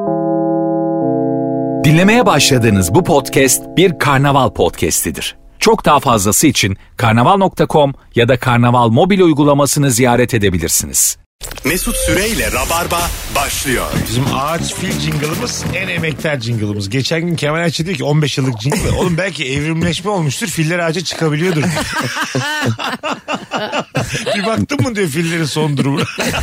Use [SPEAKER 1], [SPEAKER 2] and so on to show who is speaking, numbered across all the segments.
[SPEAKER 1] Dinlemeye başladığınız bu podcast bir karnaval podcastidir. Çok daha fazlası için karnaval.com ya da karnaval mobil uygulamasını ziyaret edebilirsiniz.
[SPEAKER 2] Mesut Süreyle Rabarba başlıyor.
[SPEAKER 3] Bizim ağaç fil jingle'ımız en emektar jingle'ımız. Geçen gün Kemal Ayça diyor ki 15 yıllık jingle. Oğlum belki evrimleşme olmuştur. Filler ağaca çıkabiliyordur. Bir baktın mı diyor fillerin son durumuna.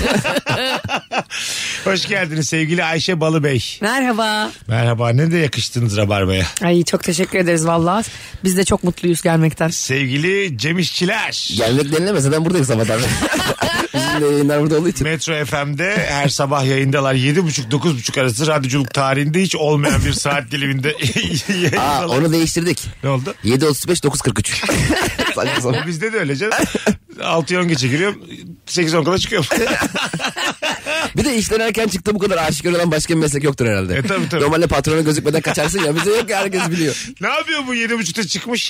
[SPEAKER 3] Hoş geldiniz sevgili Ayşe Balıbey.
[SPEAKER 4] Merhaba.
[SPEAKER 3] Merhaba. Ne de yakıştınız Rabarba'ya.
[SPEAKER 4] Ay çok teşekkür ederiz valla. Biz de çok mutluyuz gelmekten.
[SPEAKER 3] Sevgili Cem İşçiler.
[SPEAKER 5] Gelmek denilemez. Zaten buradayız sabahtan. Bizim de yayınlar burada olduğu için.
[SPEAKER 3] Metro FM'de her sabah yayındalar. 7.30-9.30 arası radyoculuk tarihinde hiç olmayan bir saat diliminde yayındalar.
[SPEAKER 5] Onu değiştirdik.
[SPEAKER 3] Ne oldu?
[SPEAKER 5] 7.35-9.43.
[SPEAKER 3] Bizde de öyle canım. 6'ya 10 geçe giriyorum. 8-10 kadar çıkıyorum.
[SPEAKER 5] Bir de işten erken çıktı bu kadar aşikar olan başka bir meslek yoktur herhalde.
[SPEAKER 3] Tabii.
[SPEAKER 5] Normalde patrona gözükmeden kaçarsın ya. Bize yok ya, herkes biliyor.
[SPEAKER 3] Ne yapıyor bu 7.30'da çıkmış?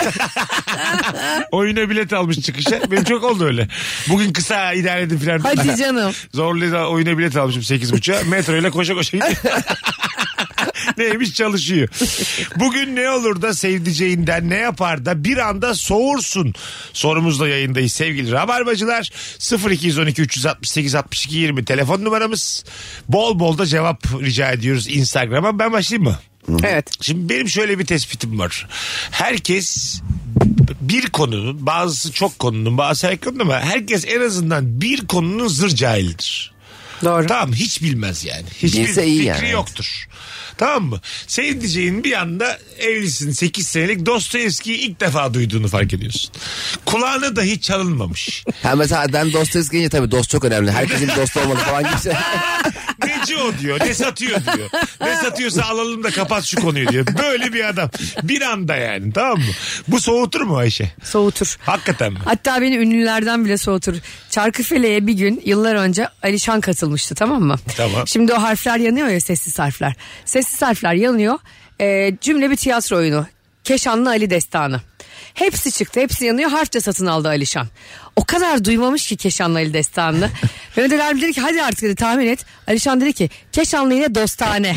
[SPEAKER 3] Oyuna bilet almış çıkışa. Benim çok oldu öyle. Bugün kısa idare edin filan.
[SPEAKER 4] Hadi canım.
[SPEAKER 3] Zorlu oyuna bilet almışım 8.30'a. Metro ile koşa koşa gidiyor. Neymiş çalışıyor. Bugün ne olur da sevdiceğinden ne yapar da bir anda soğursun. Sorumuzla yayındayız sevgili Rabarbacılar. 0212 368 62 20 telefon numaramız. Bol bol da cevap rica ediyoruz Instagram'a. Ben başlayayım mı?
[SPEAKER 4] Evet.
[SPEAKER 3] Şimdi benim şöyle bir tespitim var. Herkes bir konunun, bazısı çok konunun, bazısı her konunun ama herkes en azından bir konunun zır cahilidir.
[SPEAKER 4] Doğru.
[SPEAKER 3] Tamam, hiç bilmez yani. Hiçbir
[SPEAKER 5] Bilse iyi
[SPEAKER 3] fikri
[SPEAKER 5] yani.
[SPEAKER 3] yoktur. Tamam mı? Senin diyeceğin bir anda evlisin 8 senelik Dostoyevski'yi ilk defa duyduğunu fark ediyorsun. Kulağına da hiç çalınmamış.
[SPEAKER 5] Ha mesela ben dost gelince tabii dost çok önemli. Herkesin bir dostu olmalı falan gibi.
[SPEAKER 3] Neci o diyor, ne satıyor diyor. Ne satıyorsa alalım da kapat şu konuyu diyor. Böyle bir adam. Bir anda yani, tamam mı? Bu soğutur mu Ayşe?
[SPEAKER 4] Soğutur.
[SPEAKER 3] Hakikaten mi?
[SPEAKER 4] Hatta beni ünlülerden bile soğutur. Çarkıfele'ye bir gün yıllar önce Alişan katılmıştı, tamam mı?
[SPEAKER 3] Tamam.
[SPEAKER 4] Şimdi o harfler yanıyor ya, sessiz harfler. Sessiz harfler yanıyor. Cümle bir tiyatro oyunu. Keşanlı Ali Destanı. Hepsi çıktı, hepsi yanıyor. Harfçe satın aldı Alişan. O kadar duymamış ki Keşanlı Ali Destanı'nı. Mehmet Ali abi dedi ki hadi artık dedi, tahmin et. Alişan dedi ki Keşanlı ile Dostane.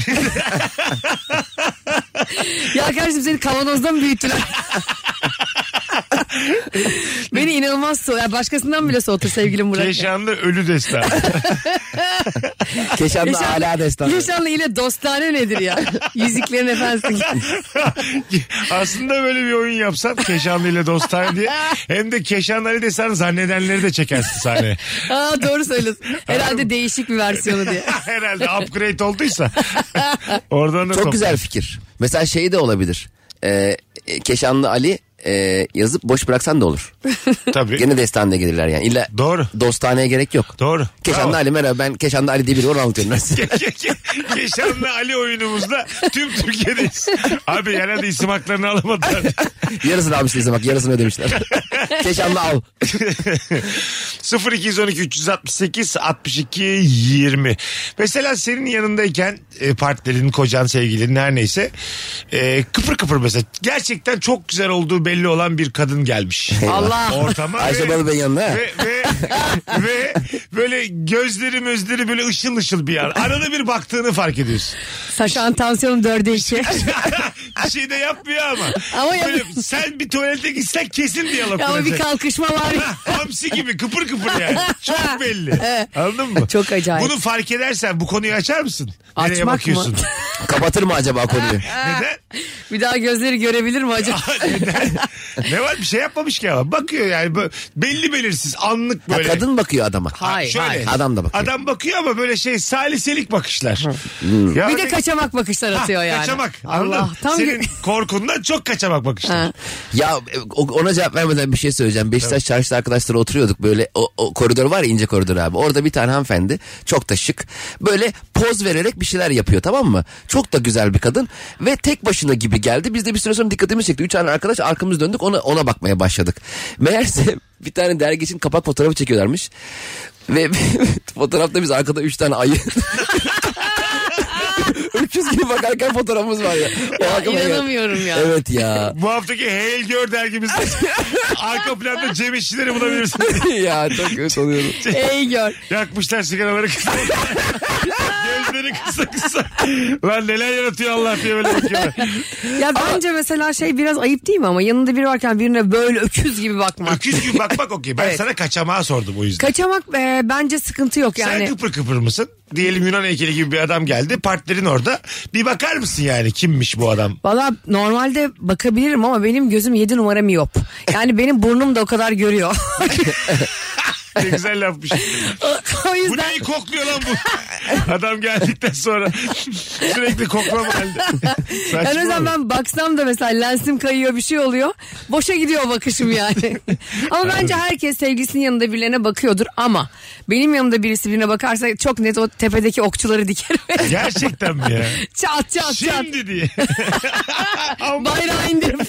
[SPEAKER 4] Ya kardeşim seni kavanozda mı büyüttüler? Beni inanılmaz yani başkasından bile soğutur sevgilim Burak.
[SPEAKER 3] Keşanlı ölü destan.
[SPEAKER 5] Keşanlı hala destan.
[SPEAKER 4] Keşanlı ile Dostane nedir ya? Yüzüklerin Efendisi.
[SPEAKER 3] Aslında böyle bir oyun yapsan Keşanlı ile Dostane diye, hem de Keşanlı Ali Destanı zannedenleri de çekersin sahneye.
[SPEAKER 4] Aa, doğru söylüyorsun. Herhalde değişik bir versiyonu diye.
[SPEAKER 3] Herhalde upgrade olduysa. Oradan da
[SPEAKER 5] Çok güzel fikir. Mesela şey de olabilir. Keşanlı Ali yazıp boş bıraksan da olur.
[SPEAKER 3] Tabii.
[SPEAKER 5] Gene destaneye gelirler yani. İlla
[SPEAKER 3] Doğru.
[SPEAKER 5] dostaneye gerek yok.
[SPEAKER 3] Doğru.
[SPEAKER 5] Keşanlı
[SPEAKER 3] Bravo.
[SPEAKER 5] Ali merhaba, ben Keşanlı Ali diye biri onu anlatıyorum ben size.
[SPEAKER 3] Keşanlı Ali oyunumuzda tüm Türkiye'deyiz. Abi herhalde isim haklarını alamadılar.
[SPEAKER 5] Yarısını almışlar bak, yarısını ödemişler. Keşanlı al.
[SPEAKER 3] 0212 368 62 20. Mesela senin yanındayken partnerin, kocan, sevgilin her neyse kıpır kıpır mesela gerçekten çok güzel olduğu belli olan bir kadın gelmiş.
[SPEAKER 4] Allah.
[SPEAKER 3] Ortama
[SPEAKER 5] Ayşe Balıbey'in yanına.
[SPEAKER 3] ve böyle gözleri böyle ışıl ışıl bir yer. Arada bir baktığını fark ediyorsun.
[SPEAKER 4] Saşan tansiyonum 4'e 2.
[SPEAKER 3] Bir şey de yapmıyor ama.
[SPEAKER 4] Ama
[SPEAKER 3] Böyle sen bir tuvalete gitsen kesin diyalog
[SPEAKER 4] Ama bir
[SPEAKER 3] kuracak.
[SPEAKER 4] kalkışma var.
[SPEAKER 3] Hamsi gibi kıpır kıpır yani. Çok belli. Anladın mı?
[SPEAKER 4] Çok acayip.
[SPEAKER 3] Bunu fark edersen bu konuyu açar mısın? Nereye
[SPEAKER 4] Açmak
[SPEAKER 3] bakıyorsun?
[SPEAKER 4] mı?
[SPEAKER 5] Kapatır mı acaba konuyu?
[SPEAKER 3] Neden?
[SPEAKER 4] Bir daha gözleri görebilir mi acaba?
[SPEAKER 3] Neden? Ne var, bir şey yapmamış ki ama. Bakıyor yani belli belirsiz anlık
[SPEAKER 5] Ha,
[SPEAKER 3] böyle.
[SPEAKER 5] kadın bakıyor adama.
[SPEAKER 4] Hayır,
[SPEAKER 3] Şöyle,
[SPEAKER 4] hayır.
[SPEAKER 5] Adam da bakıyor.
[SPEAKER 3] Adam bakıyor ama böyle saliselik bakışlar. Ya
[SPEAKER 4] Bir de kaçamak bakışlar atıyor yani.
[SPEAKER 3] Kaçamak. Anladın
[SPEAKER 4] Allah.
[SPEAKER 3] mı?
[SPEAKER 4] Tam
[SPEAKER 3] Senin korkundan çok kaçamak bakışlar.
[SPEAKER 4] Ha.
[SPEAKER 5] Ya ona cevap vermeden bir şey söyleyeceğim. Beşiktaş çarşıda arkadaşlar oturuyorduk böyle, o koridor var ya, ince koridor abi. Orada bir tane hanımefendi, çok da şık, böyle poz vererek bir şeyler yapıyor, tamam mı? Çok da güzel bir kadın ve tek başına gibi geldi. Biz de bir süre sonra dikkatimizi çekti. 3 tane arkadaş arkamızı döndük, ona bakmaya başladık. Meğerse bir tane dergi için kapak fotoğrafı çekiyorlarmış. Ve fotoğrafta biz arkada 3 tane ayı. 300 gibi bakarken fotoğrafımız var ya.
[SPEAKER 4] İnanamıyorum ya.
[SPEAKER 5] Evet ya.
[SPEAKER 3] Bu haftaki Hail Gör dergimizde arka planda Cem İşçileri bulabilirsin.
[SPEAKER 5] Ya çok kötü oluyorum.
[SPEAKER 4] Ey gör.
[SPEAKER 3] Yakmışlar sigaraları. Gözleri kısa. Lan neler yaratıyor Allah diye böyle bakıyor.
[SPEAKER 4] Ya bence mesela şey biraz ayıp değil mi ama yanında biri varken birine böyle öküz gibi bakmak.
[SPEAKER 3] Öküz gibi bakmak okey. Ben
[SPEAKER 4] Evet.
[SPEAKER 3] sana kaçamağı sordum o yüzden.
[SPEAKER 4] Kaçamak bence sıkıntı yok yani.
[SPEAKER 3] Sen kıpır kıpır mısın? Diyelim Yunan heykeli gibi bir adam geldi. Partnerin orada. Bir bakar mısın yani kimmiş bu adam?
[SPEAKER 4] Valla normalde bakabilirim ama benim gözüm 7 numara miyop. Yani benim burnum da o kadar görüyor.
[SPEAKER 3] Ne güzel lafmış.
[SPEAKER 4] O
[SPEAKER 3] Bu
[SPEAKER 4] yüzden
[SPEAKER 3] neyi kokluyor lan bu? Adam geldikten sonra sürekli koklama halde.
[SPEAKER 4] yani o yüzden
[SPEAKER 3] Saçma.
[SPEAKER 4] ben baksam da mesela lensim kayıyor bir şey oluyor. Boşa gidiyor bakışım yani. Ama bence herkes sevgilisinin yanında birilerine bakıyordur ama benim yanımda birisi birine bakarsa çok net o tepedeki okçuları dikerim.
[SPEAKER 3] Gerçekten mi ya?
[SPEAKER 4] Çat çat çat.
[SPEAKER 3] Şimdi diye.
[SPEAKER 4] Bayrağı indirip.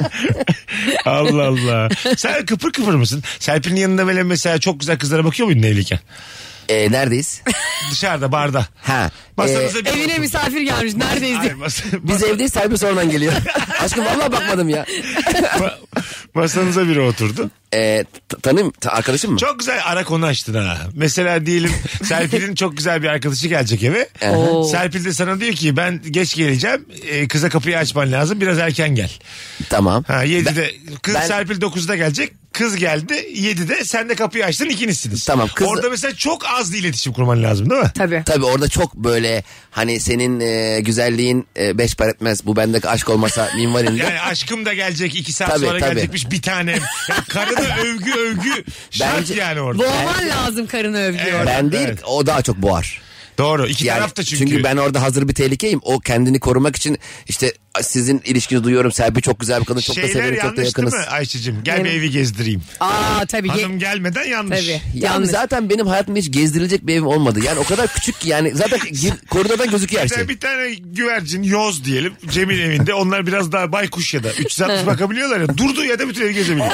[SPEAKER 3] Allah Allah. Sen kıpır kıpır mısın? Serpil'in yanında böyle mesela çok güzel kızlara bakıyor muydun evliyken?
[SPEAKER 5] Neredeyiz?
[SPEAKER 3] Dışarıda barda.
[SPEAKER 5] Ha.
[SPEAKER 3] Masanıza bir
[SPEAKER 4] Evine
[SPEAKER 3] oturdun.
[SPEAKER 4] misafir gelmiş. Neredeyiz diye.
[SPEAKER 3] Ay,
[SPEAKER 5] Biz evdeyiz, Serpil sonradan geliyor. Aşkım vallahi bakmadım ya.
[SPEAKER 3] masanıza biri oturdu.
[SPEAKER 5] Tanıyım, arkadaşım mı?
[SPEAKER 3] Çok güzel ara konu açtın ha. Mesela diyelim Serpil'in çok güzel bir arkadaşı gelecek eve.
[SPEAKER 4] Oo.
[SPEAKER 3] Serpil de sana diyor ki ben geç geleceğim. Kıza kapıyı açman lazım. Biraz erken gel.
[SPEAKER 5] Tamam.
[SPEAKER 3] Ha 7'de kız
[SPEAKER 5] ben-
[SPEAKER 3] Serpil 9'da gelecek. Kız geldi 7'de sen de kapıyı açtın ikinizsiniz.
[SPEAKER 5] Tamam, kız-
[SPEAKER 3] Orada mesela çok az da iletişim kurman lazım değil mi?
[SPEAKER 4] Tabii.
[SPEAKER 5] Tabii orada çok böyle hani senin güzelliğin 5 para etmez. Bu bendeki aşk olmasa minvalinde.
[SPEAKER 3] Yani aşkım da gelecek 2 saat
[SPEAKER 5] Tabii,
[SPEAKER 3] sonra
[SPEAKER 5] tabii.
[SPEAKER 3] gelecekmiş bir tanem. Yani karına övgü şart
[SPEAKER 5] Bence-
[SPEAKER 3] yani orada.
[SPEAKER 4] Boğman lazım karını övgüyor.
[SPEAKER 3] Evet.
[SPEAKER 5] Ben değil, o daha çok boğar.
[SPEAKER 3] Doğru iki
[SPEAKER 5] Yani
[SPEAKER 3] taraf da çünkü.
[SPEAKER 5] ben orada hazır bir tehlikeyim. O kendini korumak için işte sizin ilişkinizi duyuyorum. Serpil çok güzel bir kadın. Çok da
[SPEAKER 3] Şeyler
[SPEAKER 5] severim. Çok da
[SPEAKER 3] yanlış
[SPEAKER 5] yakınız.
[SPEAKER 3] değil mi Ayşe'cim? Gel bir
[SPEAKER 4] Evet.
[SPEAKER 3] evi gezdireyim.
[SPEAKER 4] Aa tabii.
[SPEAKER 3] Hanım gelmeden yanlış.
[SPEAKER 4] Tabii.
[SPEAKER 5] Ya
[SPEAKER 4] Yanlış.
[SPEAKER 5] zaten benim hayatımda hiç gezdirilecek bir evim olmadı. Yani o kadar küçük ki yani zaten koridordan gözüküyor her
[SPEAKER 3] Mesela
[SPEAKER 5] şey.
[SPEAKER 3] bir tane güvercin yoz diyelim Cem'in evinde. Onlar biraz daha baykuş ya da 360 bakabiliyorlar ya. Durduğu yerde bütün evi gezebiliyor.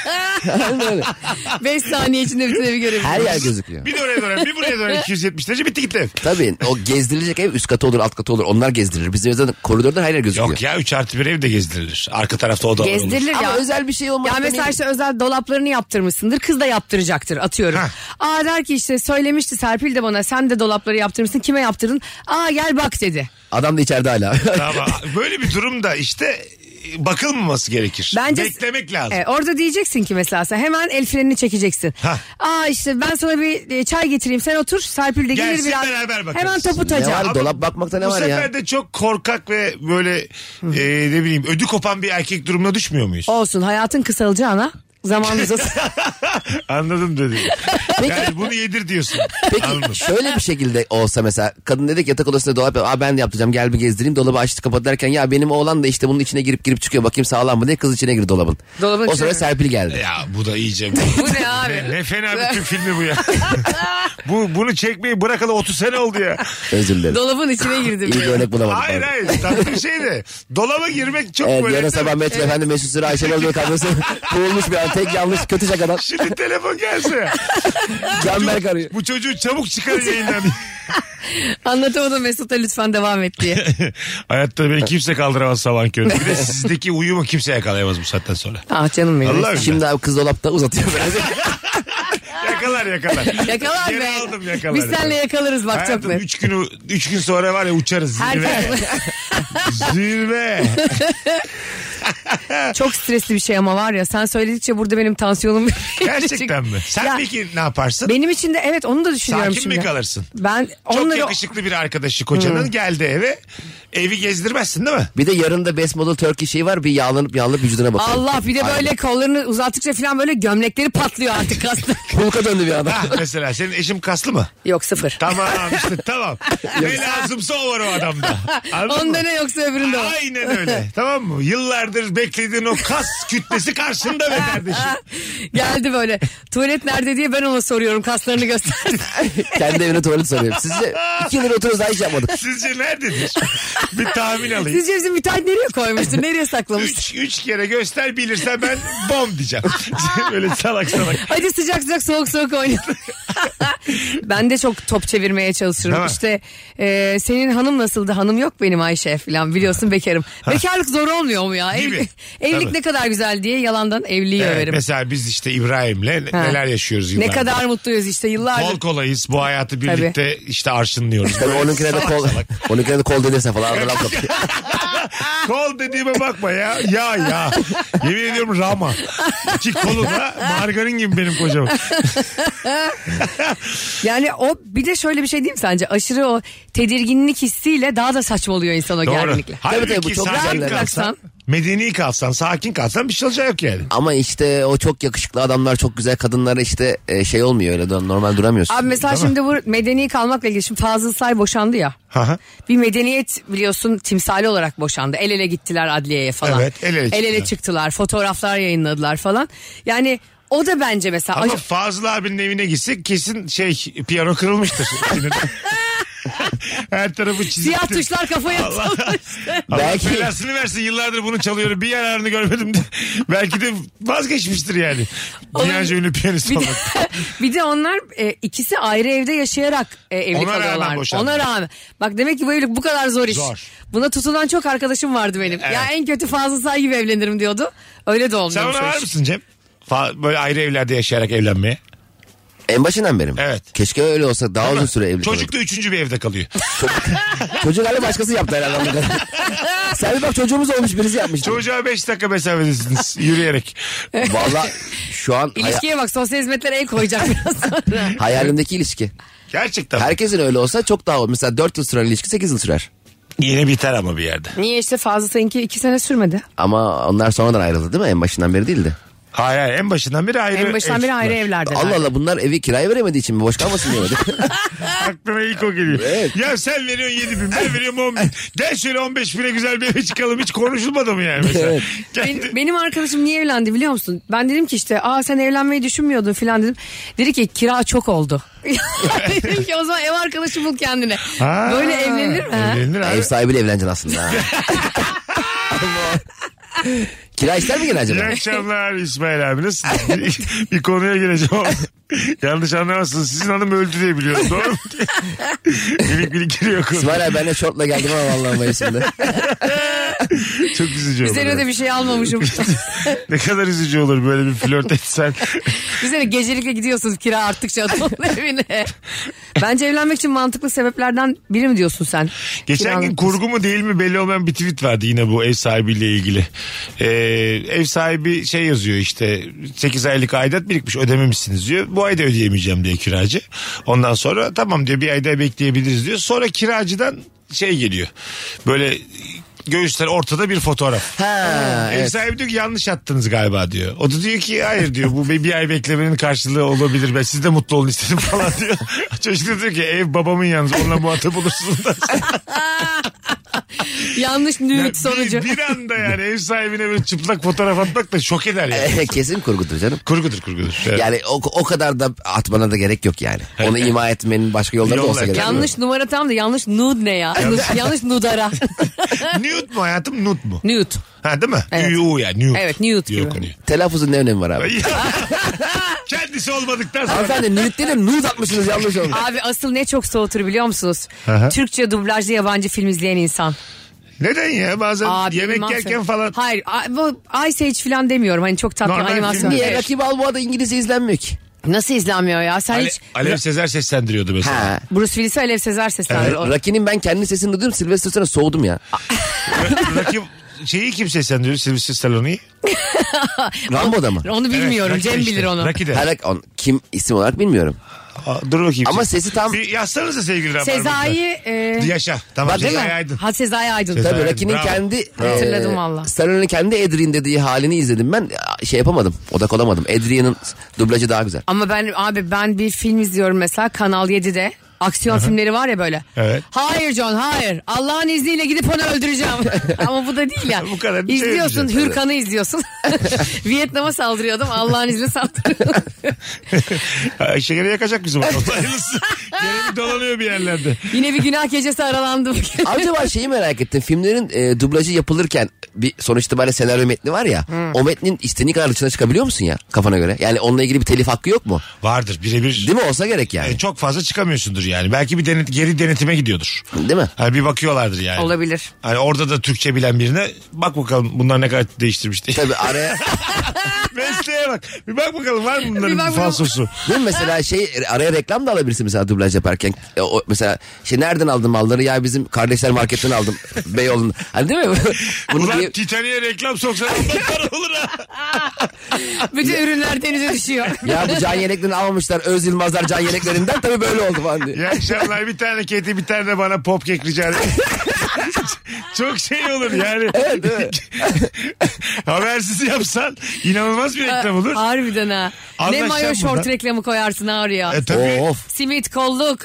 [SPEAKER 5] Öyle.
[SPEAKER 4] 5 saniye içinde bütün evi görebiliriz.
[SPEAKER 5] Her yer gözüküyor.
[SPEAKER 3] Bir de oraya döner bir buraya döner 270 derece bitti gitti ev.
[SPEAKER 5] Tabii o gezdirilecek ev üst katı olur alt katı olur. Onlar gezdirilir. Bizde zaten koridordan her yer gözüküyor.
[SPEAKER 3] Yok ya 3+1 ev de gezdirilir. Arka tarafta oda olur.
[SPEAKER 4] Gezdirilir
[SPEAKER 5] Ama
[SPEAKER 4] ya.
[SPEAKER 5] özel bir şey olmaz.
[SPEAKER 4] Ya mesela işte özel dolaplarını yaptırmışsındır. Kız da yaptıracaktır atıyorum.
[SPEAKER 3] Hah.
[SPEAKER 4] Aa der ki işte söylemişti Serpil de bana sen de dolapları yaptırmışsın. Kime yaptırdın? Aa gel bak dedi.
[SPEAKER 5] Adam da içeride hala.
[SPEAKER 3] Tamam. Böyle bir durumda işte bakılmaması gerekir.
[SPEAKER 4] Bence
[SPEAKER 3] Beklemek lazım.
[SPEAKER 4] Orada diyeceksin ki mesela sen hemen el frenini çekeceksin.
[SPEAKER 3] Hah.
[SPEAKER 4] Aa işte ben sana bir çay getireyim sen otur. Serpil de gelir
[SPEAKER 3] Gelsin,
[SPEAKER 4] biraz.
[SPEAKER 3] beraber bakarız.
[SPEAKER 4] Hemen topu
[SPEAKER 5] Ne
[SPEAKER 4] taca.
[SPEAKER 5] var
[SPEAKER 3] Ama
[SPEAKER 5] dolap bakmakta ne
[SPEAKER 3] Bu
[SPEAKER 5] var
[SPEAKER 3] sefer
[SPEAKER 5] ya?
[SPEAKER 3] de çok korkak ve böyle ne bileyim ödü kopan bir erkek durumuna düşmüyor muyuz?
[SPEAKER 4] Olsun hayatın kısalacağına zamanın uzasın.
[SPEAKER 3] Anladım dedi. Yani bunu yedir diyorsun. Anladım.
[SPEAKER 5] Peki şöyle bir şekilde olsa mesela kadın dedik yatak odasında dolap yap. Aa ben de yaptıracağım gel bir gezdireyim. Dolabı açtı kapat derken ya benim oğlan da işte bunun içine girip çıkıyor. Bakayım sağlam mı diye kız içine girdi dolabın.
[SPEAKER 4] Dolabın
[SPEAKER 5] O sırada
[SPEAKER 4] içine-
[SPEAKER 5] Serpil geldi.
[SPEAKER 3] Ya bu da iyice.
[SPEAKER 4] Bu ne abi?
[SPEAKER 3] Ne fena bir Türk filmi bu ya. Bunu çekmeyi bırakalı 30 sene oldu ya.
[SPEAKER 5] Özür dilerim.
[SPEAKER 4] Dolabın içine girdim.
[SPEAKER 5] İyi bir örnek bulamadım.
[SPEAKER 3] Hayır
[SPEAKER 5] pardon.
[SPEAKER 3] hayır. Tatlı bir şey de. Dolaba girmek çok
[SPEAKER 5] Evet
[SPEAKER 3] böyle.
[SPEAKER 5] yarın sabah Metro Efendi Mesut Süre Ayşe Bölge kadrosu boğulmuş bir an. Tek yanlış kötü şakadan.
[SPEAKER 3] Şimdi telefon gelse.
[SPEAKER 5] Canberk arıyor.
[SPEAKER 3] Bu çocuğu çabuk çıkar yayından.
[SPEAKER 4] Anlatamadım Mesut'a lütfen devam et diye.
[SPEAKER 3] Hayatta beni kimse kaldıramaz sabahın köründe. Bir de sizdeki uyumu kimse yakalayamaz bu saatten sonra.
[SPEAKER 4] Ah canım benim.
[SPEAKER 3] Allah
[SPEAKER 5] Şimdi abi kız dolapta uzatıyor biraz.
[SPEAKER 3] Yakalar.
[SPEAKER 4] Yakalar
[SPEAKER 3] Geri
[SPEAKER 4] be.
[SPEAKER 3] aldım yakalar.
[SPEAKER 4] Biz seninle yakalarız bak çok
[SPEAKER 3] Hayatım
[SPEAKER 4] net.
[SPEAKER 3] 3 gün sonra var ya uçarız. Zirve.
[SPEAKER 4] Herkes
[SPEAKER 3] Zirve.
[SPEAKER 4] çok stresli bir şey ama var ya sen söyledikçe burada benim tansiyonum
[SPEAKER 3] Gerçekten mi? Sen
[SPEAKER 4] Ya,
[SPEAKER 3] peki ne yaparsın?
[SPEAKER 4] benim için de evet onu da düşünüyorum
[SPEAKER 3] Sakin
[SPEAKER 4] şimdi.
[SPEAKER 3] mi kalırsın?
[SPEAKER 4] Ben
[SPEAKER 3] Çok
[SPEAKER 4] onları
[SPEAKER 3] yakışıklı bir arkadaşı kocanın geldi eve. Evi gezdirmezsin değil mi?
[SPEAKER 5] Bir de yarın da Best Model Turkey şeyi var. Bir yağlanıp vücuduna bakıyor.
[SPEAKER 4] Allah bir de
[SPEAKER 5] Aynen.
[SPEAKER 4] böyle kollarını uzattıkça falan böyle gömlekleri patlıyor artık kaslı.
[SPEAKER 5] Hulk'a döndü bir adam.
[SPEAKER 3] Ha, mesela senin eşim kaslı mı?
[SPEAKER 4] Yok sıfır.
[SPEAKER 3] Tamam işte tamam. Ne lazımsa o var o adamda. Anladın
[SPEAKER 4] Onda
[SPEAKER 3] mı?
[SPEAKER 4] ne yoksa öbüründe var.
[SPEAKER 3] Aynen öyle. Tamam mı? Yıllardır beklediğin o kas kütlesi karşında be kardeşim.
[SPEAKER 4] Geldi böyle tuvalet nerede diye ben ona soruyorum kaslarını göster.
[SPEAKER 5] Kendi evine tuvalet soruyor. Sizce 2 yıldır oturuyoruz daha hiç yapmadık.
[SPEAKER 3] Sizce nerededir? Bir tahmin alayım.
[SPEAKER 4] Sizce bizim müteahhit nereye koymuştur? Nereye saklamıştır?
[SPEAKER 3] Üç kere göster bilirsen ben bom diyeceğim. Böyle salak.
[SPEAKER 4] Hadi sıcak soğuk oynayalım. Ben de çok top çevirmeye çalışırım.
[SPEAKER 3] Değil mi?
[SPEAKER 4] İşte senin hanım nasıldı? Hanım yok benim Ayşe falan biliyorsun bekarım. Bekarlık zor olmuyor mu ya?
[SPEAKER 3] Gibi.
[SPEAKER 4] Evlilik
[SPEAKER 3] Tabii.
[SPEAKER 4] ne kadar güzel diye yalandan evliliği
[SPEAKER 3] Evet,
[SPEAKER 4] överim.
[SPEAKER 3] mesela biz işte İbrahim'le neler yaşıyoruz
[SPEAKER 4] Ne
[SPEAKER 3] yıllardır.
[SPEAKER 4] kadar mutluyuz işte yıllardır.
[SPEAKER 3] Kol kolayız bu hayatı birlikte işte arşınlıyoruz.
[SPEAKER 5] Tabii onunkine de kol denirse falan. Aradan kapıyor.
[SPEAKER 3] Kol dediğime bakma ya. Ya. Yemin ediyorum Rama. İki kolu da margarin gibi benim kocam.
[SPEAKER 4] Yani o bir de şöyle bir şey değil mi sence? Aşırı o tedirginlik hissiyle daha da saçmalıyor insan o
[SPEAKER 3] Doğru.
[SPEAKER 4] gerginlikle.
[SPEAKER 3] Halbuki
[SPEAKER 5] Tabii, bu çok
[SPEAKER 3] sakin
[SPEAKER 5] güzel.
[SPEAKER 3] kalsan, medeni kalsan, sakin kalsan bir şey olacak yok yani.
[SPEAKER 5] Ama işte o çok yakışıklı adamlar, çok güzel kadınlar işte şey olmuyor öyle, normal duramıyorsun.
[SPEAKER 4] Abi mesela
[SPEAKER 3] Değil mi?
[SPEAKER 4] şimdi bu medeni kalmakla ilgili şimdi Fazıl Say boşandı ya.
[SPEAKER 3] Hı.
[SPEAKER 4] Bir medeniyet biliyorsun timsali olarak boşandı. El ele gittiler adliyeye falan.
[SPEAKER 3] Evet, el ele
[SPEAKER 4] çıktılar. Fotoğraflar yayınladılar falan. Yani o da bence mesela...
[SPEAKER 3] Ama Fazıl abinin evine gitsek kesin piyano kırılmıştır. Her tarafı çiziktir.
[SPEAKER 4] Siyah tuşlar kafaya atılmış.
[SPEAKER 3] Allah
[SPEAKER 5] Belki-
[SPEAKER 3] belasını versin, yıllardır bunu çalıyorum bir yararını görmedim de. Belki de vazgeçmiştir yani. Dünyaca ünlü piyanist
[SPEAKER 4] Bir de,
[SPEAKER 3] olmak.
[SPEAKER 4] bir de onlar ikisi ayrı evde yaşayarak evli
[SPEAKER 3] Ona rağmen
[SPEAKER 4] kalıyorlar.
[SPEAKER 3] boşandı.
[SPEAKER 4] Ona rağmen. Bak demek ki bu evlilik bu kadar zor iş.
[SPEAKER 3] Zor.
[SPEAKER 4] Buna tutulan çok arkadaşım vardı benim.
[SPEAKER 3] Evet.
[SPEAKER 4] Ya en kötü Fazıl Say gibi evlenirim diyordu. Öyle de
[SPEAKER 3] Sen
[SPEAKER 4] olmuyormuş.
[SPEAKER 3] ona
[SPEAKER 4] o
[SPEAKER 3] var
[SPEAKER 4] iş.
[SPEAKER 3] mısın Cem? Böyle ayrı evlerde yaşayarak evlenmeye.
[SPEAKER 5] En başından benim.
[SPEAKER 3] Evet.
[SPEAKER 5] Keşke öyle olsa, daha uzun süre evli
[SPEAKER 3] Çocuk da üçüncü bir evde kalıyor.
[SPEAKER 5] Çocuk hala başkası yaptı herhalde. Sen bir bak, çocuğumuz olmuş, birisi yapmış.
[SPEAKER 3] Çocuğa 5 dakika mesafedesiniz yürüyerek.
[SPEAKER 5] Valla şu an
[SPEAKER 4] İlişkiye bak, sosyal hizmetlere el koyacak biraz sonra.
[SPEAKER 5] hayalimdeki ilişki.
[SPEAKER 3] Gerçekten.
[SPEAKER 5] Herkesin öyle olsa çok daha olur. Mesela 4 yıl süren ilişki 8 yıl sürer.
[SPEAKER 3] Yine biter ama bir yerde.
[SPEAKER 4] Niye işte Fazıl Say'ınki 2 sene sürmedi.
[SPEAKER 5] Ama onlar sonradan ayrıldı değil mi? En başından beri değildi.
[SPEAKER 3] Hayır, en başından beri ayrı.
[SPEAKER 4] En başından beri ayrı evlerdeler.
[SPEAKER 5] Allah Allah, bunlar evi kiraya veremediği için mi? Boş kalmasın diye mi?
[SPEAKER 3] Aklıma ilk o geliyor.
[SPEAKER 5] Evet.
[SPEAKER 3] Ya sen veriyorsun 7 bin, ben veriyorum 10 bin. Gel şöyle 15 bine güzel bir eve çıkalım. Hiç konuşulmadı mı yani mesela?
[SPEAKER 5] Evet.
[SPEAKER 4] Benim arkadaşım niye evlendi biliyor musun? Ben dedim ki işte sen evlenmeyi düşünmüyordun filan dedim. Dedi ki kira çok oldu. Dedim ki o zaman ev arkadaşı bul kendine.
[SPEAKER 3] Ha,
[SPEAKER 4] Böyle evlenir mi? ha?
[SPEAKER 3] Evlenir abi.
[SPEAKER 5] Ev sahibiyle evleneceksin aslında. ha. Kira ister mi gene
[SPEAKER 3] İyi
[SPEAKER 5] acaba?
[SPEAKER 3] akşamlar İsmail abi, nasılsınız? bir konuya gireceğim ama yanlış anlamazsınız. Sizin hanım öldü diye biliyorum, doğru mu? Minik giriyor konu.
[SPEAKER 5] İsmail abi, ben de şortla geldim ama vallahi Mayıs'ında.
[SPEAKER 3] Çok üzücü olur.
[SPEAKER 4] Üzerine de bir şey almamışım.
[SPEAKER 3] Ne kadar üzücü olur böyle bir flört etsen.
[SPEAKER 4] Üzerine gecelikle gidiyorsunuz kira arttıkça adamın evine. Bence evlenmek için mantıklı sebeplerden biri mi diyorsun sen?
[SPEAKER 3] Geçen gün kurgu mu değil mi belli olmayan bir tweet vardı yine bu ev sahibiyle ilgili. Ev sahibi yazıyor işte 8 aylık aidat birikmiş, ödememişsiniz diyor. Bu ayda ödeyemeyeceğim diye kiracı. Ondan sonra tamam diyor, bir ayda bekleyebiliriz diyor. Sonra kiracıdan geliyor. Böyle göğüsler ortada bir fotoğraf.
[SPEAKER 5] Ha,
[SPEAKER 3] Ev
[SPEAKER 5] evet.
[SPEAKER 3] sahibi diyor ki yanlış attınız galiba diyor. O da diyor ki hayır diyor, bu bir ay beklemenin karşılığı olabilir. Ben siz de mutlu olun istedim falan diyor. Çocuk da diyor ki ev babamın yalnız, onunla muhatap olursunuz da.
[SPEAKER 4] Yanlış nüvit sonucu.
[SPEAKER 3] Bir anda yani ev sahibine böyle çıplak fotoğraf atmak da şok eder yani.
[SPEAKER 5] Kesin kurgudur canım.
[SPEAKER 3] Kurgudur. Evet.
[SPEAKER 5] Yani o kadar da atmana da gerek yok yani. Onu ima etmenin başka yolları da olsa
[SPEAKER 3] Yollar.
[SPEAKER 5] gerek.
[SPEAKER 4] Yanlış numara tam da yanlış nude ne ya? Yanlış nudara.
[SPEAKER 3] Nude mu hayatım, nude mu?
[SPEAKER 4] Nude.
[SPEAKER 3] Ha değil mi?
[SPEAKER 4] Evet.
[SPEAKER 3] Nude yani nude.
[SPEAKER 4] Evet, nude gibi.
[SPEAKER 3] Yok, hani.
[SPEAKER 5] Telaffuzun ne önemi var abi?
[SPEAKER 3] Kendisi olmadıktan sonra.
[SPEAKER 5] Hanımefendi nude değil de nude atmışsınız, yanlış olmuş.
[SPEAKER 4] Abi asıl ne çok soğutur biliyor musunuz?
[SPEAKER 3] Aha.
[SPEAKER 4] Türkçe dublajlı yabancı film izleyen insan.
[SPEAKER 3] Neden ya? Bazen
[SPEAKER 4] Abi,
[SPEAKER 3] yemek
[SPEAKER 4] bilmem
[SPEAKER 3] yerken
[SPEAKER 4] sen.
[SPEAKER 3] falan.
[SPEAKER 4] Hayır, bu Ice Age falan demiyorum. Hani çok tatlı
[SPEAKER 3] Normal
[SPEAKER 4] animasyon.
[SPEAKER 3] film.
[SPEAKER 5] Niye?
[SPEAKER 4] Evet.
[SPEAKER 5] Rakip Balboa'da İngilizce izlenmiyor ki.
[SPEAKER 4] Nasıl izlenmiyor ya? Sen hiç
[SPEAKER 3] Alev Sezer seslendiriyordu mesela.
[SPEAKER 5] Ha.
[SPEAKER 4] Bruce Willis'i Alev Sezer seslendi. O-
[SPEAKER 5] Rocky'nin ben kendi sesini duydum. Sylvester Stallone'a soğudum ya.
[SPEAKER 3] Rakip kim seslendiriyor? Sylvester Stallone'yi.
[SPEAKER 5] Rambo'da mı?
[SPEAKER 4] Onu bilmiyorum.
[SPEAKER 3] Evet,
[SPEAKER 4] Cem
[SPEAKER 3] Rocky işte.
[SPEAKER 4] bilir onu.
[SPEAKER 3] Rocky'de.
[SPEAKER 5] Kim isim olarak bilmiyorum.
[SPEAKER 3] Dur bakayım.
[SPEAKER 5] Ama sesi tam...
[SPEAKER 3] Bir yazsanıza sevgili Rabarba'da.
[SPEAKER 4] Sezai...
[SPEAKER 3] Yaşa. Tamam.
[SPEAKER 5] Bak, değil
[SPEAKER 3] Sezai
[SPEAKER 5] mi?
[SPEAKER 3] Aydın.
[SPEAKER 4] Ha, Sezai Aydın.
[SPEAKER 3] Sezai-
[SPEAKER 5] Tabii Rocky'nin
[SPEAKER 3] Bravo.
[SPEAKER 5] kendi...
[SPEAKER 4] Hatırladım valla.
[SPEAKER 5] Stallone'nin kendi Adrian dediği halini izledim ben. Yapamadım. Odak olamadım. Adrian'ın dublajı daha güzel.
[SPEAKER 4] Ama ben bir film izliyorum mesela Kanal 7'de. Aksiyon filmleri var ya böyle.
[SPEAKER 3] Evet.
[SPEAKER 4] Hayır John, hayır. Allah'ın izniyle gidip onu öldüreceğim. Ama bu da değil ya.
[SPEAKER 3] Bu kadar bir şey
[SPEAKER 4] İzliyorsun,
[SPEAKER 3] yapacağız.
[SPEAKER 4] Hürkan'ı izliyorsun. Vietnam'a saldırıyordum. Allah'ın izniyle saldırıyordum.
[SPEAKER 3] Şekeri yakacak bizim adam. Hayırlısı. Gene bir dolanıyor bir yerlerde.
[SPEAKER 4] Yine bir günah gecesi aralandım.
[SPEAKER 5] Acaba şeyi merak ettim. Filmlerin dublajı yapılırken bir sonuç itibariyle senaryo metni var ya. O metnin istediğin kadar dışına çıkabiliyor musun ya kafana göre? Yani onunla ilgili bir telif hakkı yok mu?
[SPEAKER 3] Vardır birebir.
[SPEAKER 5] Değil mi? Olsa gerek yani.
[SPEAKER 3] Çok fazla çıkamıyorsundur yani. Belki bir geri denetime gidiyordur.
[SPEAKER 5] Değil mi?
[SPEAKER 3] Hani bir bakıyorlardır yani.
[SPEAKER 4] Olabilir.
[SPEAKER 3] Hani orada da Türkçe bilen birine bak bakalım bunlar ne kadar değiştirmiş diye.
[SPEAKER 5] Tabii araya...
[SPEAKER 3] Mesleğe bak. Bir bak bakalım var mı
[SPEAKER 4] Bir
[SPEAKER 3] bunların
[SPEAKER 4] bak
[SPEAKER 3] falsosu?
[SPEAKER 5] Değil mi? Mesela araya reklam da alabilirsin mesela dublaj yaparken. Mesela nereden aldın malları? Ya bizim kardeşler marketten aldım. Beyoğlu'nda. Hani değil mi?
[SPEAKER 3] Ulan Titanic'e reklam soksan ondan para olur ha.
[SPEAKER 4] Bütün ürünler denize düşüyor.
[SPEAKER 5] Ya bu can yeleklerini almamışlar. Öz Yılmazlar can yeleklerinden tabii böyle oldu falan diye.
[SPEAKER 3] İyi akşamlar, bir tane kedi bir tane de bana pop kek rica ederim. Çok şey olur yani.
[SPEAKER 5] Evet.
[SPEAKER 3] Habersiz yapsan inanılmaz bir reklam olur.
[SPEAKER 4] Harbiden ha. Ne
[SPEAKER 3] Anlaşacağım
[SPEAKER 4] mayo şort
[SPEAKER 3] buradan.
[SPEAKER 4] reklamı koyarsın ağrıya.
[SPEAKER 3] Tabii.
[SPEAKER 5] Of.
[SPEAKER 4] Simit kolluk.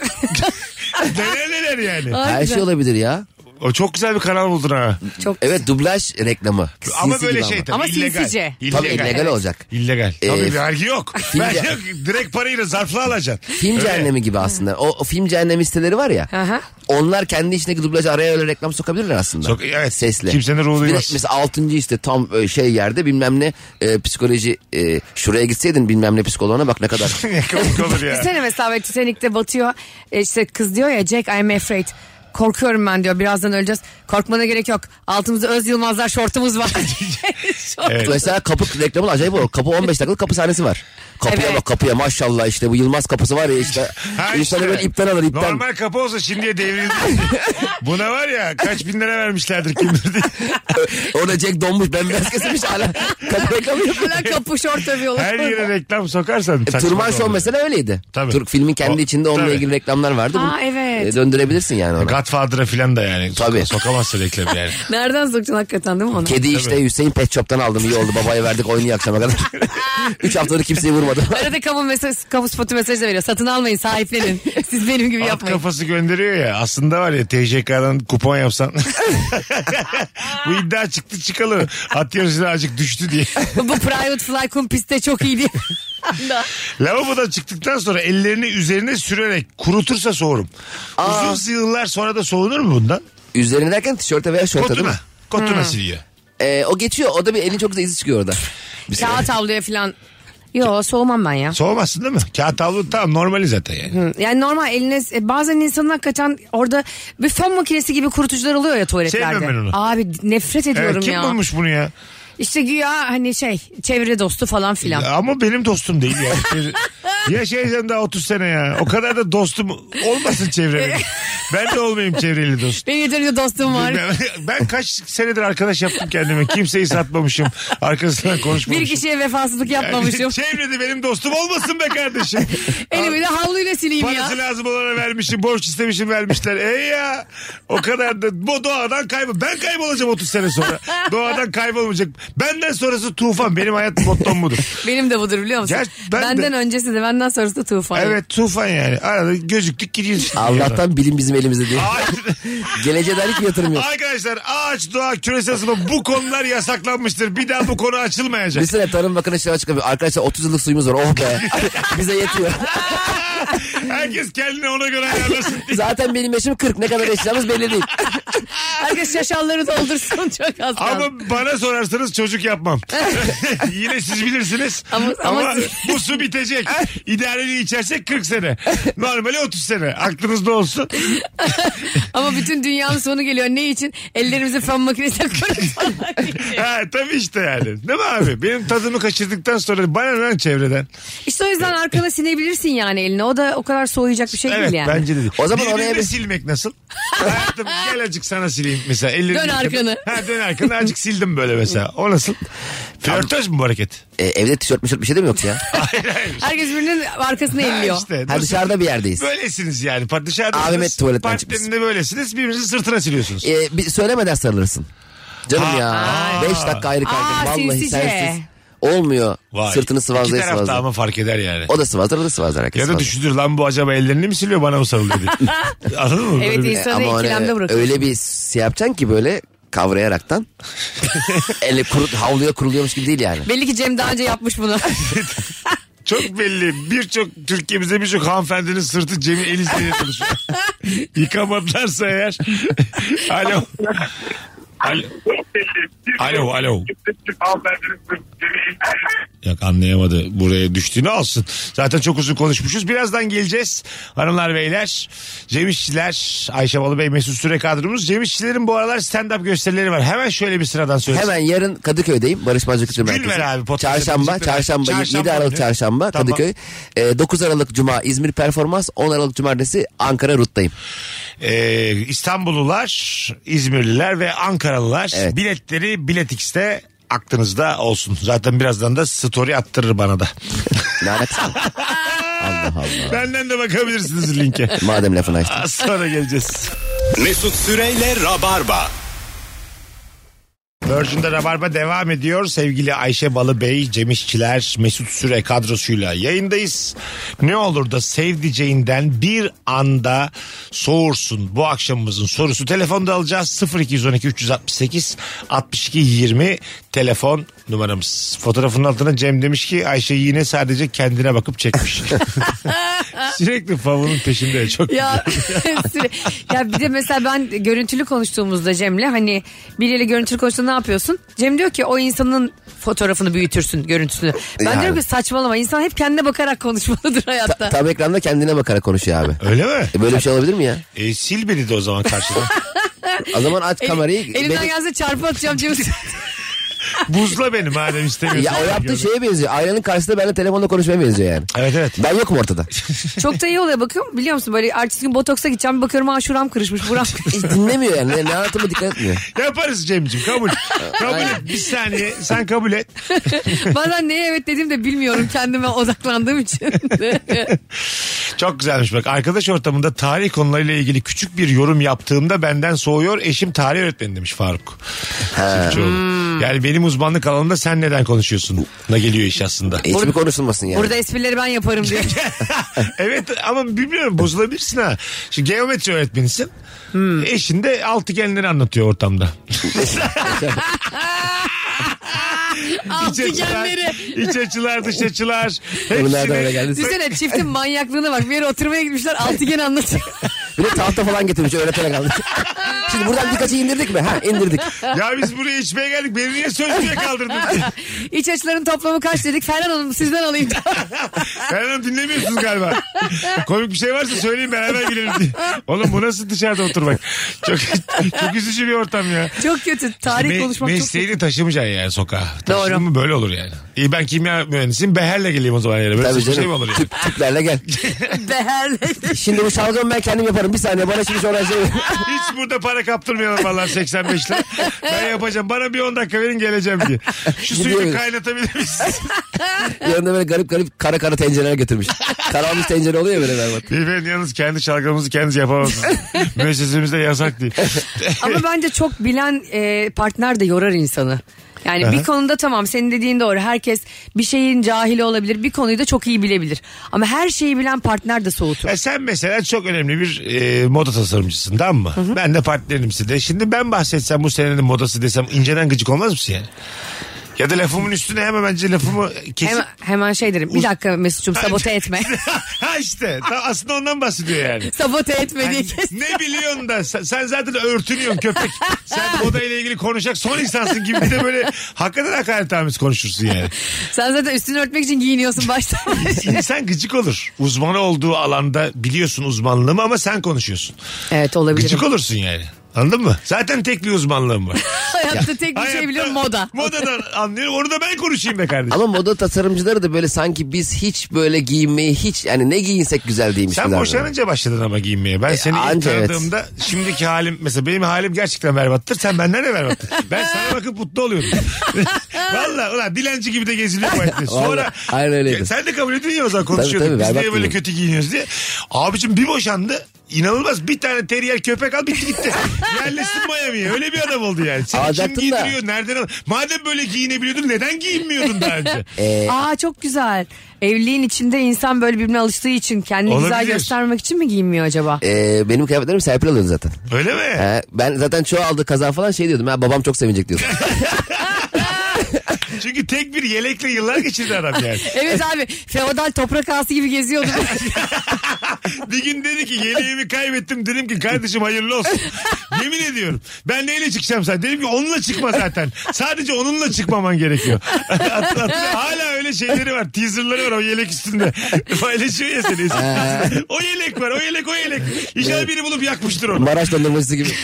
[SPEAKER 3] Neler yani.
[SPEAKER 5] Her şey olabilir ya.
[SPEAKER 3] O çok güzel bir kanal buldun ha.
[SPEAKER 4] Çok
[SPEAKER 5] Evet dublaj reklamı.
[SPEAKER 3] Ama
[SPEAKER 5] Sinsi
[SPEAKER 3] böyle
[SPEAKER 5] gibi
[SPEAKER 3] şey
[SPEAKER 5] ama.
[SPEAKER 3] tabii
[SPEAKER 4] Ama
[SPEAKER 3] illegal.
[SPEAKER 4] sinsice.
[SPEAKER 5] Tabii illegal olacak.
[SPEAKER 3] İllegal. Tabii bir vergi yok.
[SPEAKER 5] film-
[SPEAKER 3] Vergi yok. Direkt parayla zarfla alacaksın.
[SPEAKER 5] Film
[SPEAKER 3] Öyle.
[SPEAKER 5] cehennemi gibi aslında. O film cehennemi siteleri var ya.
[SPEAKER 4] Aha.
[SPEAKER 5] Onlar kendi içindeki dublaj araya öyle reklam sokabilirler aslında.
[SPEAKER 3] Evet.
[SPEAKER 5] Sesli.
[SPEAKER 3] Kimsenin ruhu duymaz.
[SPEAKER 5] Direkt mesela 6. işte tam şey yerde bilmem ne psikoloji şuraya gitseydin bilmem ne psikoloğuna bak ne kadar.
[SPEAKER 3] Ne komik olur ya.
[SPEAKER 4] Düşünsene mesela böyle Titanic'te batıyor. İşte kız diyor ya Jack I'm afraid. Korkuyorum ben diyor, birazdan öleceğiz. Korkmana gerek yok. Altımızda Öz Yılmazlar şortumuz var.
[SPEAKER 3] Evet.
[SPEAKER 5] Mesela kapı reklamı acayip olur. Kapı 15 dakikalık kapı sahnesi var. Kapıya
[SPEAKER 4] Evet.
[SPEAKER 5] bak kapıya maşallah işte bu Yılmaz kapısı var ya işte.
[SPEAKER 3] Ha
[SPEAKER 5] İnsanı
[SPEAKER 3] işte.
[SPEAKER 5] böyle ipten alır ipten.
[SPEAKER 3] Normal kapı olsa şimdiye devrildi. Buna var ya kaç bin lira vermişlerdir kim bilir.
[SPEAKER 5] Orada Jack donmuş bembeyaz kesilmiş hala kapı reklamı yapıyor.
[SPEAKER 4] Hala kapı şort övüyorlar.
[SPEAKER 3] Her yere reklam sokarsan. saçma
[SPEAKER 5] Turman
[SPEAKER 3] olur.
[SPEAKER 5] Show mesela öyleydi.
[SPEAKER 3] Tabii.
[SPEAKER 5] Türk filmin kendi
[SPEAKER 3] O-
[SPEAKER 5] içinde onunla
[SPEAKER 3] tabii.
[SPEAKER 5] ilgili reklamlar vardı.
[SPEAKER 4] Aa, evet.
[SPEAKER 5] Döndürebilirsin yani ona.
[SPEAKER 3] Godfather'a filan da yani.
[SPEAKER 5] Tabii.
[SPEAKER 3] Sokamazsın reklamı yani.
[SPEAKER 4] Nereden sokacaksın hakikaten değil mi onu?
[SPEAKER 5] Kedi işte Hüseyin Pet Shop'tan aldım iyi oldu. Babaya verdik oynuyor akşama kadar. 3 haftadır kimseyi vurmadı.
[SPEAKER 4] Arada kamu spotu mesajı da veriyor. Satın almayın, sahiplenin. Siz benim gibi
[SPEAKER 3] At
[SPEAKER 4] yapmayın.
[SPEAKER 3] kafası gönderiyor ya. Aslında var ya TJK'dan kupon yapsan. Bu iddia çıktı çıkalı. At yarışına azıcık düştü diye.
[SPEAKER 4] Bu private fly kum pistte çok iyi diye.
[SPEAKER 3] Lavabodan çıktıktan sonra ellerini üzerine sürerek kurutursa soğurum. Uzun yıllar sonra da soğunur mu bundan?
[SPEAKER 5] Üzerine derken tişörte veya şorta değil mi?
[SPEAKER 3] Kotuna siliyor.
[SPEAKER 5] O geçiyor. O da bir elin çok güzel izi çıkıyor orada.
[SPEAKER 4] Kağıt havluya falan. Yo, soğumam ben ya.
[SPEAKER 3] Soğumazsın değil mi? Kağıt havlu tamam normali zaten yani.
[SPEAKER 4] Yani normal eline bazen insanın hakikaten orada bir fön makinesi gibi kurutucular oluyor ya tuvaletlerde.
[SPEAKER 3] Sevmem ben onu.
[SPEAKER 4] Abi nefret ediyorum
[SPEAKER 3] Kim
[SPEAKER 4] ya.
[SPEAKER 3] bulmuş bunu ya?
[SPEAKER 4] İşte güya hani çevre dostu falan filan.
[SPEAKER 3] Ama benim dostum değil ya. Yaşayacağım daha 30 sene ya. O kadar da dostum olmasın çevremin. Ben de olmayayım çevreli dost.
[SPEAKER 4] Benim yeterince dostum var.
[SPEAKER 3] Ben kaç senedir arkadaş yaptım kendime. Kimseyi satmamışım. Arkasından konuşmamışım.
[SPEAKER 4] Bir kişiye vefasızlık yapmamışım.
[SPEAKER 3] Yani çevrede benim dostum olmasın be kardeşim.
[SPEAKER 4] Elimi de havluyla sileyim ya.
[SPEAKER 3] Parası lazım olana vermişim. Borç istemişim vermişler. Ya. O kadar da bu doğadan ben kaybolacağım 30 sene sonra. Doğadan kaybolmayacak. Benden sonrası tufan. Benim hayat mottom budur.
[SPEAKER 4] Benim de budur biliyor musun? Benden öncesi de benden sonrası da tufan.
[SPEAKER 3] Evet tufan yani. Arada gözüktük gidiyoruz.
[SPEAKER 5] Allah'tan bilim bizim elimizde değil.
[SPEAKER 3] Ay-
[SPEAKER 5] Geleceğe dair hiçbir yatırım yok.
[SPEAKER 3] Arkadaşlar ağaç, doğa, küresel ısınma bu konular yasaklanmıştır. Bir daha bu konu açılmayacak.
[SPEAKER 5] Bir sene Tarım Bakanı şey açıklamıyor. Arkadaşlar 30 yıllık suyumuz var. Oh be. Bize yetiyor.
[SPEAKER 3] Herkes kendine ona göre ayarlasın.
[SPEAKER 5] Zaten benim yaşım 40. Ne kadar yaşayacağımız belli değil.
[SPEAKER 4] Herkes şaşalları doldursun, çok az kaldı.
[SPEAKER 3] Ama bana sorarsanız çocuk yapmam. Yine siz bilirsiniz. Ama bu su bitecek. İdareli içersek 40 sene. Normali 30 sene. Aklınızda olsun.
[SPEAKER 4] Ama bütün dünyanın sonu geliyor. Ne için? Ellerimizi fön makinesine koyuyoruz.
[SPEAKER 3] Ha, tabii işte yani. Değil mi abi? Benim tadımı kaçırdıktan sonra bana ne çevreden?
[SPEAKER 4] İşte o yüzden arkana sinebilirsin yani eline. O da o kadar soğuyacak bir şey
[SPEAKER 3] Evet
[SPEAKER 4] değil yani.
[SPEAKER 3] bence de değil.
[SPEAKER 5] O zaman
[SPEAKER 3] Birbirini
[SPEAKER 5] oraya bir-
[SPEAKER 3] silmek nasıl? Hayatım gel azıcık sana sileyim mesela. Ellerini
[SPEAKER 4] Dön
[SPEAKER 3] yıkadım.
[SPEAKER 4] arkanı.
[SPEAKER 3] Ha dön arkanı azıcık sildim böyle mesela. O nasıl? Flörtöz mü bu hareket?
[SPEAKER 5] Evde tişört bir şey de mi yok ya?
[SPEAKER 3] Hayır hayır.
[SPEAKER 4] Herkes birinin arkasını elliyor.
[SPEAKER 3] İşte,
[SPEAKER 5] Ha dışarıda bir yerdeyiz.
[SPEAKER 3] böylesiniz yani. Dışarıdasınız.
[SPEAKER 5] AVM tuvaletten
[SPEAKER 3] Partnerinde böylesiniz. Birbirinizin sırtına siliyorsunuz.
[SPEAKER 5] Söylemeden sarılırsın. Canım
[SPEAKER 3] Ha,
[SPEAKER 5] ya. 5 dakika ayrı kaldım. Vallahi
[SPEAKER 4] sinsice.
[SPEAKER 5] sensiz. Olmuyor.
[SPEAKER 3] Vay.
[SPEAKER 5] Sırtını
[SPEAKER 3] İki
[SPEAKER 5] sıvazlaya
[SPEAKER 3] tarafta
[SPEAKER 5] sıvazlaya.
[SPEAKER 3] ama fark eder yani.
[SPEAKER 5] O da sıvazlar o da sıvazlar. Herkes
[SPEAKER 3] Ya da
[SPEAKER 5] sıvazlar.
[SPEAKER 3] düşünür lan bu acaba ellerini mi siliyor bana mı sarılıyor diye. Anladın mı?
[SPEAKER 4] Evet,
[SPEAKER 3] Böyle bir-
[SPEAKER 4] İnsanı
[SPEAKER 5] Ama
[SPEAKER 4] ikilemde bırakıyor.
[SPEAKER 5] öyle bir şey yapacaksın ki böyle kavrayaraktan. Havluya kuruluyormuş gibi değil yani.
[SPEAKER 4] Belli ki Cem daha önce yapmış bunu.
[SPEAKER 3] Çok belli. Türkiye'mizde birçok hanımefendinin sırtı Cem'in el izleyene çalışıyor. Yıkamadılarsa eğer. Alo. Alo. Yok, anlayamadı. Buraya düştüğünü alsın. Zaten çok uzun konuşmuşuz. Birazdan geleceğiz. Hanımlar beyler. Cem İşçiler, Ayşe Balıbey, Mesut Süre kadromuz. Cem İşçilerin bu aralar stand-up gösterileri var. Hemen şöyle bir sıradan söylesin.
[SPEAKER 5] Hemen yarın Kadıköy'deyim. Barış Manço Kültür Merkezi.
[SPEAKER 3] Gülver abi.
[SPEAKER 5] Çarşamba 7 Aralık Çarşamba
[SPEAKER 3] Tamam.
[SPEAKER 5] Kadıköy. 9 Aralık Cuma İzmir Performans. 10 Aralık Cumartesi Ankara Rut'tayım.
[SPEAKER 3] İstanbullular, İzmirliler ve Ankaralılar.
[SPEAKER 5] Evet.
[SPEAKER 3] Biletleri Bilet X'te aklınızda olsun. Zaten birazdan da story attırır bana da.
[SPEAKER 5] Ne alakası? Allah Allah.
[SPEAKER 3] Benden de bakabilirsiniz linke.
[SPEAKER 5] Madem lafını açtın.
[SPEAKER 3] Az sonra geleceğiz.
[SPEAKER 2] Mesut Süreyle Rabarba.
[SPEAKER 3] Virgin'de Rabarba devam ediyor. Sevgili Ayşe Balıbey, Cem İşçiler, Mesut Süre kadrosuyla yayındayız. Ne olur da sevdiceğinden bir anda soğursun. Bu akşamımızın sorusu. Telefonda alacağız. 0212 368 62 20 telefon numaramız. Fotoğrafın altına Cem demiş ki Ayşe yine sadece kendine bakıp çekmiş. Sürekli favunun peşinde. Çok
[SPEAKER 4] Ya, ya bir de mesela ben görüntülü konuştuğumuzda Cem'le hani biriyle görüntülü konuştuğunda ne yapıyorsun? Cem diyor ki o insanın fotoğrafını büyütürsün, görüntüsünü. Ben
[SPEAKER 5] Yani.
[SPEAKER 4] diyorum ki saçmalama, insan hep kendine bakarak konuşmalıdır hayatta.
[SPEAKER 5] Tam ekranda kendine bakarak konuşuyor abi.
[SPEAKER 3] Öyle mi?
[SPEAKER 5] Böyle bir şey olabilir mi ya?
[SPEAKER 3] Sil beni de o zaman karşıdan.
[SPEAKER 5] O zaman aç kamerayı.
[SPEAKER 4] Elimden gelse çarpı atacağım Cem'in.
[SPEAKER 3] Buzla beni madem istemiyorsun.
[SPEAKER 5] Ya o yaptığı şeye benziyor. Aynanın karşısında benimle telefonla konuşmaya benziyor yani.
[SPEAKER 3] Evet.
[SPEAKER 5] Ben yokum ortada.
[SPEAKER 4] Çok da iyi oluyor, bakıyorum biliyor musun? Böyle ertesi gün botoksa gideceğim, bakıyorum şuram kırışmış, buram kırışmış.
[SPEAKER 5] Hiç dinlemiyor yani. Ne anlattığıma dikkat etmiyor.
[SPEAKER 3] Yaparız Cem'ciğim, kabul. Kabul et. Bir saniye sen kabul et.
[SPEAKER 4] Bazen neye evet dediğimi de bilmiyorum, kendime odaklandığım için.
[SPEAKER 3] Çok güzelmiş bak. Arkadaş ortamında tarih konularıyla ilgili küçük bir yorum yaptığımda benden soğuyor. Eşim tarih öğretmeni demiş Faruk. Yani benim uzmanlık alanımda sen neden konuşuyorsun? Ne geliyor iş aslında.
[SPEAKER 5] Hiçbir konuşulmasın yani.
[SPEAKER 4] Burada esprileri ben yaparım diyor.
[SPEAKER 3] Evet ama bilmiyorum, bozulabilirsin ha. Şimdi geometri öğretmenisin. Eşin de altıgenleri anlatıyor ortamda.
[SPEAKER 4] Altıgenleri.
[SPEAKER 3] İç açılar, dış açılar.
[SPEAKER 5] Bunlar da öyle geldi.
[SPEAKER 4] Düşünsene çiftin manyaklığına bak. Bir yere oturmaya gitmişler, altıgen anlatıyor.
[SPEAKER 5] Bir de tahta falan getirmiş öğreterek aldı. Şimdi buradan birkaçı indirdik mi? Ha indirdik.
[SPEAKER 3] Ya biz buraya içmeye geldik. Beni niye sözlüğe kaldırdın?
[SPEAKER 4] İç açıların toplamı kaç dedik? Ferhan Hanım sizden alayım.
[SPEAKER 3] Ferhan Hanım dinlemiyorsunuz galiba. Komik bir şey varsa söyleyin, beraber girelim diye. Oğlum bu nasıl dışarıda oturmak? Çok üzücü bir ortam ya.
[SPEAKER 4] Çok kötü. Tarih konuşmak çok kötü.
[SPEAKER 3] Mesleğini taşımayacaksın yani sokağa.
[SPEAKER 4] Doğru.
[SPEAKER 3] Taşıdın mı böyle olur yani. İyi, ben kimya mühendisiyim. Beher'le geleyim o zaman yani. Böyle
[SPEAKER 5] Tabii
[SPEAKER 3] bir şey mi
[SPEAKER 5] canım.
[SPEAKER 3] olur yani?
[SPEAKER 5] Tüplerle gel.
[SPEAKER 4] Beherle.
[SPEAKER 5] Şimdi bu şalgamı ben kendim yaparım. Bir saniye bana şimdi sonra şey...
[SPEAKER 3] Hiç burada para kaptırmayalım vallahi 85 lira. Ben yapacağım. Bana bir 10 dakika verin geleceğim diye. Şu suyu bir
[SPEAKER 5] Gidiyoruz.
[SPEAKER 3] kaynatabilir misiniz?
[SPEAKER 5] Yanında böyle garip kara tencereler getirmiş. Karalmış tencere oluyor ya böyle berbat.
[SPEAKER 3] Beyefendi yalnız kendi şalgamımızı kendiniz yapamazsınız. Müessesemizde yasak değil.
[SPEAKER 4] Ama bence çok bilen partner de yorar insanı. Yani bir konuda tamam, senin dediğin doğru. Herkes bir şeyin cahili olabilir. Bir konuyu da çok iyi bilebilir. Ama her şeyi bilen partner de soğutur.
[SPEAKER 3] Sen mesela çok önemli bir moda tasarımcısın, tamam mı? Ben de partnerimsin de. Şimdi ben bahsetsem bu senenin modası desem inceden gıcık olmaz mısın yani? Ya da lafımın üstüne hemen bence lafımı kesip...
[SPEAKER 4] Hemen şey derim. Bir dakika Mesut'cum, sabote etme.
[SPEAKER 3] Ha işte aslında ondan bahsediyor yani.
[SPEAKER 4] Sabote etme diye
[SPEAKER 3] Yani
[SPEAKER 4] kes.
[SPEAKER 3] ne biliyorsun da sen zaten örtünüyorsun köpek. Sen modayla ilgili konuşacak son insansın gibi, bir de böyle hakikaten hakaretamiz konuşursun yani.
[SPEAKER 4] Sen zaten üstünü örtmek için giyiniyorsun baştan.
[SPEAKER 3] İnsan gıcık olur. Uzmanı olduğu alanda biliyorsun uzmanlığımı ama sen konuşuyorsun.
[SPEAKER 4] Evet, olabilir.
[SPEAKER 3] Gıcık olursun yani. Anladın mı? Zaten tek bir uzmanlığım var.
[SPEAKER 4] Hayatta tek bir şey biliyorum, moda.
[SPEAKER 3] Modadan anlıyorum. Onu da ben konuşayım be kardeşim.
[SPEAKER 5] Ama moda tasarımcıları da böyle sanki biz hiç böyle giyinmeyi hiç yani ne giyinsek güzel değilmiş.
[SPEAKER 3] Sen boşanınca başladın ama giyinmeye. Ben seni ilk
[SPEAKER 5] anca evet.
[SPEAKER 3] tanıdığımda şimdiki halim, mesela benim halim gerçekten berbattır. Sen benden de berbattır. Ben sana bakıp mutlu oluyorum. Valla ulan dilenci gibi de geziliyor bu hayatta. Sonra
[SPEAKER 5] Vallahi, aynen öyleydi.
[SPEAKER 3] sen de kabul ediyorsun ya, o zaman konuşuyorduk.
[SPEAKER 5] Tabii,
[SPEAKER 3] Biz
[SPEAKER 5] berbat
[SPEAKER 3] niye böyle
[SPEAKER 5] gibi.
[SPEAKER 3] kötü giyiniyoruz diye. Abicim bir boşandı. İnanılmaz, bir tane terrier köpek al, bitti gitti. Yerleşsin Miami'ye. Öyle bir adam oldu yani. Seni kim
[SPEAKER 5] Alacaktın da.
[SPEAKER 3] giydiriyor? Nereden al? Madem böyle giyinebiliyordun neden giyinmiyordun daha önce?
[SPEAKER 4] Çok güzel. Evliliğin içinde insan böyle birbirine alıştığı için, kendini güzel
[SPEAKER 3] Olabilir.
[SPEAKER 4] göstermek için mi giyinmiyor acaba?
[SPEAKER 5] Benim kıyafetlerim Serpil alıyordu zaten.
[SPEAKER 3] Öyle mi?
[SPEAKER 5] Ben zaten çoğu aldığı kaza falan şey diyordum. Ya babam çok sevinecek diyordum.
[SPEAKER 3] Çünkü tek bir yelekle yıllar geçirdi adam yani.
[SPEAKER 4] Evet abi, feodal toprak ağası gibi geziyordu.
[SPEAKER 3] Bir gün dedi ki yeleğimi kaybettim, dedim ki kardeşim hayırlı olsun. Yemin ediyorum. Ben neyle çıkacağım zaten? Dedim ki onunla çıkma zaten. Sadece onunla çıkmaman gerekiyor. Hala öyle şeyleri var. Teaserları var o yelek üstünde. Paylaşıyor ya seni. O yelek var. O yelek. İnşallah biri bulup yakmıştır onu.
[SPEAKER 5] Maraş dondurmacısı gibi.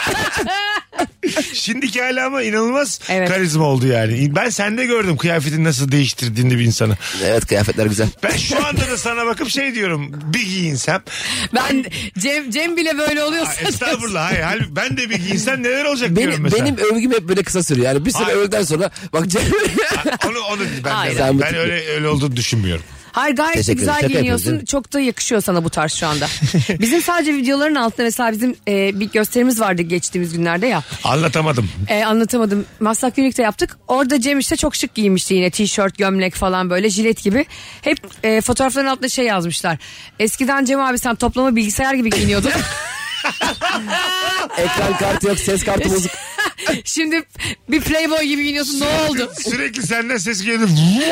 [SPEAKER 3] Şimdiki hala ama inanılmaz
[SPEAKER 4] Evet.
[SPEAKER 3] karizma oldu yani. Ben sende gördüm kıyafetini nasıl değiştirdiğini bir insanı.
[SPEAKER 5] Evet, kıyafetler güzel.
[SPEAKER 3] Ben şu anda da sana bakıp şey diyorum. Bir giyinsem.
[SPEAKER 4] Ben Cem bile böyle oluyorsa.
[SPEAKER 3] Estağfurullah. Hayır, ben de bir giyinsem neler olacak diyorum
[SPEAKER 5] Benim,
[SPEAKER 3] mesela.
[SPEAKER 5] benim övgüm hep böyle kısa sürüyor. Yani bir süre
[SPEAKER 3] Hayır.
[SPEAKER 5] övdükten sonra bak
[SPEAKER 3] Onu ben
[SPEAKER 4] Hayır.
[SPEAKER 3] de, ben öyle olduğunu düşünmüyorum.
[SPEAKER 4] Hayır, gayet de
[SPEAKER 5] Teşekkür ederim.
[SPEAKER 4] güzel
[SPEAKER 5] Şaka
[SPEAKER 4] giyiniyorsun.
[SPEAKER 5] yapıyoruz,
[SPEAKER 4] Çok da yakışıyor sana bu tarz şu anda. Bizim sadece videoların altında mesela bizim bir gösterimiz vardı geçtiğimiz günlerde ya.
[SPEAKER 3] Anlatamadım.
[SPEAKER 4] Anlatamadım. Maslak Unique'de yaptık. Orada Cem işte çok şık giymişti yine. Tişört, gömlek falan böyle jilet gibi. Hep fotoğrafların altında şey yazmışlar. Eskiden Cem abi sen toplama bilgisayar gibi giyiniyordun.
[SPEAKER 5] ekran kartı yok, ses kartı bozuk.
[SPEAKER 4] Şimdi bir playboy gibi giyiniyorsun. Ne oldu?
[SPEAKER 3] Sürekli senden ses geliyor.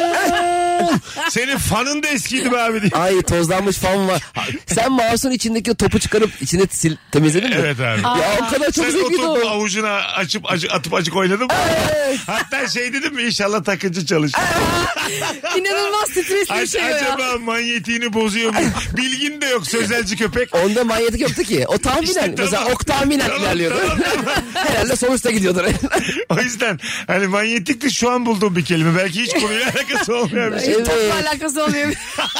[SPEAKER 3] Senin fanın da eskiydi be abi diye.
[SPEAKER 5] Ay, tozlanmış fan var. Sen mouse'un içindeki o topu çıkarıp içine temizledin mi?
[SPEAKER 3] Evet abi.
[SPEAKER 5] Ya o kadar çok
[SPEAKER 3] Sen o
[SPEAKER 5] zevkliydi
[SPEAKER 3] topu
[SPEAKER 5] o.
[SPEAKER 3] avucuna atıp acık oynadın mı? Hatta şey dedim mi inşallah takıcı çalışır.
[SPEAKER 4] İnanılmaz stresli bir şey o ya.
[SPEAKER 3] Acaba manyetiğini bozuyor mu? Bilgin de yok sözelci köpek.
[SPEAKER 5] Onda manyetik yoktu ki. O tahminen.
[SPEAKER 3] İşte
[SPEAKER 5] mesela
[SPEAKER 3] tamam.
[SPEAKER 5] ok tahminen
[SPEAKER 3] Tamam,
[SPEAKER 5] ilerliyordu.
[SPEAKER 3] tamam.
[SPEAKER 5] Herhalde sonuçta gidiyordur.
[SPEAKER 3] O yüzden hani manyetik de şu an bulduğum bir kelime. Belki hiç konuyla alakası olmayan bir şey.
[SPEAKER 5] Evet.
[SPEAKER 4] Topla alakası olmuyor.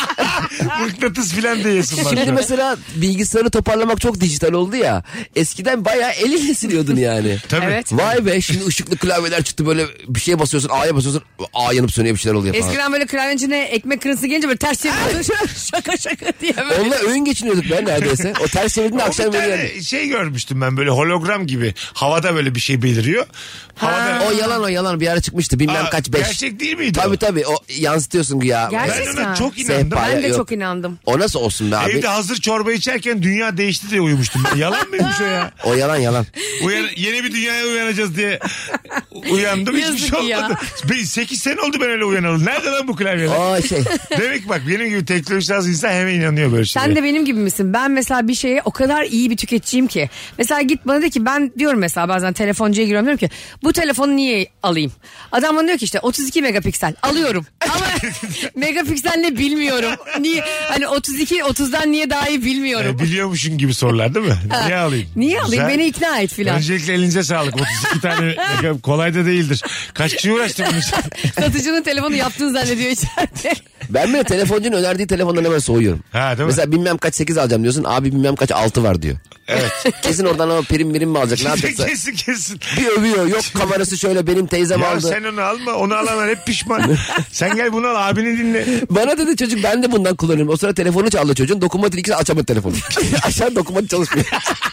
[SPEAKER 3] Mıknatıs filan diyesin bak.
[SPEAKER 5] Şimdi mesela bilgisayarı toparlamak çok dijital oldu ya. Eskiden bayağı elinle siliyordun yani.
[SPEAKER 3] Tabii.
[SPEAKER 4] Evet.
[SPEAKER 5] Vay be, şimdi ışıklı klavyeler çıktı, böyle bir şeye basıyorsun, A'ya basıyorsun, A yanıp sönüyor, bir şeyler oluyor falan.
[SPEAKER 4] Eskiden böyle klavyenin içine ekmek kırıntısı gelince böyle ters çeviriyorsun. şaka diye böyle.
[SPEAKER 5] Onunla öğün geçiniyorduk ben neredeyse. O ters çevirdiğinde
[SPEAKER 3] O bir
[SPEAKER 5] akşam
[SPEAKER 3] tane
[SPEAKER 5] veriyordu.
[SPEAKER 3] şey görmüştüm ben böyle hologram gibi. Havada böyle bir şey beliriyor. Havada...
[SPEAKER 5] O yalan bir ara çıkmıştı, bilmem
[SPEAKER 3] Aa,
[SPEAKER 5] kaç 5.
[SPEAKER 3] Gerçek değil miydi
[SPEAKER 5] Tabii o yansıtıyorsun güya.
[SPEAKER 4] Gerçekten.
[SPEAKER 3] Ben ona çok inandım.
[SPEAKER 5] Sehpa.
[SPEAKER 4] Ben de
[SPEAKER 5] Yok.
[SPEAKER 4] çok inandım.
[SPEAKER 5] O nasıl olsun be abi?
[SPEAKER 3] Evde hazır çorba içerken dünya değişti diye uyumuştum. Ben. Yalan mıymış o ya?
[SPEAKER 5] O yalan.
[SPEAKER 3] Yeni bir dünyaya uyanacağız diye uyandım. Hiçbir
[SPEAKER 4] Yazık
[SPEAKER 3] şey
[SPEAKER 4] ya.
[SPEAKER 3] olmadı. 8 sene oldu ben öyle uyanalı. Nerede lan bu klavyeler?
[SPEAKER 5] O şey.
[SPEAKER 3] Demek bak benim gibi teknolojisi az insan hemen inanıyor böyle şeylere.
[SPEAKER 4] Sen de benim gibi misin? Ben mesela bir şeye o kadar iyi bir tüketiciyim ki. Mesela git bana de ki ben diyorum mesela bazen telefoncuya giriyorum diyorum ki bu telefonu niye alayım? Adam bana diyor ki işte 32 megapiksel alıyorum. Ama megapiksel ne bilmiyorum. Niye? Hani 30'dan niye daha iyi bilmiyorum.
[SPEAKER 3] Biliyormuşsun gibi sorular değil mi? Niye alayım?
[SPEAKER 4] Niye alayım?
[SPEAKER 3] Güzel.
[SPEAKER 4] Beni ikna et filan.
[SPEAKER 3] Öncelikle elinize sağlık. 32 tane kolay da değildir. Kaç kişi uğraştı bunun için?
[SPEAKER 4] Satıcının telefonu yaptığını zannediyor içeride.
[SPEAKER 5] Ben bile telefoncunun önerdiği telefondan hemen soğuyorum.
[SPEAKER 3] Ha değil mi?
[SPEAKER 5] Mesela bilmem kaç 8 alacağım diyorsun. Abi bilmem kaç 6 var diyor.
[SPEAKER 3] Evet.
[SPEAKER 5] Kesin oradan ama prim mi alacak, ne yapacaksa.
[SPEAKER 3] kesin.
[SPEAKER 5] Bir övüyor. Yok kamerası şöyle, benim teyzem
[SPEAKER 3] Ya
[SPEAKER 5] aldı.
[SPEAKER 3] sen onu alma. Onu alanlar hep pişman. Sen gel bunu al abini dinle.
[SPEAKER 5] Bana dedi çocuk, ben de bundan kullanıyorum. O sıra telefonu çaldı çocuğun. Dokunmatik ikisi açamadı telefonu. Aşağı dokunmatik çalışmıyor.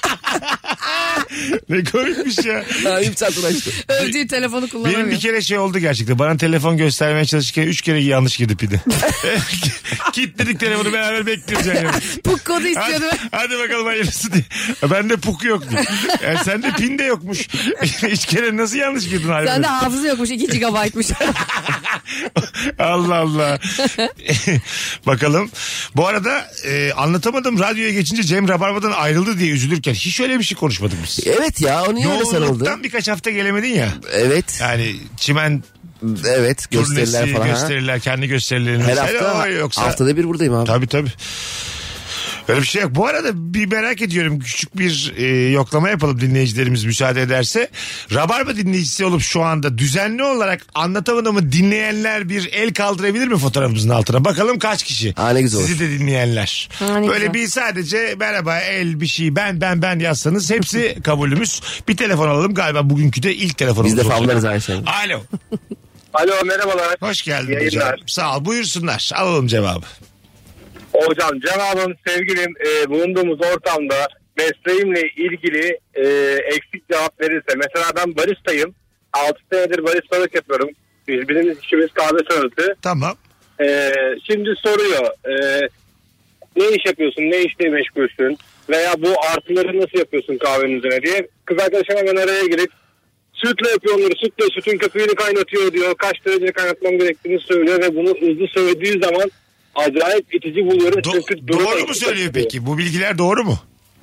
[SPEAKER 3] Ne komikmiş ya.
[SPEAKER 5] Ha, 3 saat uğraştı.
[SPEAKER 4] Övdüğü telefonu kullanamıyor.
[SPEAKER 3] Benim bir kere şey oldu gerçekten. Bana telefon göstermeye çalışırken 3 kere yanlış girdi pidi. Kilitledik telefonu beraber bekliyoruz yani.
[SPEAKER 4] Puk kodu istiyordu.
[SPEAKER 3] Hadi bakalım hayırlısı diye. Bende puk yoktu. Yani sende pin de yokmuş. 3 kere nasıl yanlış girdin halbuki?
[SPEAKER 4] Sende hafıza yokmuş 2 GB'mış.
[SPEAKER 3] Allah Allah. Bakalım. Bu arada anlatamadım, radyoya geçince Cem Rabarba'dan ayrıldı diye üzülürken hiç öyle bir şey konuşmadık biz.
[SPEAKER 5] Evet ya, o niye öyle sanıldı?
[SPEAKER 3] Yoğunluktan birkaç hafta gelemedin ya.
[SPEAKER 5] Evet.
[SPEAKER 3] Yani çimen
[SPEAKER 5] Evet, gösteriler
[SPEAKER 3] turnesi,
[SPEAKER 5] falan.
[SPEAKER 3] gösteriler, kendi gösterilerini.
[SPEAKER 5] Her
[SPEAKER 3] vesaire.
[SPEAKER 5] hafta,
[SPEAKER 3] O yoksa...
[SPEAKER 5] haftada bir buradayım abi.
[SPEAKER 3] Tabii. Öyle bir şey yok. Bu arada bir merak ediyorum. Küçük bir yoklama yapalım dinleyicilerimiz müsaade ederse. Rabarba dinleyicisi olup şu anda düzenli olarak Anlatamadığımı dinleyenler bir el kaldırabilir mi fotoğrafımızın altına? Bakalım kaç kişi?
[SPEAKER 5] Ne güzel olur.
[SPEAKER 3] Sizi de dinleyenler.
[SPEAKER 4] Ne
[SPEAKER 3] Böyle
[SPEAKER 4] güzel.
[SPEAKER 3] bir sadece merhaba, el, bir şey, ben yazsanız hepsi kabulümüz. Bir telefon alalım. Galiba bugünkü de ilk telefonumuz.
[SPEAKER 5] Biz de
[SPEAKER 3] olacak.
[SPEAKER 5] favlarız aynı şey.
[SPEAKER 3] Alo.
[SPEAKER 6] Alo, merhabalar.
[SPEAKER 3] Hoş geldin
[SPEAKER 6] Yayınlar.
[SPEAKER 3] hocam. Sağ ol. Buyursunlar. Alalım cevabı.
[SPEAKER 6] Hocam cevabım sevgilim bulunduğumuz ortamda mesleğimle ilgili eksik cevap verirse. Mesela ben baristayım. 6 senedir baristalık yapıyorum. Bizim işimiz kahve sanatı.
[SPEAKER 3] Tamam.
[SPEAKER 6] Şimdi soruyor. Ne iş yapıyorsun? Ne işle meşgulsün? Veya bu artıları nasıl yapıyorsun kahvenin üzerine diye. Kız arkadaşım hemen araya girip sütle yapıyor onları. Sütün köpüğünü kaynatıyor diyor. Kaç derece kaynatmam gerektiğini söylüyor ve bunu hızlı söylediği zaman acayip itici buluyorum. Çünkü
[SPEAKER 3] Doğru mu söylüyor peki? Bu bilgiler doğru mu?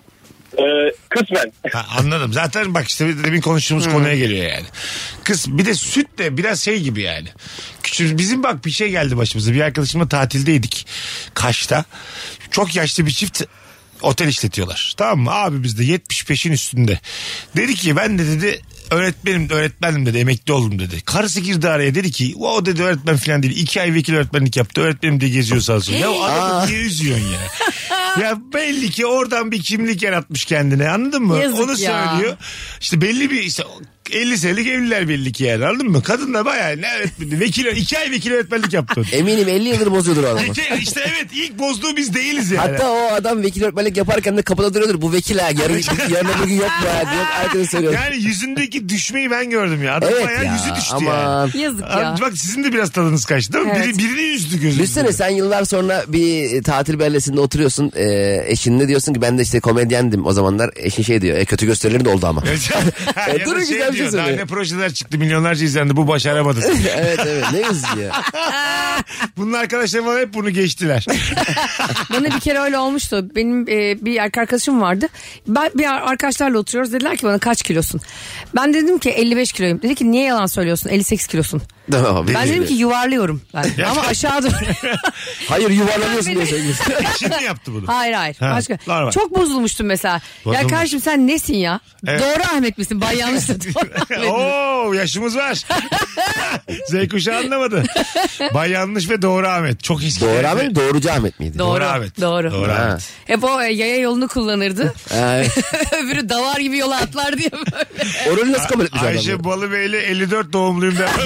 [SPEAKER 6] Kısmen.
[SPEAKER 3] Anladım. Zaten bak işte demin konuştuğumuz konuya geliyor yani. Bir de süt de biraz şey gibi yani. Küçük, bizim bak bir şey geldi başımıza. Bir arkadaşımla tatildeydik. Kaş'ta. Çok yaşlı bir çift otel işletiyorlar. Tamam mı? Abi biz de 75'in üstünde. Dedi ki ben de dedi öğretmenim dedi, emekli oldum dedi. Karısı girdi araya, dedi ki o dedi öğretmen falan değil. 2 ay vekil öğretmenlik yaptı. Öğretmenim de geziyor sağ olsun. Ya adamı niye üzüyorsun ya? Ya belli ki oradan bir kimlik yaratmış kendine, anladın mı?
[SPEAKER 4] Yazık
[SPEAKER 3] onu
[SPEAKER 4] ya.
[SPEAKER 3] söylüyor. İşte belli bir işte 50 senelik evliler belli ki yani, anladın mı? Kadın da bayağı ne öğretmeni, 2 ay vekil öğretmenlik yaptı.
[SPEAKER 5] Eminim 50 yıldır bozuyordur o adamı.
[SPEAKER 3] İşte evet, ilk bozduğu biz değiliz yani.
[SPEAKER 5] Hatta o adam vekil öğretmenlik yaparken de kapıda duruyordur. Bu vekil ha yarın bugün yok mu ha diye herkese söylüyor.
[SPEAKER 3] Yani yüzündeki düşmeyi ben gördüm ya. Adam
[SPEAKER 5] Evet
[SPEAKER 3] bayağı
[SPEAKER 5] ya,
[SPEAKER 3] yüzü düştü
[SPEAKER 5] aman.
[SPEAKER 3] yani.
[SPEAKER 4] Yazık ya.
[SPEAKER 3] Abi bak sizin de biraz tadınız kaçtı değil mi?
[SPEAKER 4] Evet.
[SPEAKER 3] Birini yüzdü gözünüzde.
[SPEAKER 5] Düşünsene sen yıllar sonra bir tatil beldesinde oturuyorsun. Eşinle diyorsun ki ben de işte komedyendim o zamanlar. Eşin şey diyor kötü gösterilerin de oldu ama.
[SPEAKER 3] Ya
[SPEAKER 5] Durun
[SPEAKER 3] da
[SPEAKER 5] güzel bir şey
[SPEAKER 3] diyor, daha
[SPEAKER 5] söyle.
[SPEAKER 3] ne projeler çıktı, milyonlarca izlendi, bu başaramadı.
[SPEAKER 5] evet ne üzücü ya.
[SPEAKER 3] Bunun arkadaşlarım bana hep bunu geçtiler.
[SPEAKER 4] Bana bir kere öyle olmuştu. Benim bir erkek arkadaşım vardı. Bir arkadaşlarla oturuyoruz. Dediler ki bana kaç kilosun? Ben dedim ki 55 kiloyum. Dedi ki niye yalan söylüyorsun? 58 kilosun.
[SPEAKER 5] Tamam,
[SPEAKER 4] Ben dedim ki yuvarlıyorum ben. Ama aşağı doğru.
[SPEAKER 5] hayır yuvarlanıyorsun diye söylüyorsun.
[SPEAKER 3] Şimdi yaptı bunu.
[SPEAKER 4] Hayır.
[SPEAKER 3] Ha,
[SPEAKER 4] Başka.
[SPEAKER 3] normal.
[SPEAKER 4] Çok bozulmuştum mesela.
[SPEAKER 3] Bozulmuş.
[SPEAKER 4] Ya kardeşim sen nesin ya?
[SPEAKER 3] Evet.
[SPEAKER 4] Doğru Ahmet misin? Ben yanlış da doğru Ahmet misin?
[SPEAKER 3] Oo, yaşımız var. Z kuşağı anlamadı. Bay yanlış ve doğru Ahmet. Çok eski.
[SPEAKER 5] Doğru Ahmet mi? Doğrucu Ahmet miydi?
[SPEAKER 3] Doğru Ahmet.
[SPEAKER 4] Doğru.
[SPEAKER 3] Doğru
[SPEAKER 5] Ha.
[SPEAKER 3] Ahmet.
[SPEAKER 4] Hep o yaya yolunu kullanırdı.
[SPEAKER 5] Evet.
[SPEAKER 4] Öbürü davar gibi yola atlar diye böyle.
[SPEAKER 5] O rolü nasıl kabul etmiş adam?
[SPEAKER 3] Ayşe Balıbeyli 54 doğumluyum der.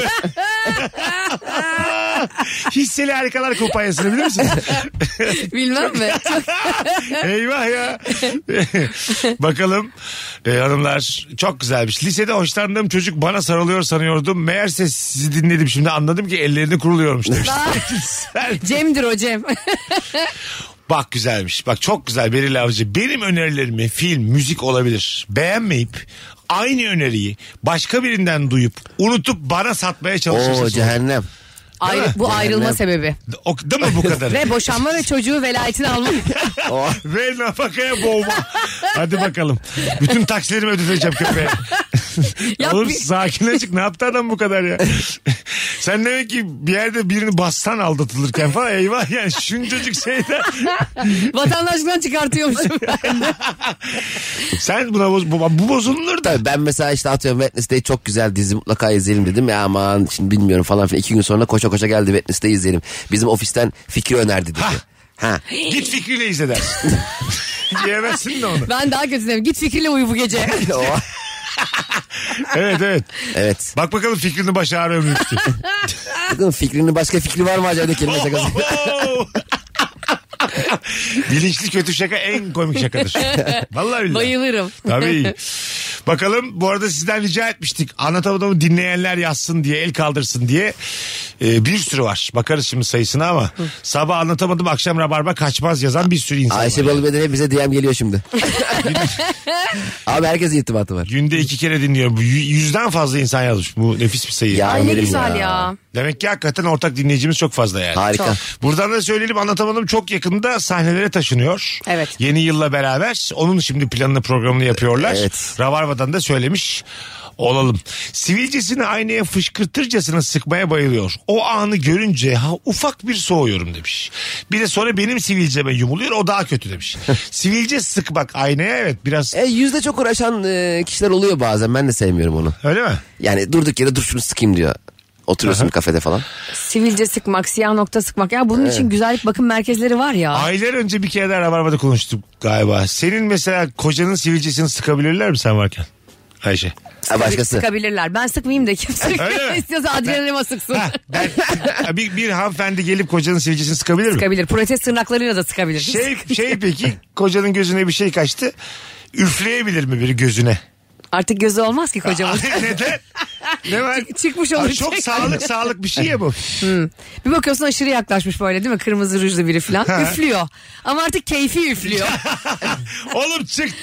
[SPEAKER 3] Hisseli Harikalar Kumpanyası'nı bilir misin?
[SPEAKER 4] Bilmem mi?
[SPEAKER 3] Eyvah ya. Bakalım hanımlar, çok güzelmiş. Lisede hoşlandığım çocuk bana sarılıyor sanıyordum. Meğerse sizi dinledim, şimdi anladım ki ellerini kuruluyormuş demiş.
[SPEAKER 4] Cem'dir o Cem.
[SPEAKER 3] Bak güzelmiş. Bak çok güzel Beril Avcı. Benim önerilerimi film, müzik olabilir. Beğenmeyip aynı öneriyi başka birinden duyup unutup bana satmaya çalışırsın.
[SPEAKER 5] Oo cehennem.
[SPEAKER 4] Bu ayrılma sebebi.
[SPEAKER 3] Değil mi bu kadar?
[SPEAKER 4] Ve boşanma ve çocuğu velayetini alma.
[SPEAKER 3] Ve nafakaya boğma. Hadi bakalım. Bütün taksilerimi ödeteceğim köpeğe.
[SPEAKER 4] Ya
[SPEAKER 3] Oğlum
[SPEAKER 4] bir-
[SPEAKER 3] sakinleşik, ne yaptı adam bu kadar ya? Sen demek ki bir yerde birini bassan aldatılırken falan, eyvah yani şuncacık şeyden.
[SPEAKER 4] Vatandaşlıktan çıkartıyormuşum ben de.
[SPEAKER 3] Sen buna bu bozulur da.
[SPEAKER 5] Tabii ben mesela işte atıyorum Wednesday çok güzel dizi mutlaka izleyelim dedim. Ya aman şimdi bilmiyorum falan filan. 2 gün sonra koşa geldi Wednesday izleyelim. Bizim ofisten Fikri önerdi dedi. Ha.
[SPEAKER 3] Git fikriyle izle dersin. Diyemezsin de onu.
[SPEAKER 4] Ben daha kötü dedim. Git fikriyle uyu bu gece.
[SPEAKER 3] Evet.
[SPEAKER 5] Evet.
[SPEAKER 3] Bak bakalım fikrini başa ağrıyor mu?
[SPEAKER 5] Bakın Fikri'nin başka fikri var mı acaba kelime şakası?
[SPEAKER 3] Bilinçli kötü şaka en komik şakadır. Vallahi billahi.
[SPEAKER 4] Bayılırım.
[SPEAKER 3] Tabii. Bakalım, bu arada sizden rica etmiştik. Anlatamadığımı dinleyenler yazsın diye, el kaldırsın diye. Bir sürü var. Bakarız şimdi sayısına ama. Sabah anlatamadım, akşam Rabarba kaçmaz yazan bir sürü insan
[SPEAKER 5] Ayşe
[SPEAKER 3] var.
[SPEAKER 5] Balıbey'den hep bize DM geliyor şimdi. Abi herkesin irtibatı var.
[SPEAKER 3] Günde 2 kere dinliyorum. 100'den fazla insan yazmış. Bu nefis bir sayı.
[SPEAKER 5] Ya.
[SPEAKER 4] Ay ne
[SPEAKER 5] Amirim
[SPEAKER 4] güzel
[SPEAKER 5] ya.
[SPEAKER 4] ya.
[SPEAKER 3] Demek ki hakikaten ortak dinleyicimiz çok fazla yani.
[SPEAKER 5] Harika.
[SPEAKER 3] Buradan da söyleyelim, Anlatamadım çok yakında sahnelere taşınıyor.
[SPEAKER 4] Evet.
[SPEAKER 3] Yeni yılla beraber onun şimdi planını, programını yapıyorlar.
[SPEAKER 5] Evet.
[SPEAKER 3] Rabarba'dan da söylemiş olalım. Sivilcesini aynaya fışkırtırcasına sıkmaya bayılıyor. O anı görünce ufak bir soğuyorum demiş. Bir de sonra benim sivilceme yumuluyor, o daha kötü demiş. Sivilce sıkmak aynaya, evet biraz
[SPEAKER 5] Yüzde çok uğraşan kişiler oluyor bazen. Ben de sevmiyorum onu.
[SPEAKER 3] öyle mi?
[SPEAKER 5] Yani durduk yere dur şunu sıkayım diyor. Oturuyorsun bir kafede falan.
[SPEAKER 4] Sivilce sıkmak, siyah nokta sıkmak. Ya bunun için güzellik bakım merkezleri var ya.
[SPEAKER 3] Aylar önce bir kere daha Rabarba'da konuştuk galiba. Senin mesela kocanın sivilcesini sıkabilirler mi sen varken? Ayşe.
[SPEAKER 5] Ha, başkası.
[SPEAKER 4] Sıkabilirler. Ben sıkmayayım da kim
[SPEAKER 3] Öyle mi?
[SPEAKER 4] istiyorsa adrenalime sıksın.
[SPEAKER 3] Ha, bir hanımefendi gelip kocanın sivilcesini sıkabilir mi?
[SPEAKER 4] Sıkabilir. Protez tırnaklarıyla da sıkabilir.
[SPEAKER 3] Şey peki, kocanın gözüne bir şey kaçtı. Üfleyebilir mi biri gözüne?
[SPEAKER 4] Artık gözü olmaz ki kocamın.
[SPEAKER 3] Neden? Ne var?
[SPEAKER 4] Çıkmış olur.
[SPEAKER 3] Abi çok sağlık bir şey ya bu.
[SPEAKER 4] Bir bakıyorsun aşırı yaklaşmış böyle değil mi? Kırmızı rujlu biri falan. Üflüyor. Ama artık keyfi üflüyor.
[SPEAKER 3] Oğlum çıktı.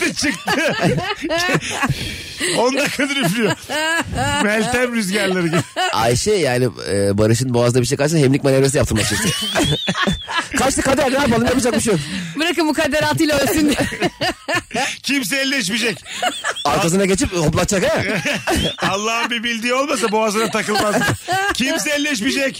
[SPEAKER 3] 10 dakikadır üflüyor. Meltem rüzgarları gibi.
[SPEAKER 5] Ayşe yani Barış'ın boğazda bir şey kaçsa hemlik manevrası yaptırmak istiyor. Kaçtı kader, ne yapalım, yapacak bir şey yok.
[SPEAKER 4] Bırakın mukadderatıyla ölsün diye.
[SPEAKER 3] Kimse elleşmeyecek.
[SPEAKER 5] Arkasına geçip hoplatacak ha.
[SPEAKER 3] Allah'ın bir bildiği olmasa boğazına takılmaz. Kimse elleşmeyecek.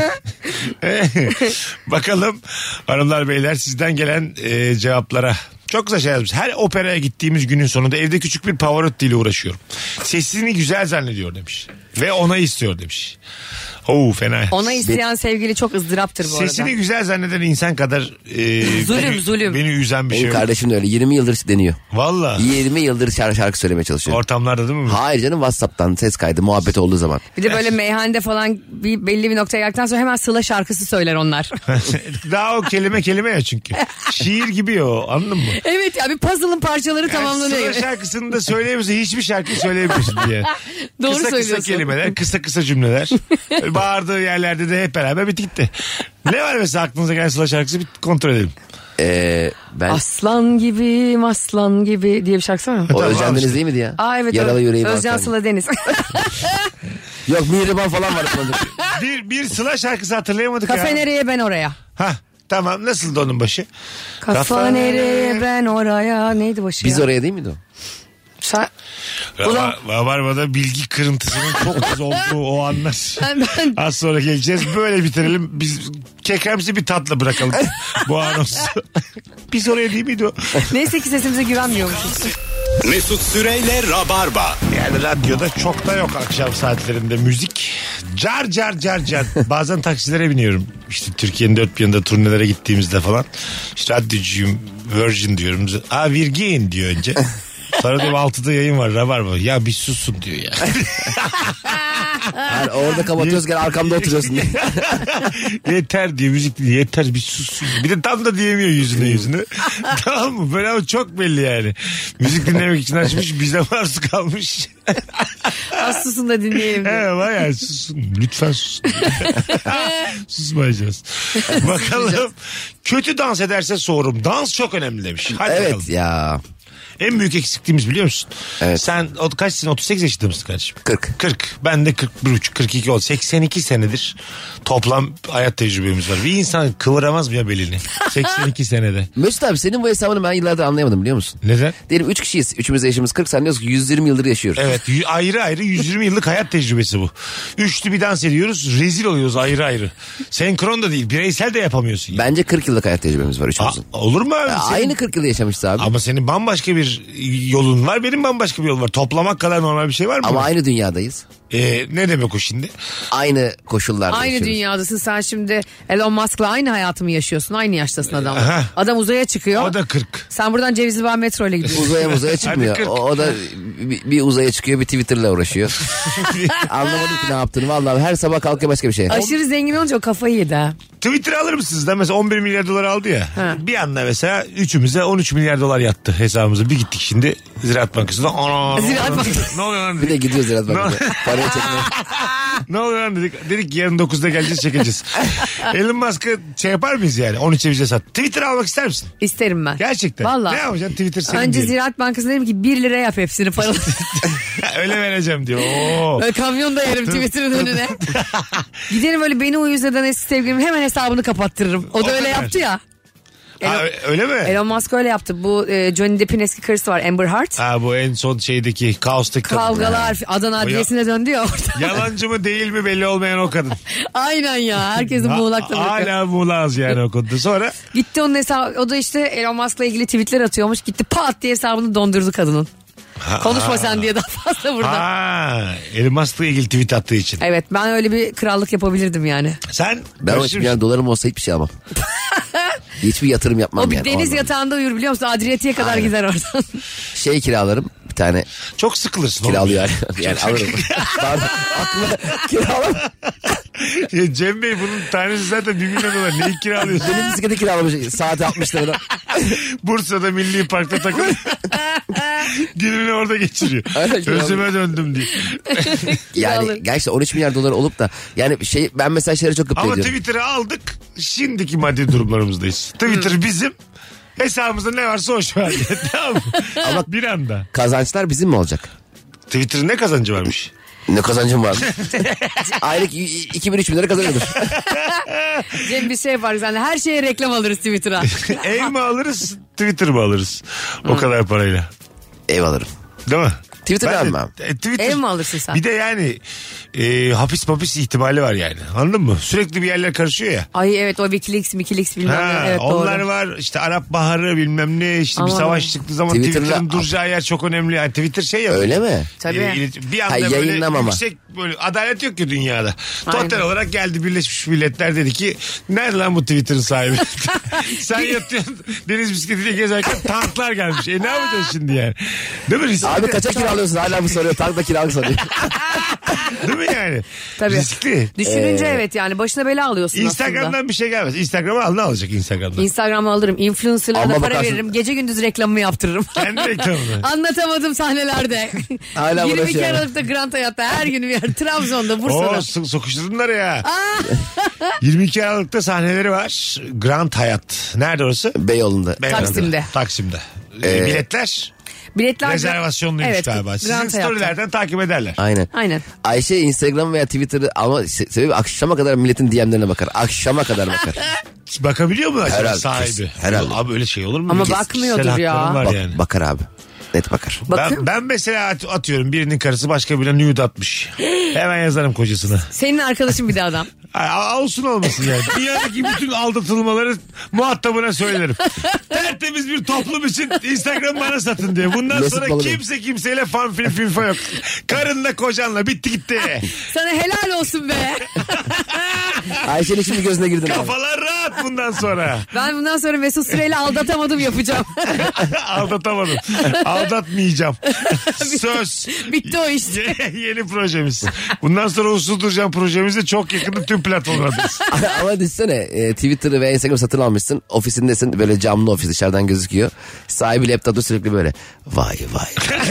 [SPEAKER 3] Bakalım hanımlar beyler sizden gelen cevaplara. Çok güzel şey yazmış. Her operaya gittiğimiz günün sonunda evde küçük bir Pavarotti ile uğraşıyorum. Sesini güzel zannediyor demiş. Ve ona istiyor demiş. Oo fena.
[SPEAKER 4] Ona isteyen sevgili çok ızdıraptır bu arada.
[SPEAKER 3] Sesini güzel zanneden insan kadar
[SPEAKER 4] zulüm.
[SPEAKER 3] Beni üzen bir
[SPEAKER 5] Benim
[SPEAKER 3] şey.
[SPEAKER 5] kardeşim de öyle 20 yıldır deniyor.
[SPEAKER 3] Valla.
[SPEAKER 5] 20 yıldır şarkı söylemeye çalışıyor.
[SPEAKER 3] Ortamlarda değil mi?
[SPEAKER 5] Hayır canım, WhatsApp'tan ses kaydı muhabbet olduğu zaman.
[SPEAKER 4] Bir de böyle meyhanede falan belli bir noktaya geldikten sonra hemen Sıla şarkısı söyler onlar.
[SPEAKER 3] Daha o kelime ya çünkü. Şiir gibi ya o, anladın mı?
[SPEAKER 4] Evet ya, bir puzzle'ın parçaları tamamlanıyor.
[SPEAKER 3] Sıla şarkısını da söyleyemiyorsun, hiçbir şarkıyı söyleyemiyorsun diye.
[SPEAKER 4] Doğru
[SPEAKER 3] kısa
[SPEAKER 4] söylüyorsun.
[SPEAKER 3] Kısa kelimeler, kısa cümleler. Bağırdığı yerlerde de hep beraber bitti gitti. Ne var mesela aklınıza gelen Sıla şarkısı, bir kontrol edelim.
[SPEAKER 5] Ben...
[SPEAKER 4] Aslan gibi maslan gibi diye bir şarkı var mı?
[SPEAKER 5] O Özcan Deniz değil miydi ya?
[SPEAKER 4] Aa evet.
[SPEAKER 5] Yaralı yüreği
[SPEAKER 4] Özcan
[SPEAKER 5] Balkan.
[SPEAKER 4] Sıla Deniz.
[SPEAKER 5] Yok, Mihriban falan var.
[SPEAKER 3] bir Sıla şarkısı hatırlayamadık
[SPEAKER 4] Kafe
[SPEAKER 3] ya.
[SPEAKER 4] nereye ben oraya.
[SPEAKER 3] Hah, tamam, nasıldı onun başı?
[SPEAKER 4] Kafa nereye ben oraya. Neydi başı
[SPEAKER 5] Biz
[SPEAKER 4] ya?
[SPEAKER 5] oraya değil miydi o?
[SPEAKER 4] Sen... Ulan...
[SPEAKER 3] Rabarba'da bilgi kırıntısının çok az olduğu o anlar.
[SPEAKER 4] Ben...
[SPEAKER 3] Az sonra geleceğiz. Böyle bitirelim. Biz kekremsi bir tatla bırakalım bu anonsu. Biz oraya değil miydi o?
[SPEAKER 4] Neyse ki sesimize güvenmiyormuşuz.
[SPEAKER 2] Mesut Süreyle Rabarba.
[SPEAKER 3] Yani radyoda çok da yok akşam saatlerinde müzik. Car. Bazen taksilere biniyorum. İşte Türkiye'nin dört bir yanında turnelere gittiğimizde falan. İşte radyocuyum, Virgin diyorum. Virgin diyor önce. Sonra diyorum 6'da yayın var, Rabarba. Ya bir susun diyor ya.
[SPEAKER 5] Yani orada kapatıyoruz, gel arkamda oturuyorsun.
[SPEAKER 3] Yeter diyor, müzik diyor. Yeter bir susun. Bir de tam da diyemiyor yüzüne. Tamam mı? Böyle ama çok belli yani. Müzik dinlemek için açmış, bize maruz kalmış.
[SPEAKER 4] Az susun da dinleyelim diye.
[SPEAKER 3] He bayağı susun. Lütfen susun. Susmayacağız. Bakalım. Kötü dans ederse soğurum. Dans çok önemli demiş. Hadi
[SPEAKER 5] Evet
[SPEAKER 3] bakalım.
[SPEAKER 5] ya.
[SPEAKER 3] En büyük eksikliğimiz biliyor musun?
[SPEAKER 5] Evet.
[SPEAKER 3] Sen kaçsın? 38 yaşında mısın kardeşim?
[SPEAKER 5] 40.
[SPEAKER 3] Ben de 41,5 42 oldu. 82 senedir toplam hayat tecrübemiz var. Bir insan kıvıramaz mı ya belini? 82 senede.
[SPEAKER 5] Mesut abi, senin bu hesabını ben yıllardır anlayamadım, biliyor musun?
[SPEAKER 3] Neden?
[SPEAKER 5] Diyelim 3 kişiyiz. Üçümüz de yaşımız 40. Sen diyorsun ki 120 yıldır yaşıyoruz.
[SPEAKER 3] Evet, ayrı 120 yıllık hayat tecrübesi bu. Üçlü bir dans ediyoruz, rezil oluyoruz ayrı. Senkron da değil, bireysel de yapamıyorsun. Ya.
[SPEAKER 5] Bence 40 yıllık hayat tecrübemiz var üçümüzün.
[SPEAKER 3] Olur mu abi?
[SPEAKER 5] Aynı 40 yıl yaşamışız abi.
[SPEAKER 3] Ama senin bambaşka bir yolun var, benim bambaşka bir yolum var. Toplamak kadar normal bir şey var mı?
[SPEAKER 5] Ama aynı dünyadayız.
[SPEAKER 3] Ne demek o şimdi?
[SPEAKER 5] Aynı koşullarda
[SPEAKER 4] Aynı
[SPEAKER 5] yaşıyoruz.
[SPEAKER 4] dünyadasın sen şimdi. Elon Musk'la aynı hayatı mı yaşıyorsun? Aynı yaştasın adamla.
[SPEAKER 3] Aha.
[SPEAKER 4] Adam uzaya çıkıyor.
[SPEAKER 3] O da 40.
[SPEAKER 4] Sen buradan Cevizli Bağ metro ile gidiyorsun.
[SPEAKER 5] Uzaya çıkmıyor.
[SPEAKER 3] Hadi 40.
[SPEAKER 5] O da bir uzaya çıkıyor, bir Twitter'la uğraşıyor. Anlamadım ki ne yaptığını. Vallahi her sabah kalkıyor başka bir şey.
[SPEAKER 4] Aşırı zengin olunca o kafayı yedi ha.
[SPEAKER 3] Twitter alır mısınız da mesela 11 milyar dolar aldı ya.
[SPEAKER 4] Ha.
[SPEAKER 3] Bir anda mesela üçümüze 13 milyar dolar yattı hesabımıza. Bir gittik şimdi Ziraat Bankası'na. Ana,
[SPEAKER 4] Ziraat Bankası.
[SPEAKER 3] Ne oluyor lan
[SPEAKER 5] Bir
[SPEAKER 3] dedik.
[SPEAKER 5] de gidiyoruz Ziraat Bankası'na. Parayı çekmeye.
[SPEAKER 3] Ne oluyor lan dedik. Dedik ki yarın 9'da geleceğiz, çekeceğiz. Elon Musk'ı şey yapar mıyız yani? 13'e bize sat. Twitter almak ister misin?
[SPEAKER 4] İsterim ben.
[SPEAKER 3] Gerçekten.
[SPEAKER 4] Vallahi.
[SPEAKER 3] Ne yapacaksın? Twitter senin
[SPEAKER 4] Önce
[SPEAKER 3] diyelim.
[SPEAKER 4] Ziraat Bankası'na dedim ki 1 lira yap hepsini paralı.
[SPEAKER 3] Öyle vereceğim diyor. Oo.
[SPEAKER 4] Böyle kamyon da yerim Twitter'ın önüne. Giderim böyle beni uyuz eden eski sevgilimin hemen hesabını kapattırırım. O da
[SPEAKER 3] O
[SPEAKER 4] öyle
[SPEAKER 3] kadar.
[SPEAKER 4] yaptı ya.
[SPEAKER 3] Ha, öyle mi?
[SPEAKER 4] Elon Musk öyle yaptı. Bu Johnny Depp'in eski karısı var, Amber Heard.
[SPEAKER 3] Ha, bu en son şeydeki kaostaki kadın.
[SPEAKER 4] Kavgalar Adana Adliyesi'ne döndü ya orada.
[SPEAKER 3] Yalancı mı değil mi belli olmayan o kadın.
[SPEAKER 4] Aynen ya, herkesin muğlakta bırakıyor.
[SPEAKER 3] Hala muğlaz yani o konuda. Sonra
[SPEAKER 4] Gitti onun hesabı, o da işte Elon Musk'la ilgili tweetler atıyormuş. Gitti pat diye hesabını dondurdu kadının. Konuşma sen diye daha fazla burada.
[SPEAKER 3] ha, Elon Musk'la ilgili tweet attığı için.
[SPEAKER 4] Evet, ben öyle bir krallık yapabilirdim yani.
[SPEAKER 3] Sen
[SPEAKER 5] Ben o 3 milyar dolarım olsa hiçbir şey almam. Hiçbir yatırım yapmam
[SPEAKER 4] O bir
[SPEAKER 5] yani.
[SPEAKER 4] deniz
[SPEAKER 5] Ondan.
[SPEAKER 4] yatağında uyur biliyor musun? Adriyatik'e kadar gider oradan.
[SPEAKER 5] Şey kiralarım bir tane,
[SPEAKER 3] çok sıkılırsın. oğlum.
[SPEAKER 5] kiralıyor yani alırım. Pardon, aklıma kiralarım.
[SPEAKER 3] Ya Cem Bey bunun tanesi zaten 1 milyon dolar. Neyi kiralıyorsun?
[SPEAKER 5] Benim bisikleti kiralamış saati 60 liradan.
[SPEAKER 3] Bursa'da Milli Park'ta takılıyor. Gününü orada geçiriyor.
[SPEAKER 5] Aynen,
[SPEAKER 3] Özüme döndüm diye.
[SPEAKER 5] Yani gerçekten 13 milyar dolar olup da yani ben mesela şeyleri çok gıpta
[SPEAKER 3] Ama
[SPEAKER 5] ediyorum.
[SPEAKER 3] Twitter'ı aldık. Şimdiki maddi durumlarımızdayız. Twitter bizim. Hesabımızda ne varsa o şu an. Tamam mı? Ama bir anda.
[SPEAKER 5] Kazançlar bizim mi olacak?
[SPEAKER 3] Twitter'ın ne kazancı varmış?
[SPEAKER 5] Ne kazancım var? Aylık 2000-3000 lira kazanıyordur.
[SPEAKER 4] Cem bir şey yapar zaten. Her şeye reklam alırız Twitter'a.
[SPEAKER 3] Ev mi alırız, Twitter mı alırız? O kadar parayla.
[SPEAKER 5] Ev alırım.
[SPEAKER 3] Değil mi?
[SPEAKER 5] Twitter
[SPEAKER 3] Ben de-
[SPEAKER 5] almam.
[SPEAKER 3] Twitter,
[SPEAKER 4] Ev mi alırsın sen?
[SPEAKER 3] Bir de yani hapis ihtimali var yani. Anladın mı? Sürekli bir yerler karışıyor ya.
[SPEAKER 4] Ay evet o Wikileaks bilmem
[SPEAKER 3] Ha,
[SPEAKER 4] ne. Evet
[SPEAKER 3] onlar
[SPEAKER 4] doğru.
[SPEAKER 3] var işte Arap Baharı bilmem ne işte bir
[SPEAKER 4] Aman
[SPEAKER 3] savaş
[SPEAKER 4] Allah'ım.
[SPEAKER 3] çıktığı zaman
[SPEAKER 5] Twitter'la-
[SPEAKER 3] Twitter'ın duracağı yer çok önemli. Yani Twitter şey yapıyor.
[SPEAKER 5] Öyle mi?
[SPEAKER 4] Tabii.
[SPEAKER 3] Bir anda
[SPEAKER 5] Ha,
[SPEAKER 3] böyle
[SPEAKER 5] yayınlamama.
[SPEAKER 3] yüksek böyle adalet yok ki dünyada.
[SPEAKER 4] Aynen.
[SPEAKER 3] Total olarak geldi Birleşmiş Milletler dedi ki nerede lan bu Twitter'ın sahibi? Sen yatıyorsun deniz bisikletiyle gezerken tanklar gelmiş. Ne yapacağız şimdi yani? Değil mi? Riskli.
[SPEAKER 5] Abi kaça kiralıyorsun? Hala mı soruyor? Tankla kiralık soruyor.
[SPEAKER 3] Değil mi yani?
[SPEAKER 4] Tabii.
[SPEAKER 3] Riskli.
[SPEAKER 4] Düşününce evet yani başına bela alıyorsun aslında.
[SPEAKER 3] Instagram'dan bir şey gelmez. Instagram'a al ne alacak Instagram'dan?
[SPEAKER 4] Instagram'a alırım. Influencer'lara
[SPEAKER 5] Ama
[SPEAKER 4] da para
[SPEAKER 5] bakarsın-
[SPEAKER 4] veririm. Gece gündüz reklamımı yaptırırım.
[SPEAKER 3] Kendi reklamını.
[SPEAKER 4] Anlatamadım sahnelerde.
[SPEAKER 5] Hala
[SPEAKER 4] 22
[SPEAKER 5] uğraşıyor.
[SPEAKER 4] Aralık'ta Grand Hayat'ta her gün bir yer. Trabzon'da, Bursa'da.
[SPEAKER 3] Sokuşturdular ya. 22 Aralık'ta sahneleri var. Grand Hayat. Nerede orası?
[SPEAKER 5] Beyoğlu'nda.
[SPEAKER 3] Beyoğlu'nda.
[SPEAKER 4] Taksim'de.
[SPEAKER 3] Taksim'de. Biletler
[SPEAKER 4] Biletler
[SPEAKER 3] rezervasyonluymuş
[SPEAKER 4] evet,
[SPEAKER 3] galiba. Sizin
[SPEAKER 4] Grand Hayat'ta.
[SPEAKER 3] storylerden takip ederler.
[SPEAKER 5] Aynen.
[SPEAKER 4] Aynen.
[SPEAKER 5] Ayşe Instagram veya Twitter'ı alma sebebi akşama kadar milletin DM'lerine bakar. Akşama kadar bakar.
[SPEAKER 3] Bakabiliyor mu acaba
[SPEAKER 5] Herhalde,
[SPEAKER 3] sahibi?
[SPEAKER 5] kesin, herhalde.
[SPEAKER 3] Abi öyle şey olur mu?
[SPEAKER 4] Ama
[SPEAKER 3] Kişisel
[SPEAKER 4] bakmıyordur ya.
[SPEAKER 3] haklarım var yani.
[SPEAKER 5] Bakar abi. Net bakar.
[SPEAKER 4] Bakın
[SPEAKER 3] Ben mesela atıyorum birinin karısı başka birine nude atmış. Hemen yazarım kocasına.
[SPEAKER 4] senin arkadaşın bir de adam.
[SPEAKER 3] Olsun olmasın yani. Dünyadaki bütün aldatılmaları muhatabına söylerim. Tertemiz bir toplum için Instagram bana satın diye. Bundan
[SPEAKER 5] Mesut
[SPEAKER 3] sonra
[SPEAKER 5] Balıbey.
[SPEAKER 3] kimse kimseyle fan film filfa yok. Karınla kocanla bitti gitti.
[SPEAKER 4] Sana helal olsun be.
[SPEAKER 5] Ayşe'nin şimdi gözüne girdin abi.
[SPEAKER 3] Kafalar rahat bundan sonra.
[SPEAKER 4] Ben bundan sonra Mesut Süreyle aldatamadım yapacağım.
[SPEAKER 3] Aldatamadım. Aldatmayacağım. Söz.
[SPEAKER 4] Bitti o iş.
[SPEAKER 3] Yeni projemiz. Bundan sonra usul duracağım projemizde çok yakında tüm platformlardayız.
[SPEAKER 5] Ama düşünsene Twitter'ı ve Instagram satın almışsın. Ofisindesin böyle camlı ofis dışarıdan gözüküyor. Sahibi laptopta sürekli böyle vay vay.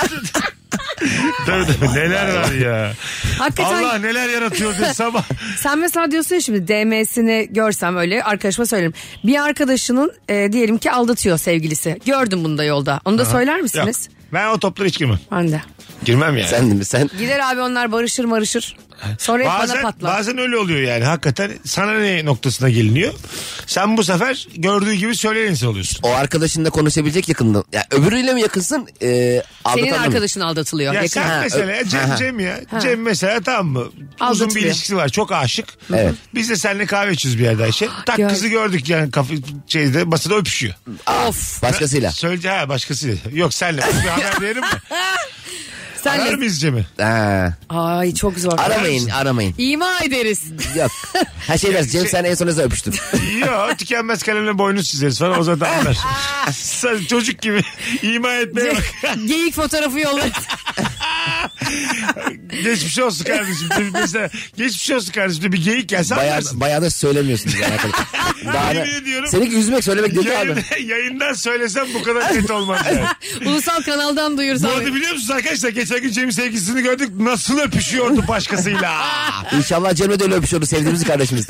[SPEAKER 3] Tabii neler var ya.
[SPEAKER 4] Hakikaten
[SPEAKER 3] Allah neler yaratıyor diye sabah.
[SPEAKER 4] sen mesela diyorsun ya şimdi DM'sini görsem öyle arkadaşıma söylerim. Bir arkadaşının diyelim ki aldatıyor sevgilisi. Gördüm bunu da yolda. Onu da söyler misiniz?
[SPEAKER 3] Yok. Ben o toplara hiç girmem.
[SPEAKER 4] Ben de.
[SPEAKER 3] Girmem yani.
[SPEAKER 5] Sen mi sen?
[SPEAKER 4] Gider abi onlar barışır marışır. Sonra hep bana patlar.
[SPEAKER 3] Bazen öyle oluyor yani hakikaten sana ne noktasına geliniyor. Sen bu sefer gördüğü gibi söyleyen insan oluyorsun.
[SPEAKER 5] O arkadaşınla konuşabilecek yakından. Ya öbürüyle mi yakınsın?
[SPEAKER 4] Senin
[SPEAKER 5] Aldatanla mı?
[SPEAKER 4] arkadaşın aldatılıyor.
[SPEAKER 3] Ya
[SPEAKER 4] Yakın.
[SPEAKER 3] sen
[SPEAKER 5] Ha,
[SPEAKER 3] mesela Cem ya. Cem mesela tamam mı? Uzun bir
[SPEAKER 4] Aldatılıyor.
[SPEAKER 3] ilişkisi var. Çok aşık.
[SPEAKER 5] Evet.
[SPEAKER 3] Biz de seninle kahve içiyoruz bir yerde Ayşe. Tak
[SPEAKER 4] Gör.
[SPEAKER 3] kızı gördük yani şeyde masada öpüşüyor.
[SPEAKER 4] Of.
[SPEAKER 5] Başkasıyla.
[SPEAKER 3] Söyleyeceğim başkasıyla. Yok senle. Bir haber verelim mi? Arar
[SPEAKER 4] Sen de.
[SPEAKER 3] mıyız Cem'i?
[SPEAKER 5] Ha.
[SPEAKER 4] Ay çok zor.
[SPEAKER 5] Aramayın.
[SPEAKER 4] İma ederiz.
[SPEAKER 5] Yok. Her şey dersin. Cem sen en son ne zaman öpüştün?
[SPEAKER 3] Yok tükenmez kalemle boynuz çizeriz falan o zaten anlar. Sen çocuk gibi ima etmeye bak.
[SPEAKER 4] Geyik fotoğrafı yollar.
[SPEAKER 3] Geçmiş olsun kardeşim. Mesela geçmiş olsun kardeşim. Bir geyik gelse anlarsın.
[SPEAKER 5] Bayağı da söylemiyorsunuz. Daha
[SPEAKER 3] Yemin ediyorum.
[SPEAKER 5] Seninki üzmek söylemek değil abi.
[SPEAKER 3] Yayından söylesem bu kadar net olmaz yani.
[SPEAKER 4] Ulusal kanaldan
[SPEAKER 3] Bu
[SPEAKER 4] duyursam.
[SPEAKER 3] arada biliyor musunuz arkadaşlar geçen gün Cem'in sevgilisini gördük nasıl öpüşüyordu başkasıyla.
[SPEAKER 5] İnşallah Cem'le de öyle öpüşüyordu sevdiğimiz kardeşimiz.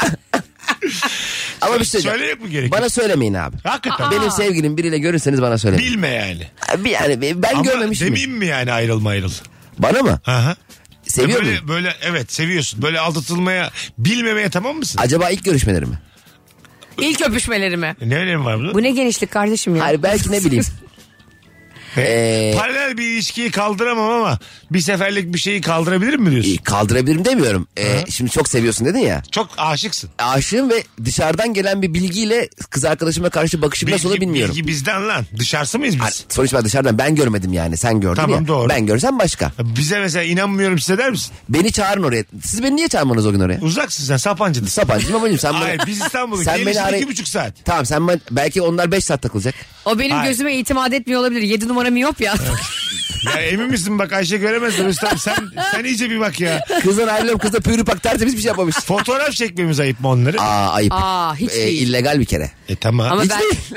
[SPEAKER 5] Ama bir şey söyleyeceğim.
[SPEAKER 3] Söylemek mi gerekiyor?
[SPEAKER 5] Bana söylemeyin abi.
[SPEAKER 3] Hakikaten.
[SPEAKER 5] Benim sevgilim biriyle görürseniz bana söyleyin.
[SPEAKER 3] Bilme yani.
[SPEAKER 5] Yani ben
[SPEAKER 3] Ama
[SPEAKER 5] görmemişim.
[SPEAKER 3] demeyeyim mi yani ayrıl.
[SPEAKER 5] Bana mı?
[SPEAKER 3] Aha.
[SPEAKER 5] Seviyor
[SPEAKER 3] böyle,
[SPEAKER 5] muyum?
[SPEAKER 3] böyle evet seviyorsun. Böyle aldatılmaya bilmemeye tamam mısın?
[SPEAKER 5] Acaba ilk görüşmeleri mi?
[SPEAKER 4] İlk öpüşmeleri mi?
[SPEAKER 3] Ne önemi var bunun?
[SPEAKER 4] Bu ne genişlik kardeşim ya.
[SPEAKER 5] Hayır belki ne bileyim.
[SPEAKER 3] Paralel bir ilişkiyi kaldıramam ama bir seferlik bir şeyi kaldırabilirim mi diyorsun?
[SPEAKER 5] Kaldırabilirim demiyorum. Şimdi çok seviyorsun dedin ya.
[SPEAKER 3] Çok aşıksın.
[SPEAKER 5] Aşığım ve dışarıdan gelen bir bilgiyle kız arkadaşıma karşı bakışım nasıl olur bilmiyorum.
[SPEAKER 3] Bilgi bizden lan. Dışarısı mıyız biz?
[SPEAKER 5] Sonuçta dışarıdan ben görmedim yani. Sen gördün
[SPEAKER 3] Tamam,
[SPEAKER 5] ya.
[SPEAKER 3] doğru.
[SPEAKER 5] Ben görsem başka.
[SPEAKER 3] Bize mesela inanmıyorum size der misin?
[SPEAKER 5] Beni çağırın oraya. Siz beni niye çağırmadınız o gün oraya?
[SPEAKER 3] Uzaksın sen Sapancı'dın.
[SPEAKER 5] Sapancı babacığım sen bana...
[SPEAKER 3] Hayır biz İstanbul'da.
[SPEAKER 5] Sen beni
[SPEAKER 3] Gelişin
[SPEAKER 5] arayıp-
[SPEAKER 3] 2,5 saat.
[SPEAKER 5] Tamam sen belki onlar 5 saat takılacak.
[SPEAKER 4] O benim
[SPEAKER 3] Hayır.
[SPEAKER 4] gözüme itimat etmiyor olabilir. 7 numara miyop ya.
[SPEAKER 3] Ya emin misin bak Ayşe göremez de Mesut abi sen iyice bir bak ya.
[SPEAKER 5] Kızdan ayrılıyorum kız da pürüpak tertemiz bir şey yapmamış.
[SPEAKER 3] Fotoğraf çekmemiz ayıp mı onları?
[SPEAKER 5] Ayıp.
[SPEAKER 4] Aa, hiç değil.
[SPEAKER 5] İllegal bir kere.
[SPEAKER 3] Tamam.
[SPEAKER 4] Ama
[SPEAKER 5] Hiç
[SPEAKER 4] ben
[SPEAKER 5] değil.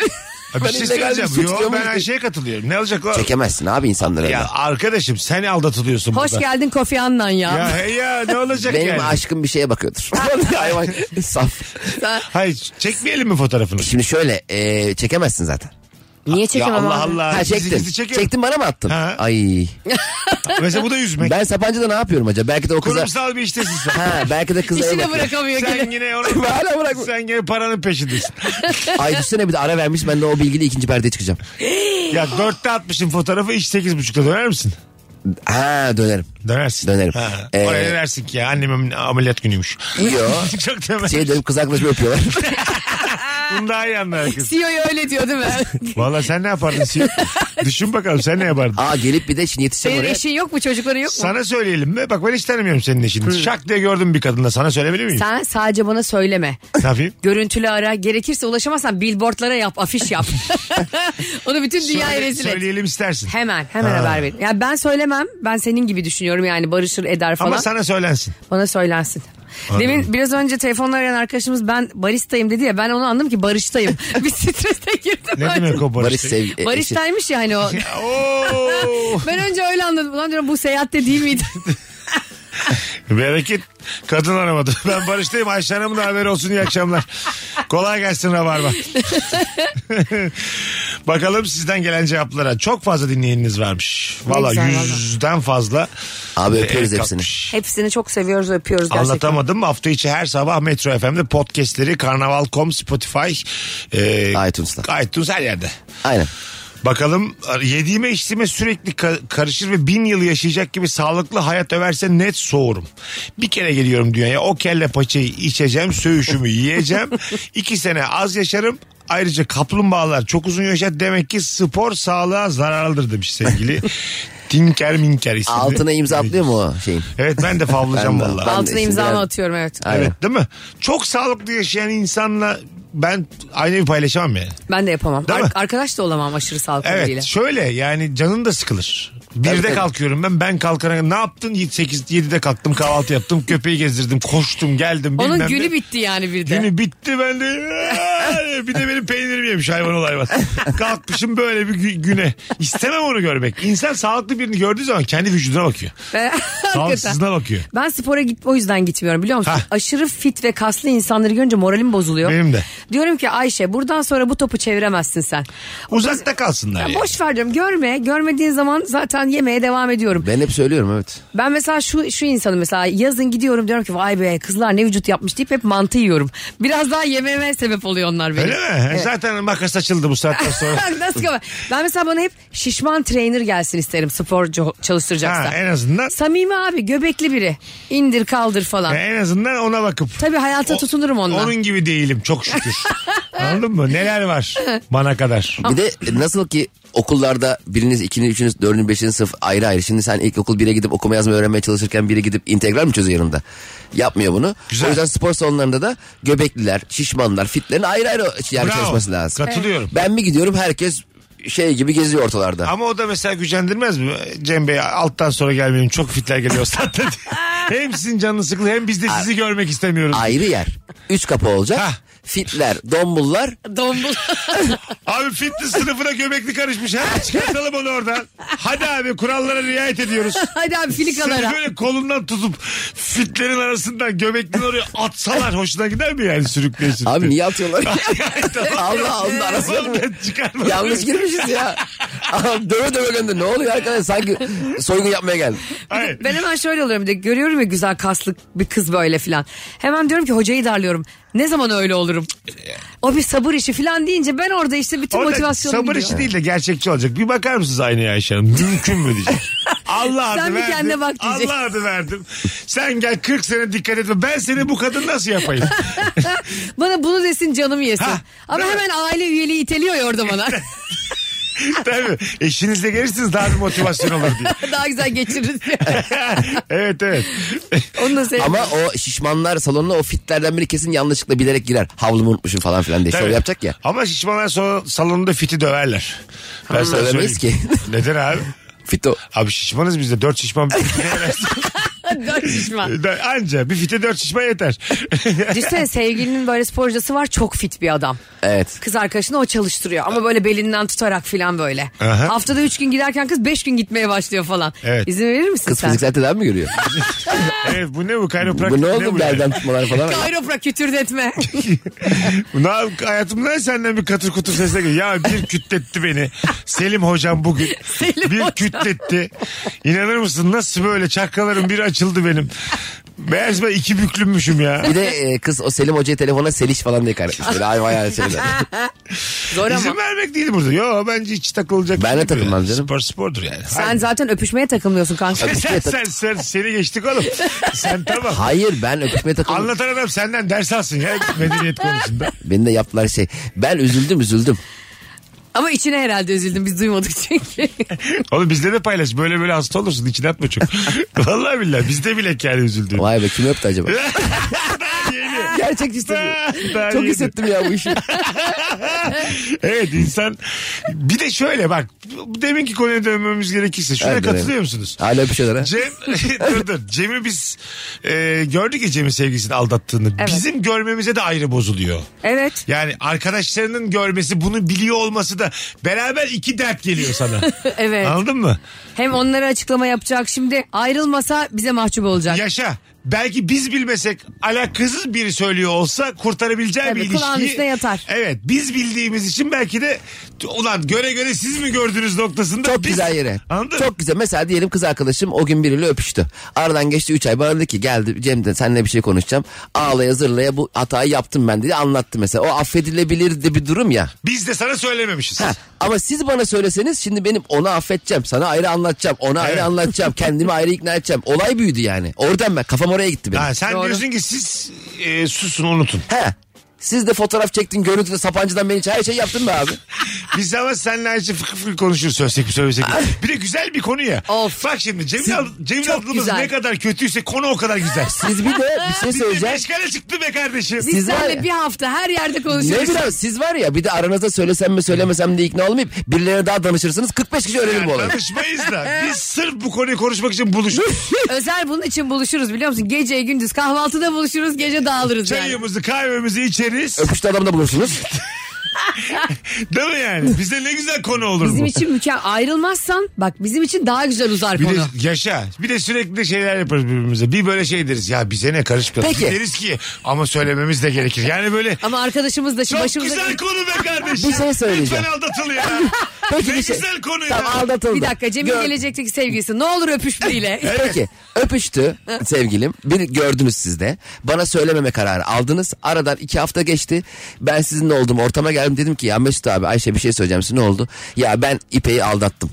[SPEAKER 3] Bir
[SPEAKER 5] Ben
[SPEAKER 3] şey
[SPEAKER 5] illegal bir
[SPEAKER 3] söyleyeceğim.
[SPEAKER 5] suç
[SPEAKER 3] Yo,
[SPEAKER 5] diyorum
[SPEAKER 3] ben
[SPEAKER 5] ki.
[SPEAKER 3] Ayşe'ye katılıyorum. Ne olacak o?
[SPEAKER 5] Çekemezsin abi insanları öyle.
[SPEAKER 3] Ya arkadaşım sen aldatılıyorsun
[SPEAKER 4] Hoş
[SPEAKER 3] burada.
[SPEAKER 4] geldin Kofi Annan ya.
[SPEAKER 3] Ya hey ya ne olacak
[SPEAKER 5] Benim
[SPEAKER 3] yani?
[SPEAKER 5] aşkım bir şeye bakıyordur. Hayvan saf.
[SPEAKER 3] Hayır çekmeyelim mi fotoğrafını?
[SPEAKER 5] Şimdi şöyle çekemezsin zaten.
[SPEAKER 4] Niye
[SPEAKER 3] Ya
[SPEAKER 4] çekemem
[SPEAKER 3] Allah
[SPEAKER 4] abi?
[SPEAKER 3] Allah.
[SPEAKER 5] Ha
[SPEAKER 3] Gizli
[SPEAKER 5] çektin.
[SPEAKER 3] gizli çekelim.
[SPEAKER 5] Çektin bana mı attın?
[SPEAKER 3] Ha.
[SPEAKER 5] Ay.
[SPEAKER 3] Mesela bu da üzmek.
[SPEAKER 5] Ben Sapanca'da ne yapıyorum acaba? Belki de o kıza...
[SPEAKER 3] Kurumsal bir iştesin sen.
[SPEAKER 5] Ha belki de kıza
[SPEAKER 4] İşine
[SPEAKER 5] bakıyor.
[SPEAKER 4] bırakamıyor
[SPEAKER 3] Sen
[SPEAKER 4] gene.
[SPEAKER 3] yine onu...
[SPEAKER 5] Hala bırakma.
[SPEAKER 3] Sen yine paranın peşindesin.
[SPEAKER 5] Ay düşsene bir de ara vermiş ben de o bilgiyle ikinci perdeye çıkacağım.
[SPEAKER 3] Ya 4'te atmışım fotoğrafı iş 8.30'da döner misin?
[SPEAKER 5] Ha dönerim.
[SPEAKER 3] Dönersin.
[SPEAKER 5] Dönerim.
[SPEAKER 3] Ha. Oraya dersin ki ya annemin ameliyat günüymüş.
[SPEAKER 5] Yo.
[SPEAKER 3] Çok demez.
[SPEAKER 5] Şey dedim kız arkadaşımı öpüyorlar.
[SPEAKER 3] Bunu daha iyi anlar kız.
[SPEAKER 4] CEO'ya öyle diyor değil mi?
[SPEAKER 3] Valla sen ne yapardın? Düşün bakalım sen ne yapardın?
[SPEAKER 5] Aa gelip bir de şimdi yetişeceğim
[SPEAKER 4] Senin
[SPEAKER 5] oraya.
[SPEAKER 4] eşin yok mu, çocukların yok mu?
[SPEAKER 3] Sana söyleyelim mi? Bak ben hiç tanımıyorum senin eşini. Şak diye gördüm bir kadınla. Sana söylemeli miyim?
[SPEAKER 4] Sen sadece bana söyleme.
[SPEAKER 3] Ne yapayım?
[SPEAKER 4] Görüntülü ara. Gerekirse ulaşamazsan billboardlara yap, afiş yap. Onu bütün dünyaya rezil et.
[SPEAKER 3] Söyleyelim istersin.
[SPEAKER 4] Hemen
[SPEAKER 3] Ha.
[SPEAKER 4] haber verin. Yani ben söylemem. Ben senin gibi düşünüyorum yani, barışır eder falan.
[SPEAKER 3] Ama sana söylensin.
[SPEAKER 4] Bana söylensin. Demin biraz önce telefonla arayan arkadaşımız ben baristayım dedi ya, ben onu anladım ki barıştayım. Bir strese girdim.
[SPEAKER 3] Ne demek o
[SPEAKER 5] Barış
[SPEAKER 3] barış?
[SPEAKER 5] sevgi.
[SPEAKER 4] Barıştaymış ya hani o.
[SPEAKER 3] Oo.
[SPEAKER 4] Ben önce öyle anladım. Ulan diyorum bu seyahatte değil miydi?
[SPEAKER 3] Bereket kadın aramadı. Ben barıştayım. Ayşe Hanım'ın da haberi olsun. İyi akşamlar. Kolay gelsin Rabarba. Bakalım sizden gelen cevaplara. Çok fazla dinleyeniniz varmış. Valla
[SPEAKER 4] güzel,
[SPEAKER 3] 100'den fazla.
[SPEAKER 5] Abi öpüyoruz
[SPEAKER 3] el
[SPEAKER 5] hepsini.
[SPEAKER 3] kalkmış.
[SPEAKER 4] Hepsini çok seviyoruz, öpüyoruz gerçekten.
[SPEAKER 3] Anlatamadım. Hafta içi her sabah Metro FM'de podcastleri Karnaval.com, Spotify, iTunes her yerde.
[SPEAKER 5] Aynen.
[SPEAKER 3] Bakalım yediğime içtiğime sürekli karışır ve 1000 yıl yaşayacak gibi sağlıklı hayat överse net soğurum. Bir kere geliyorum dünyaya, o kelle paçayı içeceğim, söğüşümü yiyeceğim. 2 sene az yaşarım. Ayrıca kaplumbağalar çok uzun yaşar. Demek ki spor sağlığa zararlıdır demiş sevgili Tinker Minker isimli.
[SPEAKER 5] Altına imza atlıyor mu o şeyin?
[SPEAKER 3] Evet ben de favlayacağım
[SPEAKER 5] Ben de.
[SPEAKER 3] valla.
[SPEAKER 5] Ben-
[SPEAKER 4] Altına
[SPEAKER 5] şimdi
[SPEAKER 4] imzamı
[SPEAKER 5] biraz-
[SPEAKER 4] atıyorum evet.
[SPEAKER 5] Aynen.
[SPEAKER 3] Evet değil mi? Çok sağlıklı yaşayan insanla ben aynı evi paylaşamam yani.
[SPEAKER 4] Ben de yapamam.
[SPEAKER 3] Değil mi?
[SPEAKER 4] Arkadaş da olamam aşırı sağlıklı biriyle.
[SPEAKER 3] Evet şöyle yani canın da sıkılır.
[SPEAKER 5] Tabii,
[SPEAKER 3] 1'de
[SPEAKER 5] tabii.
[SPEAKER 3] kalkıyorum ben kalkana ne yaptın? 7'de kalktım, kahvaltı yaptım, köpeği gezdirdim, koştum geldim.
[SPEAKER 4] Onun
[SPEAKER 3] bilmem
[SPEAKER 4] günü
[SPEAKER 3] ne.
[SPEAKER 4] bitti yani bir de.
[SPEAKER 3] Günü bitti ben de bir de benim peynirim yemiş hayvan hayvan. Kalkmışım böyle bir güne. İstemem onu görmek. İnsan sağlıklı birini gördüğü zaman kendi vücuduna bakıyor.
[SPEAKER 4] Hakikaten.
[SPEAKER 3] Sağlıksızına bakıyor.
[SPEAKER 4] Ben spora o yüzden gitmiyorum biliyor musun?
[SPEAKER 3] Hah.
[SPEAKER 4] Aşırı fit ve kaslı insanları görünce moralim bozuluyor.
[SPEAKER 3] Benim de.
[SPEAKER 4] Diyorum ki Ayşe buradan sonra bu topu çeviremezsin sen.
[SPEAKER 3] Uzakta kalsınlar
[SPEAKER 4] Ya
[SPEAKER 3] ya.
[SPEAKER 4] boş ver diyorum, görme. Görmediğin zaman zaten yemeye devam ediyorum.
[SPEAKER 5] Ben hep söylüyorum evet.
[SPEAKER 4] Ben mesela şu insanı mesela yazın gidiyorum diyorum ki vay be kızlar ne vücut yapmış deyip hep mantı yiyorum. Biraz daha yememe sebep oluyor onlar benim.
[SPEAKER 3] Öyle mi?
[SPEAKER 4] Evet.
[SPEAKER 3] Zaten makas açıldı bu saatten sonra.
[SPEAKER 4] Nasıl ki? Ben mesela bana hep şişman trainer gelsin isterim sporcu çalıştıracaksa.
[SPEAKER 3] Ha, en azından
[SPEAKER 4] Samimi abi, göbekli biri. İndir kaldır falan.
[SPEAKER 3] en azından ona bakıp.
[SPEAKER 4] Tabii hayata tutunurum onunla.
[SPEAKER 3] Onun gibi değilim çok şükür. Anladın mı? Neler var bana kadar.
[SPEAKER 5] Bir de nasıl ki okullarda biriniz, ikinci, üçüncü, dördüncü, beşinci sınıf ayrı ayrı. Şimdi sen ilkokul 1'e gidip okuma yazma öğrenmeye çalışırken biri gidip integral mi çözüyor yanında? Yapmıyor bunu.
[SPEAKER 3] Güzel.
[SPEAKER 5] O yüzden spor salonlarında da göbekliler, şişmanlar, fitlerin ayrı ayrı yani
[SPEAKER 3] Bravo.
[SPEAKER 5] çalışması lazım.
[SPEAKER 3] Katılıyorum.
[SPEAKER 5] Ben mi gidiyorum herkes şey gibi geziyor ortalarda.
[SPEAKER 3] Ama o da mesela gücendirmez mi? Cem Bey alttan sonra gelmeyin çok fitler geliyor zaten. Hem sizin canınız sıkılır hem biz de sizi görmek istemiyoruz.
[SPEAKER 5] Ayrı yer. 3 kapı olacak.
[SPEAKER 3] Hah.
[SPEAKER 5] Fitler, dombullar.
[SPEAKER 4] Dombul.
[SPEAKER 3] Abi fitness sınıfına göbekli karışmış. Ha? Çıkartalım onu oradan. Hadi abi kurallara riayet ediyoruz.
[SPEAKER 4] Hadi abi
[SPEAKER 3] Seni
[SPEAKER 4] filikalara.
[SPEAKER 3] böyle kolundan tutup fitlerin arasından göbeklini oraya atsalar hoşuna gider mi yani sürükleye sürükleye?
[SPEAKER 5] Abi niye atıyorlar? Allah Allah arası yok mu?
[SPEAKER 3] Ondan çıkarma.
[SPEAKER 5] Yanlış girmişiz ya. Adam döve döve gönder. Ne oluyor arkadaş? Sanki soygun yapmaya geldim.
[SPEAKER 3] Hayır.
[SPEAKER 4] Ben hemen şöyle oluyorum bir de, görüyorum ya güzel kaslı bir kız böyle filan. Hemen diyorum ki hocayı darlıyorum. Ne zaman öyle olurum? O bir sabır işi filan deyince ben orada işte bütün
[SPEAKER 3] Orada
[SPEAKER 4] motivasyonum
[SPEAKER 3] sabır
[SPEAKER 4] gidiyor.
[SPEAKER 3] işi değil de gerçekçi olacak. Bir bakar mısınız aynaya Ayşe Hanım? Mümkün mü diyecek. Allah adı
[SPEAKER 4] Sen bir
[SPEAKER 3] verdim.
[SPEAKER 4] kendine bak diyecek.
[SPEAKER 3] Allah adı verdim. Sen gel 40 sene dikkat etme. Ben seni bu kadın nasıl yapayım?
[SPEAKER 4] Bana bunu desin canım yesin.
[SPEAKER 3] Ha,
[SPEAKER 4] Ama
[SPEAKER 3] değil mi?
[SPEAKER 4] hemen aile üyeliği iteliyor ya orada bana.
[SPEAKER 3] Tabii. Eşinizle gelirsiniz daha bir motivasyon olur diye.
[SPEAKER 4] Daha güzel geçiririz diye.
[SPEAKER 3] Evet evet.
[SPEAKER 4] Onu da sevdim.
[SPEAKER 5] Ama o şişmanlar salonuna o fitlerden biri kesin yanlışlıkla bilerek girer. Havlumu unutmuşum falan filan diye
[SPEAKER 3] Tabii.
[SPEAKER 5] şov yapacak ya.
[SPEAKER 3] Ama şişmanlar salonunda fiti döverler. Ben sana
[SPEAKER 5] Dövemeyiz
[SPEAKER 3] söyleyeyim.
[SPEAKER 5] ki.
[SPEAKER 3] Neden abi?
[SPEAKER 5] Fit o.
[SPEAKER 3] Abi şişmanız biz de 4 şişman bir fiti döverler.
[SPEAKER 4] 4 şişman.
[SPEAKER 3] Anca bir fite 4 şişman yeter.
[SPEAKER 4] Düşünsene sevgilinin böyle sporcusu var, çok fit bir adam.
[SPEAKER 5] Evet.
[SPEAKER 4] Kız arkadaşını o çalıştırıyor ama böyle belinden tutarak falan böyle.
[SPEAKER 3] Aha.
[SPEAKER 4] Haftada 3 gün giderken kız 5 gün gitmeye başlıyor falan.
[SPEAKER 3] Evet.
[SPEAKER 4] İzin verir misin
[SPEAKER 5] Kız
[SPEAKER 4] sen?
[SPEAKER 5] fiziksel tedavi mi görüyor?
[SPEAKER 3] Evet, bu ne bu? Kayropraktik
[SPEAKER 5] Bu ne
[SPEAKER 3] ne
[SPEAKER 5] oldu
[SPEAKER 3] bu ya?
[SPEAKER 5] belden tutmalar falan?
[SPEAKER 4] Kayroprak kütürdetme.
[SPEAKER 3] Hayatımdan senden bir katır kutur sesle geliyor. Ya bir kütletti beni. Selim hocam bugün.
[SPEAKER 4] Selim
[SPEAKER 3] bir
[SPEAKER 4] hocam.
[SPEAKER 3] kütletti. İnanır mısın nasıl böyle çakralarım bir açıldı benim. Meğerse ben 2 büklümmüşüm ya.
[SPEAKER 5] Bir de kız o Selim Hoca'ya telefona Seliş falan diye kaydetmiş. Böyle ay vay şeyler.
[SPEAKER 4] Zor ama.
[SPEAKER 3] İzin vermek değil burada. Yo bence hiç takılacak.
[SPEAKER 5] Ben de
[SPEAKER 3] şey değil
[SPEAKER 5] takılmam
[SPEAKER 3] ya.
[SPEAKER 5] canım.
[SPEAKER 3] Spordur yani.
[SPEAKER 4] Sen zaten öpüşmeye takılmıyorsun kanka.
[SPEAKER 3] sen seni geçtik oğlum. Sen tamam.
[SPEAKER 5] Hayır ben öpüşmeye takıldım.
[SPEAKER 3] Anlatan adam senden ders alsın ya medeniyet konusunda.
[SPEAKER 5] Beni de yaptılar şey. Ben üzüldüm.
[SPEAKER 4] Ama içine herhalde üzüldüm, biz duymadık çünkü.
[SPEAKER 3] Oğlum bizde de paylaş. Böyle hasta olursun. İçine atma çok. Vallahi billahi. Bizde bile kendi üzüldüm.
[SPEAKER 5] Vay be kim öptü acaba?
[SPEAKER 3] Yeni.
[SPEAKER 5] Gerçek istemiyorum.
[SPEAKER 3] Daha
[SPEAKER 5] Çok
[SPEAKER 3] yeni.
[SPEAKER 5] hissettim ya bu işi.
[SPEAKER 3] Evet insan bir de şöyle bak deminki konuya dönmemiz gerekirse şuna
[SPEAKER 5] Hadi
[SPEAKER 3] katılıyor
[SPEAKER 5] dönelim.
[SPEAKER 3] musunuz?
[SPEAKER 5] Hala öpüşüyorlar ha.
[SPEAKER 3] Cem dur Cem'i biz gördük ya Cem'in sevgilisini aldattığını.
[SPEAKER 4] Evet.
[SPEAKER 3] Bizim görmemize de ayrı bozuluyor.
[SPEAKER 4] Evet.
[SPEAKER 3] Yani arkadaşlarının görmesi bunu biliyor olması da beraber 2 dert geliyor sana.
[SPEAKER 4] Evet.
[SPEAKER 3] Anladın mı?
[SPEAKER 4] Hem onlara açıklama yapacak, şimdi ayrılmasa bize mahcup olacak.
[SPEAKER 3] Yaşa. Belki biz bilmesek alakasız biri söylüyor olsa kurtarabileceği
[SPEAKER 4] Tabii,
[SPEAKER 3] bir
[SPEAKER 4] kulağın
[SPEAKER 3] ilişkiyi.
[SPEAKER 4] üstüne yatar.
[SPEAKER 3] Evet biz bildiğimiz için belki de ulan göre siz mi gördünüz noktasında.
[SPEAKER 5] Çok
[SPEAKER 3] biz,
[SPEAKER 5] güzel yere.
[SPEAKER 3] Anladın?
[SPEAKER 5] Çok güzel. Mesela diyelim kız arkadaşım o gün biriyle öpüştü. Aradan geçti 3 ay. Bana dedi ki geldi Cem de seninle bir şey konuşacağım. Ağlaya zırlaya bu hatayı yaptım ben dedi. Anlattı mesela. O affedilebilir de bir durum ya.
[SPEAKER 3] Biz de sana söylememişiz.
[SPEAKER 5] Ha, ama siz bana söyleseniz şimdi benim onu affedeceğim. Sana ayrı anlatacağım. Ona ayrı
[SPEAKER 3] Evet.
[SPEAKER 5] anlatacağım. Kendimi ayrı ikna edeceğim. Olay büyüdü yani. Oradan ben kafam oraya gitti benim.
[SPEAKER 3] Ha, sen
[SPEAKER 4] Doğru.
[SPEAKER 3] diyorsun ki siz susun unutun.
[SPEAKER 5] He. Siz de fotoğraf çektin, görüntüde Sapancı'dan beni her şey yaptın be abi.
[SPEAKER 3] Biz ama seninle her şey fıkır fıkır konuşuruz söylesek mi söylesek mi. Bir de güzel bir konu ya.
[SPEAKER 4] Of.
[SPEAKER 3] Bak şimdi Cemil
[SPEAKER 4] çok
[SPEAKER 3] adımız
[SPEAKER 4] güzel.
[SPEAKER 3] ne kadar kötüyse konu o kadar güzel.
[SPEAKER 5] Siz bir de bir şey
[SPEAKER 3] Biz de
[SPEAKER 5] söyleyeceğim.
[SPEAKER 3] meşgale çıktı be kardeşim.
[SPEAKER 4] Biz
[SPEAKER 5] Siz var
[SPEAKER 4] seninle
[SPEAKER 5] ya-
[SPEAKER 4] bir hafta her yerde
[SPEAKER 5] Ne
[SPEAKER 4] konuşuyoruz.
[SPEAKER 5] biraz siz var ya bir de aranızda söylesem mi söylemesem diye ikna olmayıp birilerine daha danışırsınız. 45 kişi öğrenir bu olayı.
[SPEAKER 3] Tanışmayız da biz sırf bu konuyu konuşmak için buluşuruz.
[SPEAKER 4] Özel bunun için buluşuruz biliyor musun? Gece gündüz kahvaltıda buluşuruz, gece dağılırız yani.
[SPEAKER 3] Çayımızı kahvemizi içeriz.
[SPEAKER 5] Öpüşte adamda bulursunuz.
[SPEAKER 3] Değil mi yani? Bize ne güzel konu olur
[SPEAKER 4] Bizim
[SPEAKER 3] bu.
[SPEAKER 4] için mükemmel. Ayrılmazsan bak bizim için daha güzel uzar
[SPEAKER 3] Bir de
[SPEAKER 4] konu.
[SPEAKER 3] yaşa. Bir de sürekli de şeyler yaparız birbirimize. Bir böyle şey deriz. Ya bize ne karışmayalım.
[SPEAKER 5] Peki.
[SPEAKER 3] Bir deriz ki ama söylememiz de gerekir. Yani böyle
[SPEAKER 4] Ama arkadaşımız da şimdi
[SPEAKER 3] çok
[SPEAKER 4] başımıza...
[SPEAKER 3] güzel konu be kardeşim.
[SPEAKER 5] Bir şey söyleyeceğim.
[SPEAKER 3] Lütfen aldatıl ya.
[SPEAKER 5] Peki
[SPEAKER 3] Ne
[SPEAKER 5] bir şey.
[SPEAKER 3] güzel konu ya.
[SPEAKER 5] Tamam aldatıldı.
[SPEAKER 4] Bir dakika, Cem'in gelecekteki sevgilisi ne olur öpüş biriyle.
[SPEAKER 5] Peki öpüştü sevgilim. Bir gördünüz siz de. Bana söylememe kararı aldınız. Aradan 2 hafta geçti. Ben sizinle olduğum ortama geldim. Dedim ki ya Mesut abi Ayşe bir şey söyleyeceğim size ne oldu? Ya ben İpek'i aldattım.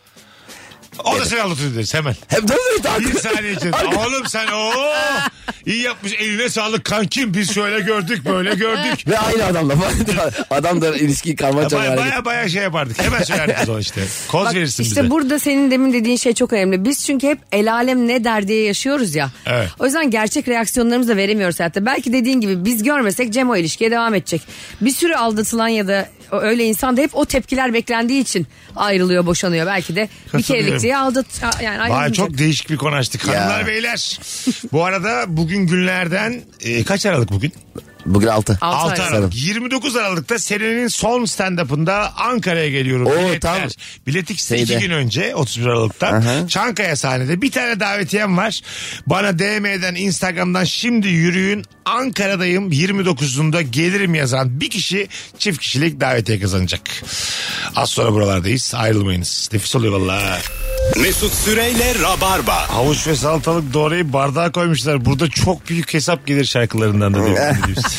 [SPEAKER 3] O da seni aldatıyor deriz hemen.
[SPEAKER 5] Hem de öyle
[SPEAKER 3] Bir saniye içinde. Oğlum sen iyi yapmış eline sağlık kankim. Biz şöyle gördük böyle gördük.
[SPEAKER 5] Ve aynı adamla. Adam da ilişkiyi karmaça
[SPEAKER 3] Baya şey yapardık. Hemen söylerdik o zaman işte. Koz
[SPEAKER 4] Bak,
[SPEAKER 3] verirsin
[SPEAKER 4] işte
[SPEAKER 3] bize.
[SPEAKER 4] burada senin demin dediğin şey çok önemli. Biz çünkü hep el alem ne der diye yaşıyoruz ya.
[SPEAKER 3] Evet.
[SPEAKER 4] O yüzden gerçek reaksiyonlarımızı da veremiyoruz hayatta. Belki dediğin gibi biz görmesek Cem o ilişkiye devam edecek. Bir sürü aldatılan ya da öyle insan da hep o tepkiler beklendiği için ayrılıyor, boşanıyor. Belki de bir
[SPEAKER 3] Katılıyorum.
[SPEAKER 4] kerelik diye yani
[SPEAKER 3] Vay
[SPEAKER 4] ayrılmayacak.
[SPEAKER 3] çok değişik bir konu açtık.
[SPEAKER 5] Ya.
[SPEAKER 3] Hanımlar beyler. Bu arada bugün günlerden kaç Aralık bugün?
[SPEAKER 5] Bugün 6.
[SPEAKER 3] 6
[SPEAKER 4] Aralık.
[SPEAKER 3] Aralık. 29 Aralık'ta senenin son stand-up'ında Ankara'ya geliyorum.
[SPEAKER 5] Oo,
[SPEAKER 3] Biletler.
[SPEAKER 5] tam.
[SPEAKER 3] Bilet X'te 2
[SPEAKER 5] Şeyde.
[SPEAKER 3] gün önce 31 Aralık'ta.
[SPEAKER 5] Aha.
[SPEAKER 3] Çankaya sahnede bir tane davetiyem var. Bana DM'den Instagram'dan şimdi yürüyün. Ankara'dayım 29'unda gelirim yazan bir kişi çift kişilik davetiye kazanacak. Az sonra buralardayız. Ayrılmayınız. Nefis oluyor valla.
[SPEAKER 2] Mesut Süreyle Rabarba.
[SPEAKER 3] Havuç ve salatalık doğrayıp bardağa koymuşlar. Burada çok büyük hesap gelir şarkılarından da diyor.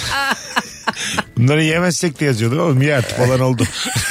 [SPEAKER 3] Bunları yemezsek de yazıyordum oğlum. Ye artık olan oldu.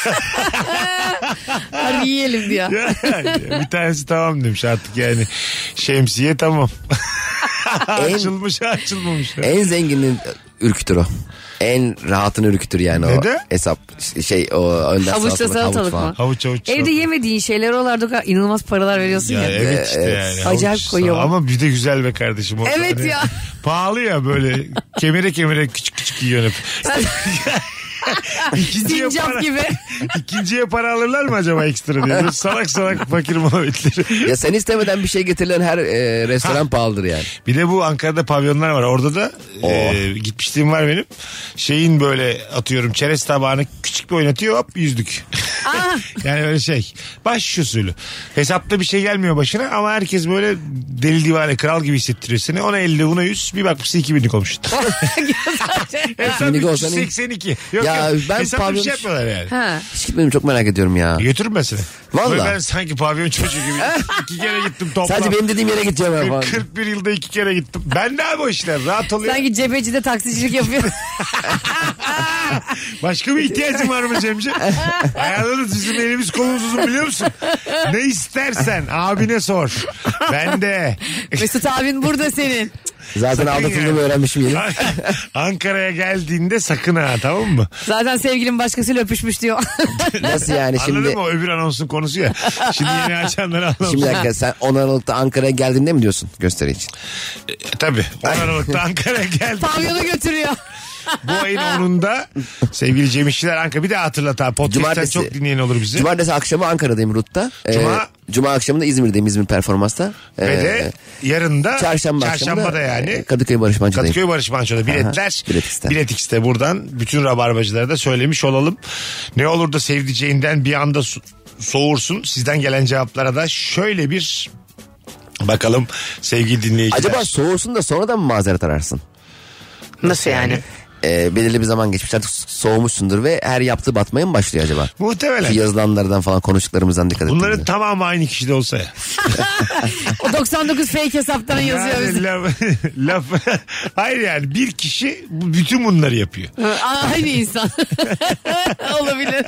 [SPEAKER 4] Hadi yiyelim diyor.
[SPEAKER 3] Bir tanesi tamam demiş artık yani. Şemsiye tamam.
[SPEAKER 5] En-
[SPEAKER 3] Açılmış açılmamış.
[SPEAKER 5] En zenginin ürkütür o. En rahatını ürkütür yani o
[SPEAKER 3] Neden?
[SPEAKER 5] hesap o önden
[SPEAKER 4] Havuçla salatalık
[SPEAKER 5] falan.
[SPEAKER 4] mı?
[SPEAKER 3] Havuç.
[SPEAKER 4] Evde yemediğin şeyler oralarda o kadar inanılmaz paralar veriyorsun
[SPEAKER 3] Ya
[SPEAKER 4] ya.
[SPEAKER 3] evet işte yani.
[SPEAKER 4] Acayip
[SPEAKER 3] Havuç,
[SPEAKER 4] koyuyor.
[SPEAKER 3] ama bir de güzel be kardeşim. O
[SPEAKER 4] Evet
[SPEAKER 3] hani
[SPEAKER 4] ya.
[SPEAKER 3] Pahalı ya böyle kemire küçük küçük yiyor hep. İkinciye
[SPEAKER 4] Sincap gibi.
[SPEAKER 3] İkinciye para alırlar mı acaba ekstra diye? Böyle salak salak fakir muhabbetleri.
[SPEAKER 5] Ya sen istemeden bir şey getirilen her restoran pahalıdır yani.
[SPEAKER 3] Bir de bu Ankara'da pavyonlar var. Orada da gitmişliğim var benim. Şeyin böyle atıyorum çerez tabağını küçük bir oynatıyor, hop 100'lük. Yani öyle şey. Baş usulü. Hesapta bir şey gelmiyor başına ama herkes böyle deli divane kral gibi hissettiriyor seni. Ona 50, buna 100, bir bakmışsın 2000'lik olmuş. Hesap 382. Yok
[SPEAKER 5] Ya
[SPEAKER 3] yok.
[SPEAKER 5] ben
[SPEAKER 3] Hesapta bir
[SPEAKER 5] pavyon-
[SPEAKER 3] şey yapmıyorlar yani.
[SPEAKER 4] Ha.
[SPEAKER 5] Hiç gitmedim, çok merak ediyorum ya.
[SPEAKER 3] Götürün ben seni.
[SPEAKER 5] Vallahi.
[SPEAKER 3] Böyle ben sanki pavyon çocuğu gibi 2 kere gittim toplam.
[SPEAKER 5] Sadece benim dediğim yere gideceğim ben falan.
[SPEAKER 3] 41 yılda 2 kere gittim. Ben de abi o işler rahat oluyor.
[SPEAKER 4] Sanki cebecide taksicilik yapıyor.
[SPEAKER 3] Başka bir ihtiyacın var mı Cemciğim? Ayarlarız, bizim elimiz kolumuz uzun biliyor musun? Ne istersen abine sor. Ben de.
[SPEAKER 4] Mesut abin burada senin.
[SPEAKER 5] Zaten aldatıldığımı öğrenmişim yeni.
[SPEAKER 3] Ankara'ya geldiğinde sakın ha, tamam mı?
[SPEAKER 4] Zaten sevgilim başkasıyla öpüşmüş diyor.
[SPEAKER 5] Nasıl yani şimdi?
[SPEAKER 3] Anladın mı? O öbür anonsun konusu ya. Şimdi yeni açanları anlamışsın.
[SPEAKER 5] Şimdi dakika, sen 10 Aralık'ta Ankara'ya geldiğinde mi diyorsun gösteri için?
[SPEAKER 3] Tabii. 10 Aralık'ta Ankara'ya geldim.
[SPEAKER 4] Pavyonu götürüyor.
[SPEAKER 3] Bu ayın 10'unda sevgili Cem İşçiler Ankara. Bir de hatırlat ha. Podcast'ten çok dinleyen olur bizi.
[SPEAKER 5] Cumartesi akşamı Ankara'dayım RUT'ta. Cuma akşamı da İzmir'deyim, İzmir Performans'ta.
[SPEAKER 3] Ve de yarın da
[SPEAKER 5] Çarşamba akşamı
[SPEAKER 3] da yani
[SPEAKER 5] Kadıköy Barış Manço'dayım.
[SPEAKER 3] Kadıköy Barış Manço'da biletler.
[SPEAKER 5] Bilet
[SPEAKER 3] Bilet X'te, buradan bütün rabarbacılara da söylemiş olalım. Ne olur da sevdiceğinden bir anda soğursun. Sizden gelen cevaplara da şöyle bir bakalım sevgili dinleyiciler.
[SPEAKER 5] Acaba soğursun da sonradan mı mazeret ararsın?
[SPEAKER 4] Nasıl yani?
[SPEAKER 5] Belirli bir zaman geçmiş, artık soğumuşsundur ve her yaptığı batmaya mı başlıyor acaba?
[SPEAKER 3] Muhtemelen.
[SPEAKER 5] Şu yazılanlardan falan, konuştuklarımızdan dikkat ettim.
[SPEAKER 3] Bunların tamamı aynı kişide olsa ya.
[SPEAKER 4] O 99 fake hesaptan yazıyor bize.
[SPEAKER 3] Laf, hayır yani bir kişi bütün bunları yapıyor.
[SPEAKER 4] Aynı insan. Olabilir.